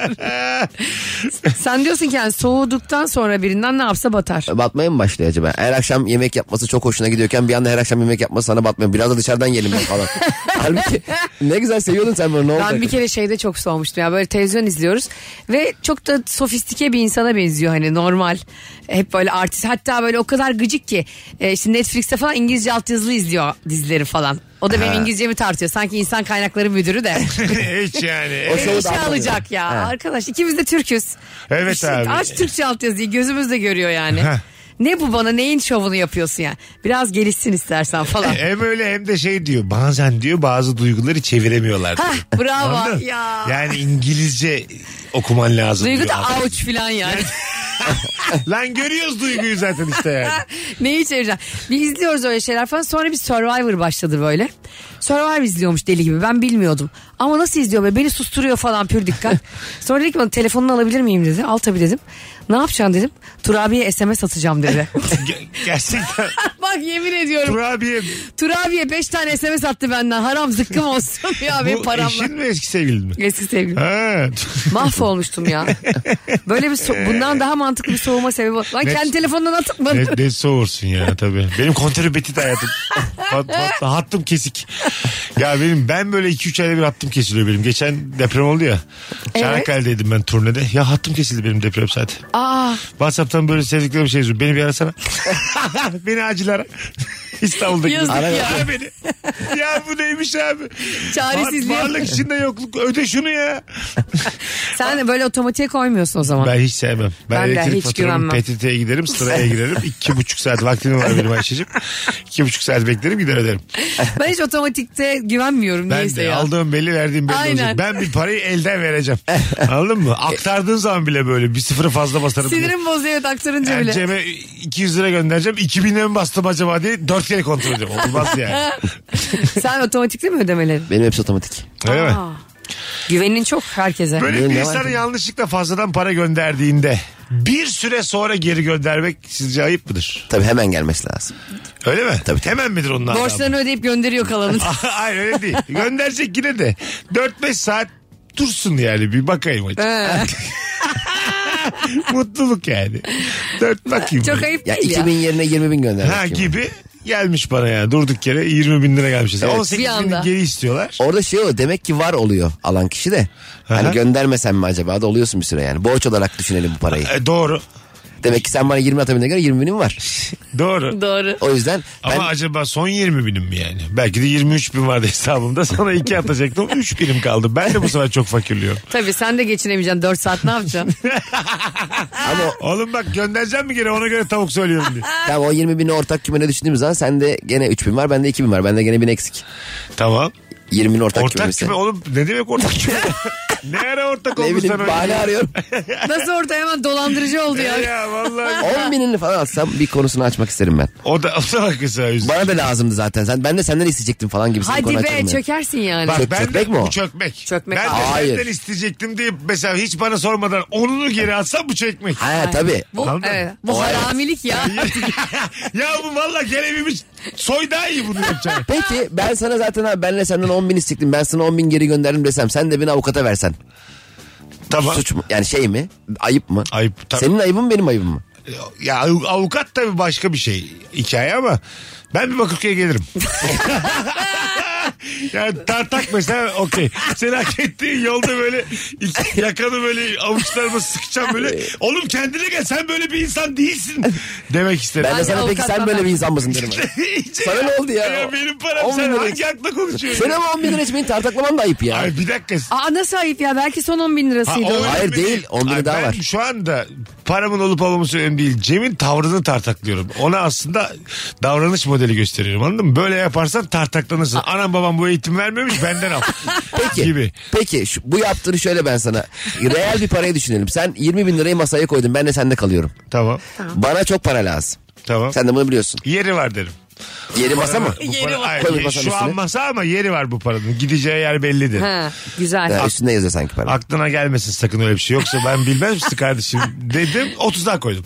[SPEAKER 4] Sen diyorsun ki yani soğuduktan sonra birinden ne yapsa batar.
[SPEAKER 5] Batmaya mı başlıyor acaba? Her akşam yemek yapması çok hoşuna gidiyorken bir anda her akşam yemek yapması sana batmıyor. Biraz da dışarıdan yiyelim ben falan. Halbuki ne güzel seviyordun sen bunu, ne olacak?
[SPEAKER 4] Ben bir kere şeyde çok soğumuştum ya, böyle televizyon izliyoruz ve çok da sofistike bir insana benziyor, hani normal, hep böyle artist, hatta böyle o kadar gıcık ki işte Netflix'te falan İngilizce altyazılı izliyor dizileri falan. O da benim İngilizcemi tartıyor, sanki insan kaynakları müdürü de.
[SPEAKER 3] Hiç yani.
[SPEAKER 5] O şovu da
[SPEAKER 4] İşe
[SPEAKER 5] anlamıyor.
[SPEAKER 4] alacak ya arkadaş, ikimiz de Türküz.
[SPEAKER 3] Evet
[SPEAKER 4] İşte
[SPEAKER 3] abi.
[SPEAKER 4] aç Türkçe altyazıyı, gözümüz de görüyor yani.
[SPEAKER 3] Heh.
[SPEAKER 4] Ne bu, bana neyin şovunu yapıyorsun yani? Biraz gelişsin istersen falan.
[SPEAKER 3] Hem öyle hem de şey diyor, bazen diyor bazı duyguları çeviremiyorlar diyor.
[SPEAKER 4] Hah, bravo
[SPEAKER 3] Anladın?
[SPEAKER 4] ya.
[SPEAKER 3] Yani İngilizce okuman lazım
[SPEAKER 4] Duygu
[SPEAKER 3] diyor.
[SPEAKER 4] da avuç filan yani.
[SPEAKER 3] Lan görüyoruz duyguyu zaten işte yani.
[SPEAKER 4] Neyi çevireceğim? Bir izliyoruz öyle şeyler falan. Sonra bir Survivor başladı böyle. Survivor izliyormuş deli gibi. Ben bilmiyordum. Ama nasıl izliyor böyle? Beni susturuyor falan, pür dikkat. Sonra dedi ki bana, telefonunu alabilir miyim dedi. Al tabii dedim. Ne yapacaksın dedim. Turabi'ye SMS atacağım dedi.
[SPEAKER 3] Gerçekten.
[SPEAKER 4] Bak yemin ediyorum. Turabi'ye 5 tane SMS attı benden. Haram zıkkım olsun ya benim
[SPEAKER 3] Bu
[SPEAKER 4] paramla.
[SPEAKER 3] eşin mi eski sevgilin mi?
[SPEAKER 4] Eski sevgilim.
[SPEAKER 3] Ha.
[SPEAKER 4] Mahvolmuştum ya. Böyle bir bundan daha mantıklı bir soğuma sebebi. Lan kendi telefonundan atıp mı?
[SPEAKER 3] Ne soğursun ya tabii. Benim kontörü betit hayatım. Hattım kesik. Ya ben böyle 2-3 ayda bir hattım kesiliyor benim. Geçen deprem oldu ya. Çanakkale'deydim ben turnede. Ya hattım kesildi benim deprem saati. WhatsApp'tan böyle sevdiklerim şey yazıyor. Beni bir arasana. Beni acil ara. İstanbul'daki.
[SPEAKER 4] Yazık
[SPEAKER 3] Ara
[SPEAKER 4] ya.
[SPEAKER 3] beni. Ya bu neymiş abi?
[SPEAKER 4] Çaresizliği.
[SPEAKER 3] Varlık içinde yokluk. Öde şunu ya.
[SPEAKER 4] Sen de böyle otomatiğe koymuyorsun o zaman.
[SPEAKER 3] Ben hiç sevmem. Ben
[SPEAKER 4] Ben de
[SPEAKER 3] elektrik
[SPEAKER 4] hiç
[SPEAKER 3] faturamı
[SPEAKER 4] güvenmem.
[SPEAKER 3] PTT'ye giderim, sıraya girerim. 2,5 saat vaktim var benim Ayşe'cim. 2,5 saat beklerim, gider öderim.
[SPEAKER 4] Ben hiç otomatikte güvenmiyorum
[SPEAKER 3] Ben
[SPEAKER 4] neyse
[SPEAKER 3] de
[SPEAKER 4] ya.
[SPEAKER 3] aldığım belli, verdiğim belli
[SPEAKER 4] Aynen.
[SPEAKER 3] olacak. Ben bir parayı elden vereceğim. Anladın mı? Aktardığın zaman bile böyle bir sıfırı fazla basarım.
[SPEAKER 4] Sinirim bozuyor evet, aktarınca bile.
[SPEAKER 3] Cem'e 200 lira göndereceğim. 2000'e mi bastım acaba diye 4 kere kontrol edeceğim. Olmaz yani.
[SPEAKER 4] Sen otomatikle mi ödemelerin?
[SPEAKER 5] Benim hepsi otomatik.
[SPEAKER 3] Öyle mi?
[SPEAKER 4] Güvenin çok herkese.
[SPEAKER 3] Böyle
[SPEAKER 5] Benim
[SPEAKER 3] bir
[SPEAKER 5] ne var
[SPEAKER 3] insana
[SPEAKER 5] ki?
[SPEAKER 3] yanlışlıkla fazladan para gönderdiğinde bir süre sonra geri göndermek sizce ayıp mıdır?
[SPEAKER 5] Tabii hemen gelmesi lazım.
[SPEAKER 3] Öyle mi? Tabii. Hemen midir onun adamı?
[SPEAKER 4] Borçlarını ödeyip gönderiyor kalanını.
[SPEAKER 3] Hayır öyle değil. Gönderecek yine de 4-5 saat dursun yani, bir bakayım hocam. Mutluluk yani. Bakayım.
[SPEAKER 4] Çok ayıp
[SPEAKER 5] Ya
[SPEAKER 4] değil
[SPEAKER 5] 2000
[SPEAKER 4] ya.
[SPEAKER 5] yerine 20 bin göndermek
[SPEAKER 3] Ha
[SPEAKER 5] gibi.
[SPEAKER 3] gibi gelmiş bana ya. Durduk yere 20 bin lira gelmiş.
[SPEAKER 5] Evet.
[SPEAKER 3] 18
[SPEAKER 4] Bir
[SPEAKER 3] bin
[SPEAKER 4] anda.
[SPEAKER 3] geri istiyorlar.
[SPEAKER 5] Orada şey o, demek ki var oluyor alan kişi de.
[SPEAKER 3] Aha.
[SPEAKER 5] Hani göndermesen mi acaba da oluyorsun bir süre yani. Borç olarak düşünelim bu parayı.
[SPEAKER 3] Doğru.
[SPEAKER 5] Demek ki sen bana 20 atabildiğine göre 20 binim var.
[SPEAKER 3] Doğru.
[SPEAKER 4] Doğru.
[SPEAKER 5] O yüzden ben...
[SPEAKER 3] Ama acaba son 20 binim mi yani? Belki de 23 bin vardı hesabımda. Sana 2 atacaktım. 3 binim kaldı. Ben de bu sefer çok fakirliyorum.
[SPEAKER 4] Tabii sen de geçinemeyeceksin 4 saat ne yapacaksın?
[SPEAKER 3] Oğlum bak göndereceğim mi gene ona göre tavuk söylüyorum diye.
[SPEAKER 5] Tamam, o 20 bini ortak kümene düşündüğümüz zaman sende gene 3 bin var, bende 2 bin var. Bende gene 1000 eksik.
[SPEAKER 3] Tamam.
[SPEAKER 5] 20 bin ortak
[SPEAKER 3] Ortak
[SPEAKER 5] kümemizse.
[SPEAKER 3] küme oğlum ne demek ortak küme? Ne ara ortak
[SPEAKER 5] Ne
[SPEAKER 3] oldun
[SPEAKER 5] bileyim,
[SPEAKER 3] sen
[SPEAKER 5] bahane arıyorum.
[SPEAKER 4] Nasıl ortaya hemen dolandırıcı oldu ya.
[SPEAKER 3] Ya vallahi.
[SPEAKER 5] 10 binini falan atsam bir konusunu açmak isterim ben.
[SPEAKER 3] O da bak mesela.
[SPEAKER 5] Bana da lazımdı zaten. Ben de senden isteyecektim falan gibi.
[SPEAKER 4] Hadi be çökersin yani.
[SPEAKER 3] Bak ben
[SPEAKER 5] çökmek
[SPEAKER 3] de,
[SPEAKER 5] mi o?
[SPEAKER 3] Bu çökmek.
[SPEAKER 4] Çökmek.
[SPEAKER 3] Ben de
[SPEAKER 5] Hayır.
[SPEAKER 3] senden isteyecektim diye mesela hiç bana sormadan onunu geri atsam bu çökmek.
[SPEAKER 5] Ha tabii.
[SPEAKER 4] Bu,
[SPEAKER 3] Anladın mı?
[SPEAKER 4] evet, bu haramilik ya.
[SPEAKER 3] Ya bu valla gel evimiz soy daha iyi bunu yapacağım.
[SPEAKER 5] Peki ben sana zaten abi benle senden 10 bin isteyecektim. Ben sana 10 bin geri gönderdim desem, sen de beni avukata versen.
[SPEAKER 3] Tamam.
[SPEAKER 5] Suç mu? Yani şey mi? Ayıp mı?
[SPEAKER 3] Ayıp tabii.
[SPEAKER 5] Senin ayıbın mı, benim ayıbım mı?
[SPEAKER 3] Ya avukat tabii başka bir şey hikaye ama ben bir Bakırköy'e gelirim. Yani tartak mesela okey. Sen hak ettiğin yolda böyle yakanı böyle avuçlarıma sıkacağım böyle. Oğlum kendine gel, sen böyle bir insan değilsin demek istedim.
[SPEAKER 5] Ben de sana peki sen böyle bir insan mısın derim. Sana ne oldu ya?
[SPEAKER 3] Ya benim param
[SPEAKER 5] 10
[SPEAKER 3] sen
[SPEAKER 5] bin lira
[SPEAKER 3] hangi akla konuşuyorsun?
[SPEAKER 5] Sen ama 10 bin lira için beni tartaklaman da ayıp ya.
[SPEAKER 3] Ay bir dakika.
[SPEAKER 4] Aa nasıl ayıp ya, belki son 10 bin lirasıydı.
[SPEAKER 3] Ha,
[SPEAKER 4] o.
[SPEAKER 3] öyle
[SPEAKER 5] Hayır
[SPEAKER 3] mi
[SPEAKER 5] değil, 10 bini
[SPEAKER 3] Ay,
[SPEAKER 5] daha
[SPEAKER 3] ben
[SPEAKER 5] var.
[SPEAKER 3] şu anda paramın olup olmaması önemli değil. Cem'in tavrını tartaklıyorum. Ona aslında davranış modeli gösteriyorum, anladın mı? Böyle yaparsan tartaklanırsın. Anam babam bu eğitim vermemiş, benden al.
[SPEAKER 5] Peki,
[SPEAKER 3] Gibi.
[SPEAKER 5] peki bu yaptığını şöyle ben sana. Reel bir parayı düşünelim. Sen 20 bin lirayı masaya koydun, ben de sende kalıyorum.
[SPEAKER 3] Tamam.
[SPEAKER 5] Bana çok para lazım.
[SPEAKER 3] Tamam.
[SPEAKER 5] Sen de bunu biliyorsun.
[SPEAKER 3] Yeri var derim.
[SPEAKER 5] Yeri masa mı?
[SPEAKER 3] Bu
[SPEAKER 4] Yeri
[SPEAKER 3] para-
[SPEAKER 4] var.
[SPEAKER 3] Hayır,
[SPEAKER 5] Koy bir masanın
[SPEAKER 3] şu an
[SPEAKER 5] üstüne.
[SPEAKER 3] masa ama yeri var bu paranın. Gideceği yer bellidir.
[SPEAKER 4] Ha, güzel.
[SPEAKER 5] Ya, üstünde yazıyor sanki para.
[SPEAKER 3] Aklına gelmesin sakın öyle bir şey. Yoksa ben bilmez misin kardeşim dedim, 30 daha koydum.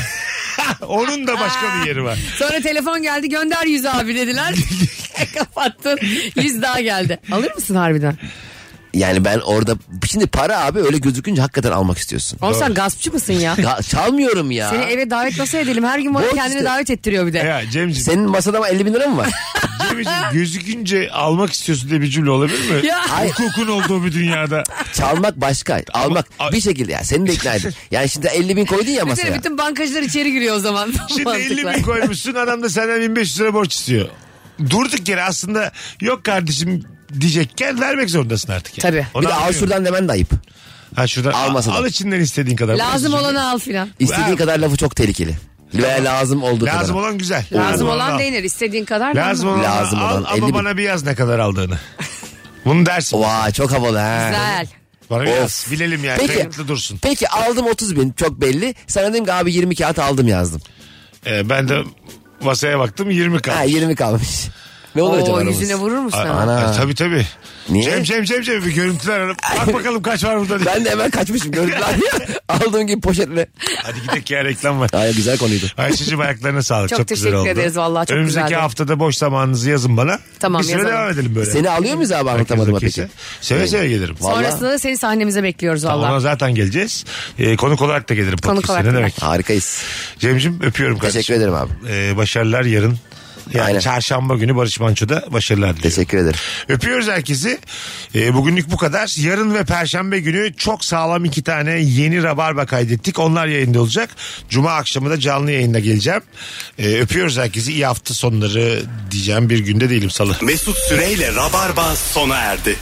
[SPEAKER 3] Onun da başka bir yeri var.
[SPEAKER 4] Sonra telefon geldi, gönder 100 abi dediler. Kapattın, 100 daha geldi. Alır mısın harbiden?
[SPEAKER 5] Yani ben orada şimdi para abi öyle gözükünce hakikaten almak istiyorsun.
[SPEAKER 4] Oğlum sen gaspçı mısın ya?
[SPEAKER 5] Çalmıyorum ya.
[SPEAKER 4] Seni eve davet nasıl edelim? Her gün bana
[SPEAKER 5] Borç
[SPEAKER 4] kendini
[SPEAKER 5] işte.
[SPEAKER 4] davet ettiriyor bir de.
[SPEAKER 3] Ya Cemciğim,
[SPEAKER 5] Senin masada mı 50 bin lira mı var?
[SPEAKER 3] Cemciğim gözükünce almak istiyorsun diye bir cümle olabilir mi?
[SPEAKER 4] Ya.
[SPEAKER 3] Hukukun olduğu bir dünyada.
[SPEAKER 5] Çalmak başka. Almak
[SPEAKER 3] Ama-
[SPEAKER 5] bir şekilde ya. Seni de ikna edin. Yani şimdi 50 bin koydun ya masaya.
[SPEAKER 4] Bütün bankacılar içeri giriyor o zaman.
[SPEAKER 3] Şimdi 50 bin koymuşsun, adam da senden 1500 lira borç istiyor. Durduk yere aslında yok kardeşim diyecekken vermek zorundasın artık. Yani.
[SPEAKER 4] Tabii.
[SPEAKER 3] Onu
[SPEAKER 5] Bir de al
[SPEAKER 3] anlıyorum.
[SPEAKER 5] şuradan demen de ayıp.
[SPEAKER 3] Ha şuradan
[SPEAKER 5] Almasın.
[SPEAKER 3] al içinden istediğin kadar.
[SPEAKER 4] Lazım
[SPEAKER 3] Burası
[SPEAKER 4] olanı al filan.
[SPEAKER 5] İstediğin kadar lafı çok tehlikeli. Ve lazım olduğu kadar.
[SPEAKER 3] lazım olan güzel.
[SPEAKER 4] Lazım
[SPEAKER 3] olanı
[SPEAKER 4] olan
[SPEAKER 3] al.
[SPEAKER 4] denir. İstediğin kadar.
[SPEAKER 3] Lazım
[SPEAKER 4] damla.
[SPEAKER 3] olan
[SPEAKER 5] Lazım
[SPEAKER 3] al
[SPEAKER 5] olan 50
[SPEAKER 3] ama
[SPEAKER 5] bin.
[SPEAKER 3] bana bir yaz ne kadar aldığını. Bunu dersin.
[SPEAKER 5] Vay çok havalı ha.
[SPEAKER 4] Güzel.
[SPEAKER 3] Bana bir
[SPEAKER 5] Of.
[SPEAKER 3] yaz. Bilelim yani.
[SPEAKER 5] Peki.
[SPEAKER 3] Kayıtlı dursun.
[SPEAKER 5] Peki aldım 30 bin çok belli. Sana dedim ki abi 20 kağıt aldım yazdım.
[SPEAKER 3] Ben de masaya baktım 20 kaldı.
[SPEAKER 5] Ha 20 kalmış. Ne olur acaba
[SPEAKER 4] Oo,
[SPEAKER 5] aramız?
[SPEAKER 4] yüzüne vurur musun? ama?
[SPEAKER 5] Ana.
[SPEAKER 3] Tabii tabii.
[SPEAKER 5] Niye?
[SPEAKER 3] Cem bir görüntüler alıp bak bakalım kaç var burada diye.
[SPEAKER 5] Ben de hemen kaçmışım gördüler ya. Aldığım gibi poşetle.
[SPEAKER 3] Hadi gidelim ya, reklam var.
[SPEAKER 5] Ay güzel konuydu.
[SPEAKER 3] Ayşe'cim ayaklarına sağlık.
[SPEAKER 4] Çok
[SPEAKER 3] Çok güzel
[SPEAKER 4] teşekkür
[SPEAKER 3] oldu.
[SPEAKER 4] ederiz vallahi, çok
[SPEAKER 3] Önümüzdeki
[SPEAKER 4] güzeldi.
[SPEAKER 3] haftada boş zamanınızı yazın bana.
[SPEAKER 4] Tamam,
[SPEAKER 3] Bir süre
[SPEAKER 4] yazalım.
[SPEAKER 3] devam edelim böyle.
[SPEAKER 5] Seni alıyor muyuz abi anlatamadım
[SPEAKER 3] Herkes
[SPEAKER 5] peki?
[SPEAKER 3] okeyse. Seve seve gelirim.
[SPEAKER 5] Vallahi.
[SPEAKER 4] Sonrasında da seni sahnemize bekliyoruz
[SPEAKER 3] Ona
[SPEAKER 4] valla.
[SPEAKER 3] zaten geleceğiz. Konuk olarak da gelirim.
[SPEAKER 4] Konuk
[SPEAKER 3] podcast'e.
[SPEAKER 4] olarak
[SPEAKER 3] Ne
[SPEAKER 4] da
[SPEAKER 3] demek?
[SPEAKER 5] Harikayız.
[SPEAKER 3] Cem'ciğim öpüyorum kardeşim.
[SPEAKER 5] Teşekkür ederim abi.
[SPEAKER 3] Başarılar yarın. Yani
[SPEAKER 5] Aynen.
[SPEAKER 3] çarşamba günü Barış Manço'da başarılar diliyorum.
[SPEAKER 5] Teşekkür ederim.
[SPEAKER 3] Öpüyoruz herkesi. Bugünlük bu kadar. Yarın ve Perşembe günü çok sağlam 2 tane yeni Rabarba kaydettik. Onlar yayında olacak. Cuma akşamı da canlı yayında geleceğim. Öpüyoruz herkesi. İyi hafta sonları diyeceğim. Bir günde değilim, salı.
[SPEAKER 2] Mesut Süreyle Rabarba sona erdi.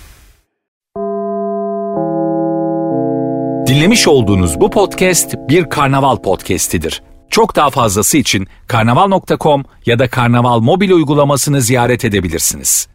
[SPEAKER 1] Dinlemiş olduğunuz bu podcast bir karnaval podcastidir. Çok daha fazlası için karnaval.com ya da karnaval mobil uygulamasını ziyaret edebilirsiniz.